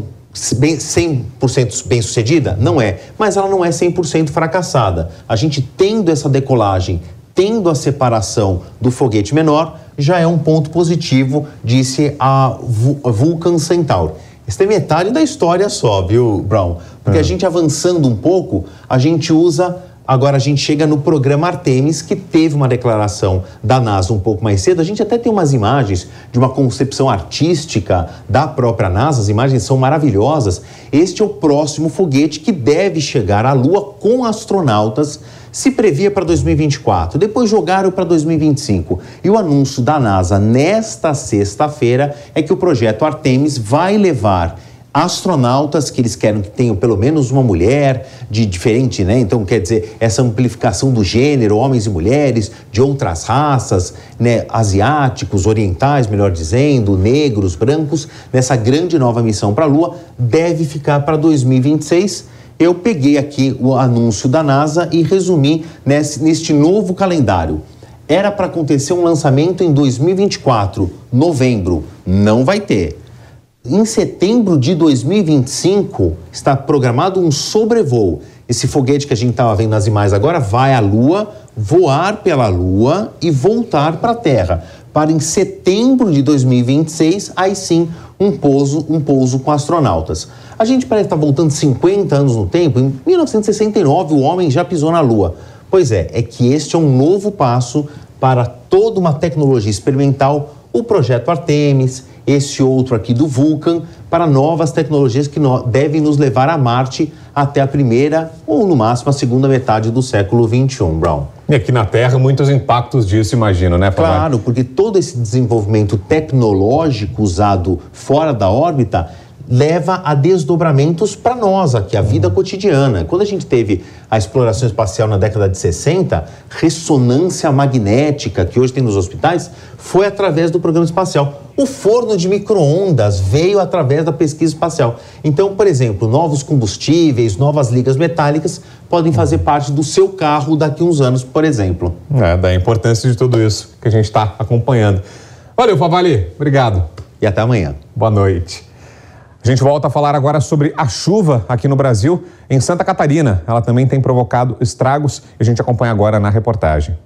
100% bem sucedida? Não é, mas ela não é 100% fracassada. A gente tendo essa decolagem, tendo a separação do foguete menor, já é um ponto positivo, disse a Vulcan Centaur. Isso é metade da história só, viu, Brown? Porque a gente avançando um pouco, a gente usa Agora a gente chega no programa Artemis, que teve uma declaração da NASA um pouco mais cedo. A gente até tem umas imagens de uma concepção artística da própria NASA, as imagens são maravilhosas. Este é o próximo foguete que deve chegar à Lua com astronautas, se previa para 2024, depois jogaram para 2025. E o anúncio da NASA nesta sexta-feira é que o projeto Artemis vai levar astronautas, que eles querem que tenham pelo menos uma mulher de diferente, né? Então, quer dizer, essa amplificação do gênero, homens e mulheres de outras raças, né? Asiáticos, orientais, melhor dizendo, negros, brancos, nessa grande nova missão para a Lua, deve ficar para 2026. Eu peguei aqui o anúncio da NASA e resumi neste novo calendário. Era para acontecer um lançamento em 2024, novembro, não vai ter. Em setembro de 2025, está programado um sobrevoo. Esse foguete que a gente estava vendo nas imagens agora vai à Lua, voar pela Lua e voltar para a Terra. Para em setembro de 2026, aí sim, um pouso com astronautas. A gente parece estar voltando 50 anos no tempo. Em 1969, o homem já pisou na Lua. Pois é que este é um novo passo para toda uma tecnologia experimental, o projeto Artemis, esse outro aqui do Vulcan, para novas tecnologias que devem nos levar a Marte até a primeira ou, no máximo, a segunda metade do século XXI, Brown. E aqui na Terra, muitos impactos disso, imagino, né, Pavan? Claro, porque todo esse desenvolvimento tecnológico usado fora da órbita leva a desdobramentos para nós aqui, a vida cotidiana. Quando a gente teve a exploração espacial na década de 60, ressonância magnética, que hoje tem nos hospitais, foi através do programa espacial. O forno de micro-ondas veio através da pesquisa espacial. Então, por exemplo, novos combustíveis, novas ligas metálicas podem fazer parte do seu carro daqui a uns anos, por exemplo. Da importância de tudo isso que a gente está acompanhando. Valeu, Favali. Obrigado. E até amanhã. Boa noite. A gente volta a falar agora sobre a chuva aqui no Brasil, em Santa Catarina. Ela também tem provocado estragos e a gente acompanha agora na reportagem.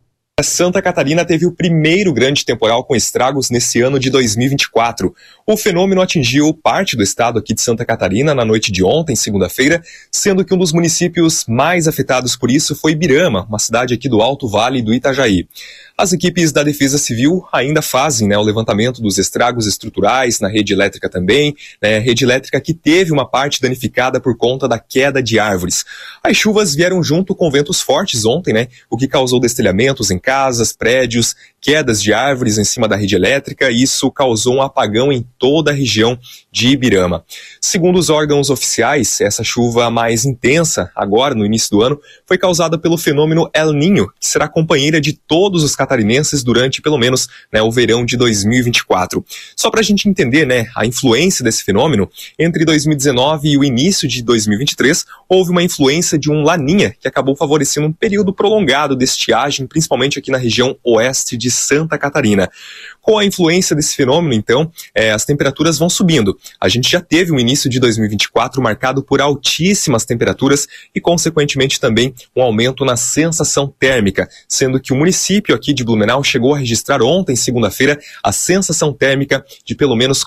Santa Catarina teve o primeiro grande temporal com estragos nesse ano de 2024. O fenômeno atingiu parte do estado aqui de Santa Catarina na noite de ontem, segunda-feira, sendo que um dos municípios mais afetados por isso foi Birama, uma cidade aqui do Alto Vale do Itajaí. As equipes da Defesa Civil ainda fazem o levantamento dos estragos estruturais na rede elétrica também, rede elétrica que teve uma parte danificada por conta da queda de árvores. As chuvas vieram junto com ventos fortes ontem, o que causou destelhamentos em casas, prédios, quedas de árvores em cima da rede elétrica, e isso causou um apagão em toda a região de Ibirama. Segundo os órgãos oficiais, essa chuva mais intensa, agora no início do ano, foi causada pelo fenômeno El Niño, que será companheira de todos os catarinenses durante, pelo menos, o verão de 2024. Só para a gente entender, a influência desse fenômeno, entre 2019 e o início de 2023, houve uma influência de um Laninha, que acabou favorecendo um período prolongado de estiagem, principalmente aqui na região oeste de Santa Catarina. Com a influência desse fenômeno, então, as temperaturas vão subindo. A gente já teve um início de 2024 marcado por altíssimas temperaturas e, consequentemente, também um aumento na sensação térmica, sendo que o município aqui de Blumenau chegou a registrar ontem, segunda-feira, a sensação térmica de pelo menos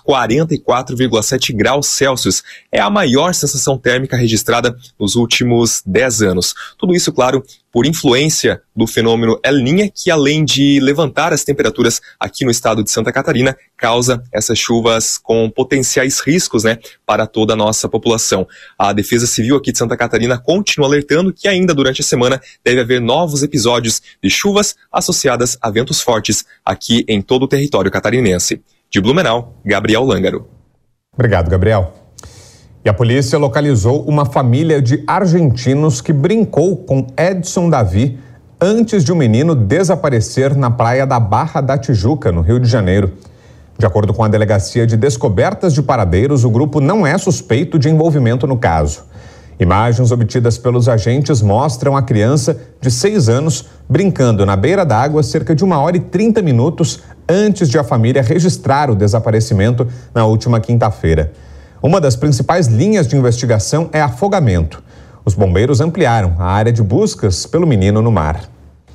44,7 graus Celsius. É a maior sensação térmica registrada nos últimos 10 anos. Tudo isso, claro, por influência do fenômeno El Niño, que além de levantar as temperaturas aqui no estado de Santa Catarina, causa essas chuvas com potenciais riscos, para toda a nossa população. A Defesa Civil aqui de Santa Catarina continua alertando que ainda durante a semana deve haver novos episódios de chuvas associadas a ventos fortes aqui em todo o território catarinense. De Blumenau, Gabriel Lângaro. Obrigado, Gabriel. E a polícia localizou uma família de argentinos que brincou com Edson Davi antes de o menino desaparecer na praia da Barra da Tijuca, no Rio de Janeiro. De acordo com a Delegacia de Descobertas de Paradeiros, o grupo não é suspeito de envolvimento no caso. Imagens obtidas pelos agentes mostram a criança de 6 anos brincando na beira d'água cerca de 1h30 antes de a família registrar o desaparecimento na última quinta-feira. Uma das principais linhas de investigação é afogamento. Os bombeiros ampliaram a área de buscas pelo menino no mar.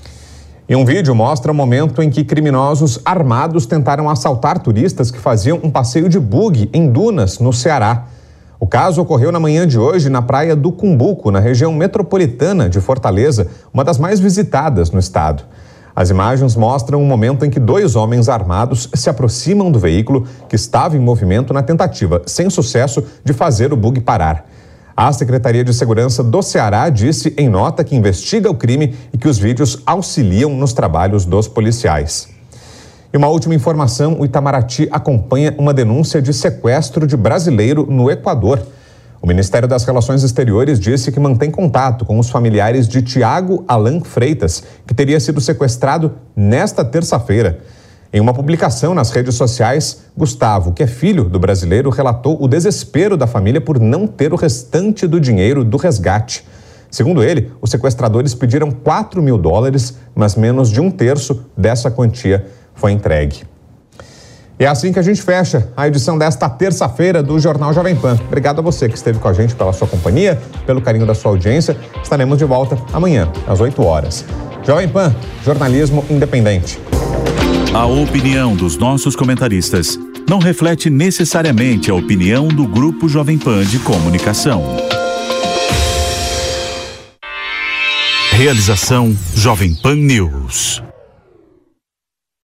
E um vídeo mostra o momento em que criminosos armados tentaram assaltar turistas que faziam um passeio de buggy em dunas, no Ceará. O caso ocorreu na manhã de hoje na praia do Cumbuco, na região metropolitana de Fortaleza, uma das mais visitadas no estado. As imagens mostram um momento em que 2 homens armados se aproximam do veículo que estava em movimento na tentativa, sem sucesso, de fazer o bug parar. A Secretaria de Segurança do Ceará disse em nota que investiga o crime e que os vídeos auxiliam nos trabalhos dos policiais. E uma última informação, o Itamaraty acompanha uma denúncia de sequestro de brasileiro no Equador. O Ministério das Relações Exteriores disse que mantém contato com os familiares de Tiago Alan Freitas, que teria sido sequestrado nesta terça-feira. Em uma publicação nas redes sociais, Gustavo, que é filho do brasileiro, relatou o desespero da família por não ter o restante do dinheiro do resgate. Segundo ele, os sequestradores pediram $4 mil, mas menos de 1/3 dessa quantia foi entregue. E é assim que a gente fecha a edição desta terça-feira do Jornal Jovem Pan. Obrigado a você que esteve com a gente pela sua companhia, pelo carinho da sua audiência. Estaremos de volta amanhã, às 8 horas. Jovem Pan, jornalismo independente. A opinião dos nossos comentaristas não reflete necessariamente a opinião do Grupo Jovem Pan de Comunicação. Realização Jovem Pan News.